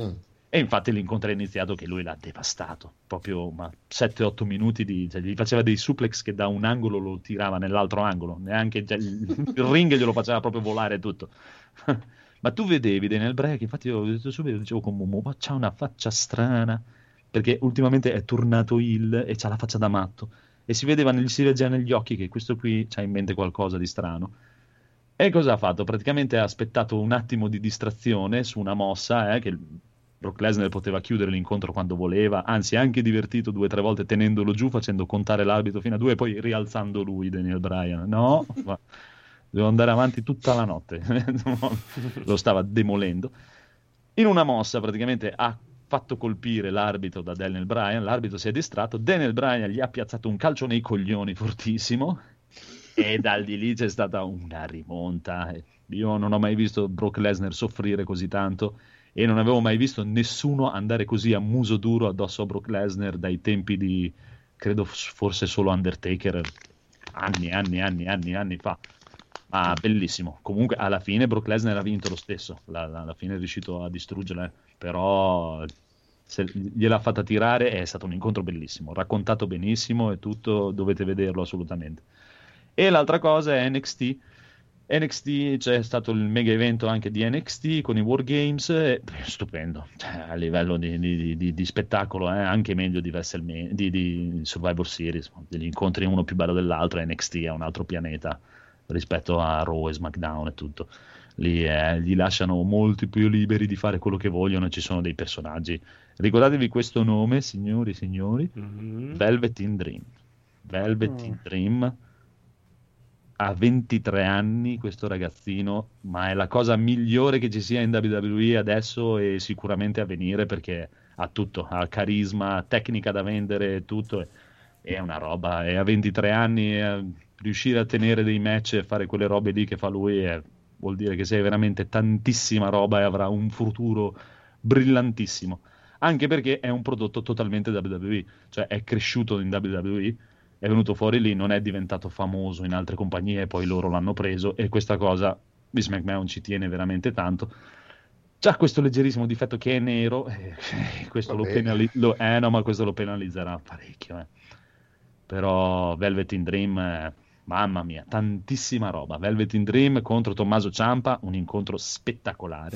E infatti l'incontro è iniziato che lui l'ha devastato, proprio 7-8 minuti cioè, gli faceva dei suplex che da un angolo lo tirava nell'altro angolo, neanche cioè, il ring glielo faceva proprio volare tutto. Ma tu vedevi Daniel Bryan, che infatti io ho detto subito, dicevo con Momo, ma c'ha una faccia strana, perché ultimamente è tornato heel e c'ha la faccia da matto, e si leggeva negli occhi che questo qui c'ha in mente qualcosa di strano. E cosa ha fatto? Praticamente ha aspettato un attimo di distrazione su una mossa, che Brock Lesnar poteva chiudere l'incontro quando voleva, anzi ha anche divertito 2 o 3 volte tenendolo giù, facendo contare l'arbitro fino a 2 e poi rialzando lui, Daniel Bryan. No, devo andare avanti tutta la notte. Lo stava demolendo. In una mossa praticamente ha fatto colpire l'arbitro da Daniel Bryan, l'arbitro si è distratto, Daniel Bryan gli ha piazzato un calcio nei coglioni fortissimo e da lì c'è stata una rimonta. Io non ho mai visto Brock Lesnar soffrire così tanto e non avevo mai visto nessuno andare così a muso duro addosso a Brock Lesnar dai tempi di, credo forse solo Undertaker, anni fa. Ma bellissimo. Comunque alla fine Brock Lesnar ha vinto lo stesso, alla fine è riuscito a distruggerla, però gliel'ha fatta tirare, è stato un incontro bellissimo, raccontato benissimo e tutto, dovete vederlo assolutamente. E l'altra cosa è NXT, c'è stato il mega evento anche di NXT con i War Games, stupendo, cioè, a livello di spettacolo, anche meglio di di Survivor Series, degli incontri uno più bello dell'altro. NXT è un altro pianeta rispetto a Raw e SmackDown e tutto. Lì gli lasciano molti più liberi di fare quello che vogliono e ci sono dei personaggi. Ricordatevi questo nome, signori, Velvet in Dream. Ha 23 anni questo ragazzino, ma è la cosa migliore che ci sia in WWE adesso e sicuramente a venire, perché ha tutto, ha carisma, tecnica da vendere, tutto, è una roba. E a 23 anni riuscire a tenere dei match e fare quelle robe lì che fa lui vuol dire che sei veramente tantissima roba e avrà un futuro brillantissimo, anche perché è un prodotto totalmente WWE, cioè è cresciuto in WWE, è venuto fuori lì, non è diventato famoso in altre compagnie, poi loro l'hanno preso, e questa cosa di SmackDown ci tiene veramente tanto. C'ha questo leggerissimo difetto che è nero, questo ma questo lo penalizzerà parecchio. Però Velvet in Dream, mamma mia, tantissima roba. Velvet in Dream contro Tommaso Ciampa, un incontro spettacolare.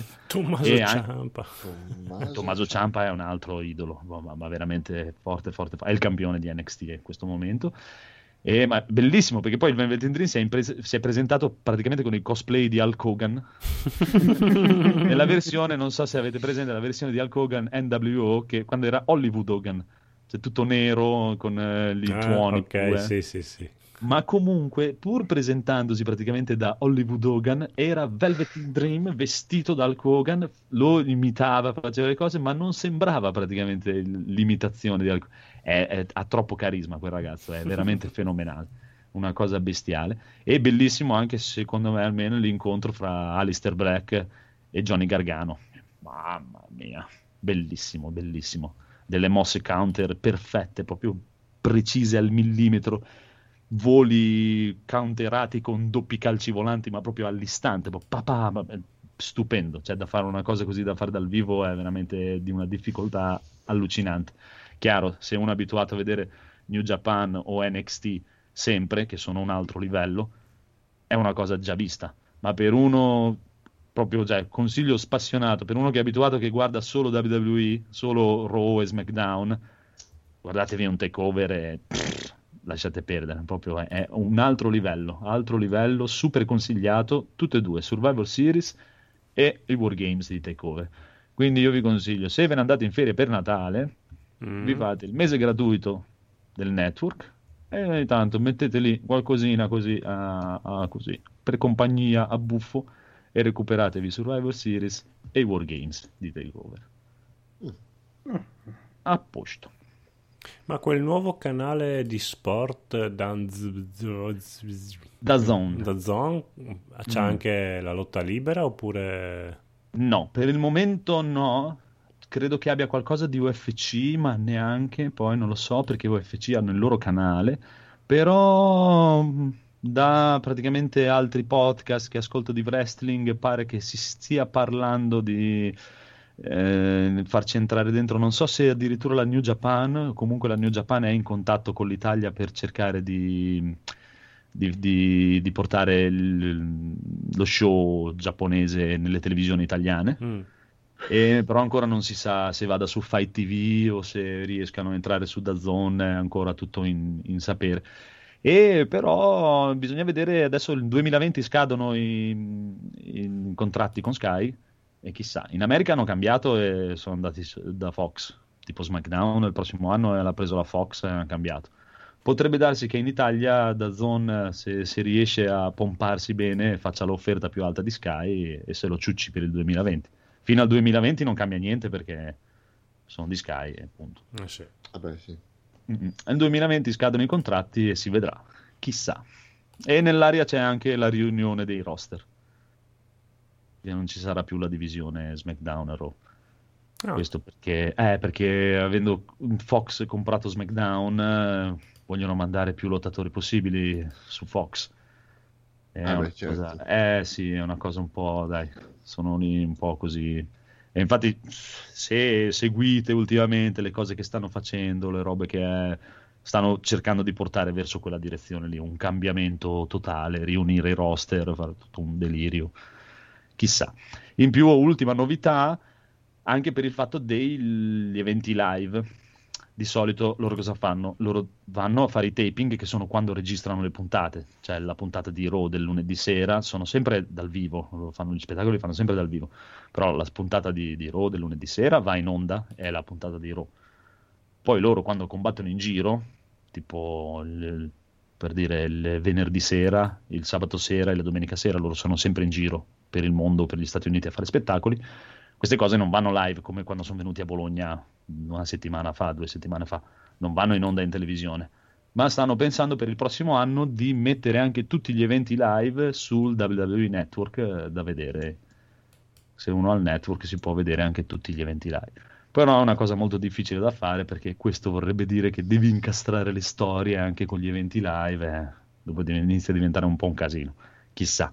Tommaso Ciampa è un altro idolo, ma veramente forte. È il campione di NXT in questo momento. Ma bellissimo, perché poi il Velvet in Dream si è presentato praticamente con il cosplay di Hulk Hogan. Nella versione, non so se avete presente, la versione di Hulk Hogan NWO, che quando era Hollywood Hogan, cioè tutto nero con i tuoni. Ok, sì. Ma comunque, pur presentandosi praticamente da Hollywood Hogan, era Velvet in Dream vestito da Hulk Hogan, lo imitava, faceva le cose, ma non sembrava praticamente l'imitazione di Hulk Hogan. Ha troppo carisma quel ragazzo, è veramente fenomenale, una cosa bestiale. E bellissimo anche, secondo me almeno, l'incontro fra Aleister Black e Johnny Gargano. Mamma mia, bellissimo. Delle mosse counter perfette, proprio precise al millimetro, voli counterati con doppi calci volanti, ma proprio all'istante, stupendo. Cioè, da fare una cosa così, da fare dal vivo, è veramente di una difficoltà allucinante. Chiaro, se uno è abituato a vedere New Japan o NXT sempre, che sono un altro livello, è una cosa già vista, ma per uno proprio, cioè, consiglio spassionato, per uno che è abituato, che guarda solo WWE, solo Raw e SmackDown, guardatevi un takeover e lasciate perdere, proprio è un altro livello, super consigliato, tutte e due, Survivor Series e i War Games di takeover. Quindi io vi consiglio, se ve ne andate in ferie per Natale, vi fate il mese gratuito del network e ogni tanto mettete lì qualcosina così, così per compagnia, a buffo, e recuperatevi Survivor Series e i War Games di takeover. A posto. Ma quel nuovo canale di sport DAZN c'ha anche la lotta libera, oppure no? Per il momento no, credo che abbia qualcosa di UFC, ma neanche, poi non lo so, perché UFC hanno il loro canale. Però da praticamente altri podcast che ascolto di wrestling pare che si stia parlando di nel farci entrare dentro. Non so se addirittura la New Japan, comunque la New Japan è in contatto con l'Italia per cercare di portare lo show giapponese nelle televisioni italiane. Però ancora non si sa se vada su Fight TV o se riescano a entrare su DAZN, è ancora tutto in sapere. E però bisogna vedere, adesso il 2020 scadono i contratti con Sky e chissà, in America hanno cambiato e sono andati da Fox, tipo SmackDown il prossimo anno l'ha preso la Fox e hanno cambiato. Potrebbe darsi che in Italia DAZN, se riesce a pomparsi bene, faccia l'offerta più alta di Sky e se lo ciucci per il 2020. Fino al 2020 non cambia niente perché sono di Sky e punto. Sì. Vabbè, sì. Nel 2020 scadono i contratti e si vedrà, chissà. E nell'aria c'è anche la riunione dei roster. E non ci sarà più la divisione SmackDown e Raw. Questo perché avendo Fox comprato SmackDown vogliono mandare più lottatori possibili su Fox. Sì, è una cosa un po', dai, sono lì un po' così. E infatti se seguite ultimamente le cose che stanno facendo, le robe che stanno cercando di portare verso quella direzione lì, un cambiamento totale, riunire i roster, fare tutto un delirio, chissà. In più, ultima novità, anche per il fatto degli eventi live. Di solito loro cosa fanno? Loro vanno a fare i taping, che sono quando registrano le puntate, cioè la puntata di Raw del lunedì sera sono sempre dal vivo, loro fanno gli spettacoli, li fanno sempre dal vivo, però la puntata di Raw del lunedì sera va in onda, è la puntata di Raw. Poi loro quando combattono in giro, tipo per dire il venerdì sera, il sabato sera e la domenica sera, loro sono sempre in giro per il mondo, per gli Stati Uniti a fare spettacoli. Queste cose non vanno live come quando sono venuti a Bologna una settimana fa, 2 settimane fa, non vanno in onda in televisione, ma stanno pensando per il prossimo anno di mettere anche tutti gli eventi live sul WWE Network da vedere. Se uno ha il network si può vedere anche tutti gli eventi live. Però è una cosa molto difficile da fare perché questo vorrebbe dire che devi incastrare le storie anche con gli eventi live dopo inizia a diventare un po' un casino. Chissà.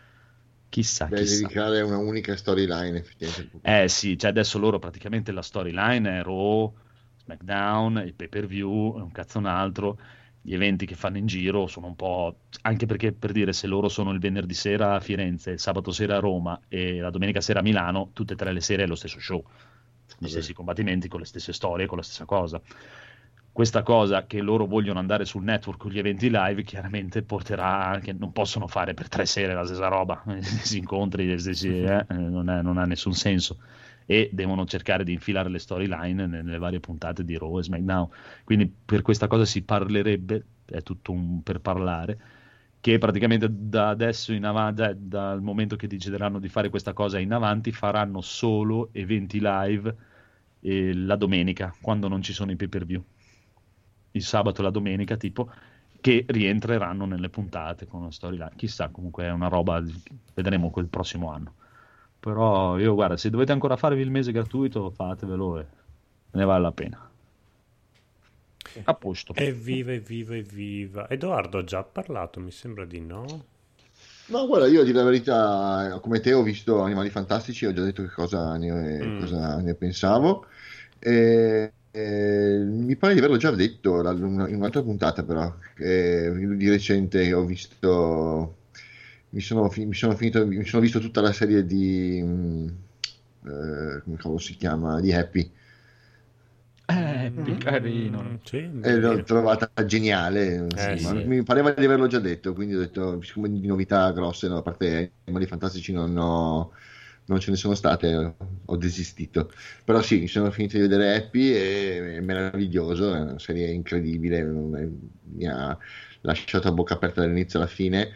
Devi creare una unica storyline effettivamente. Sì, cioè adesso loro praticamente la storyline è Raw, SmackDown, il pay-per-view, un cazzo un altro. Gli eventi che fanno in giro sono un po'... Anche perché, per dire, se loro sono il venerdì sera a Firenze, il sabato sera a Roma e la domenica sera a Milano, tutte e 3 le sere è lo stesso show, gli stessi combattimenti con le stesse storie, con la stessa cosa. Questa cosa che loro vogliono andare sul network con gli eventi live chiaramente porterà anche, non possono fare per 3 sere la stessa roba, si incontri, non ha nessun senso, e devono cercare di infilare le storyline nelle varie puntate di Raw e SmackDown. Quindi per questa cosa si parlerebbe, è tutto un per parlare, che praticamente da adesso in avanti, dal momento che decideranno di fare questa cosa in avanti, faranno solo eventi live la domenica, quando non ci sono i pay-per-view. Il sabato e la domenica tipo, che rientreranno nelle puntate con una storyline. Chissà, comunque è una roba, vedremo quel prossimo anno. Però io guarda, se dovete ancora farvi il mese gratuito fatevelo, ne vale la pena. A posto. Evviva. Edoardo ha già parlato, mi sembra di no. No, guarda, io a dire la verità, come te ho visto Animali Fantastici, ho già detto che cosa ne pensavo. Mi pare di averlo già detto in un'altra puntata, però di recente ho visto, mi sono visto tutta la serie di come cavolo si chiama, di Happy. Carino. Sì, L'ho trovata geniale, ma mi pareva di averlo già detto, quindi ho detto, siccome di novità grosse, no, a parte Animali Fantastici non ce ne sono state, ho desistito. Però sì, mi sono finito di vedere Happy, è meraviglioso, è una serie incredibile, mi ha lasciato a bocca aperta dall'inizio alla fine.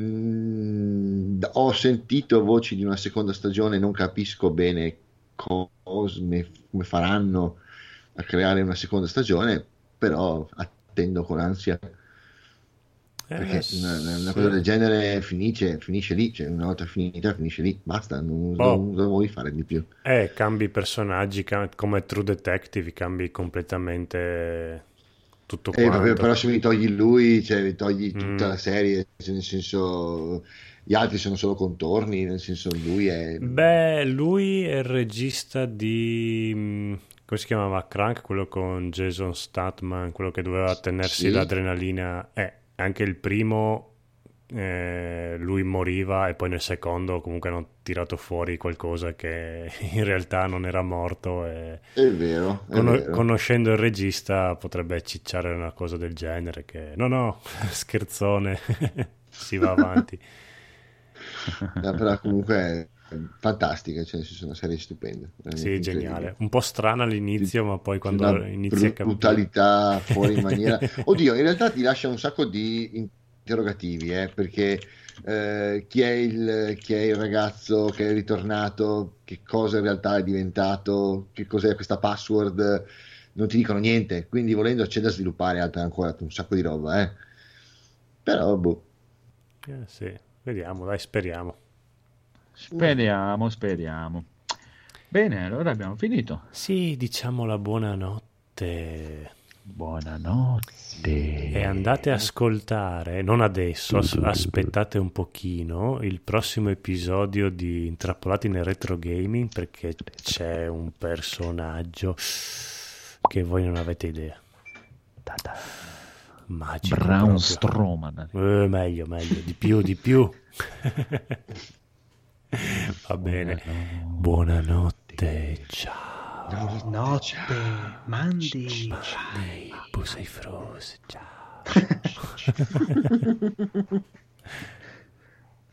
Ho sentito voci di una seconda stagione, non capisco bene come faranno a creare una seconda stagione, però attendo con ansia. Perché una cosa del genere finisce lì, cioè una volta finita finisce lì, basta, non vuoi fare di più. Cambi personaggi, come True Detective, cambi completamente tutto quanto. Però se mi togli lui, cioè mi togli tutta la serie, cioè nel senso gli altri sono solo contorni, nel senso lui è... Beh, lui è il regista di... come si chiamava? Crank, quello con Jason Statham, quello che doveva tenersi Sì. l'adrenalina. Anche il primo lui moriva e poi nel secondo comunque hanno tirato fuori qualcosa che in realtà non era morto e È vero, è vero. conoscendo il regista potrebbe cicciare una cosa del genere che no, scherzone, si va avanti. No, però comunque è fantastica, cioè, ci sono serie stupende. veramente Sì, geniale. incredibili. Un po' strana all'inizio, ma poi quando Una inizi a capire... brutalità fuori in maniera. Oddio, in realtà ti lascia un sacco di interrogativi, perché chi è il ragazzo che è ritornato, che cosa in realtà è diventato, che cos'è questa password, non ti dicono niente, quindi volendo c'è da sviluppare ancora un sacco di roba, però boh. sì, vediamo, dai, speriamo. Speriamo. Bene, allora abbiamo finito. Sì, diciamo la buonanotte. Buonanotte. E andate a ascoltare, non adesso, aspettate un pochino il prossimo episodio di Intrappolati nel Retro Gaming, perché c'è un personaggio che voi non avete idea. Magico Braun proprio. Strowman. Meglio, di più. Va bene. Buonanotte, ciao. Notte, mandi. Pussy Frost, ciao.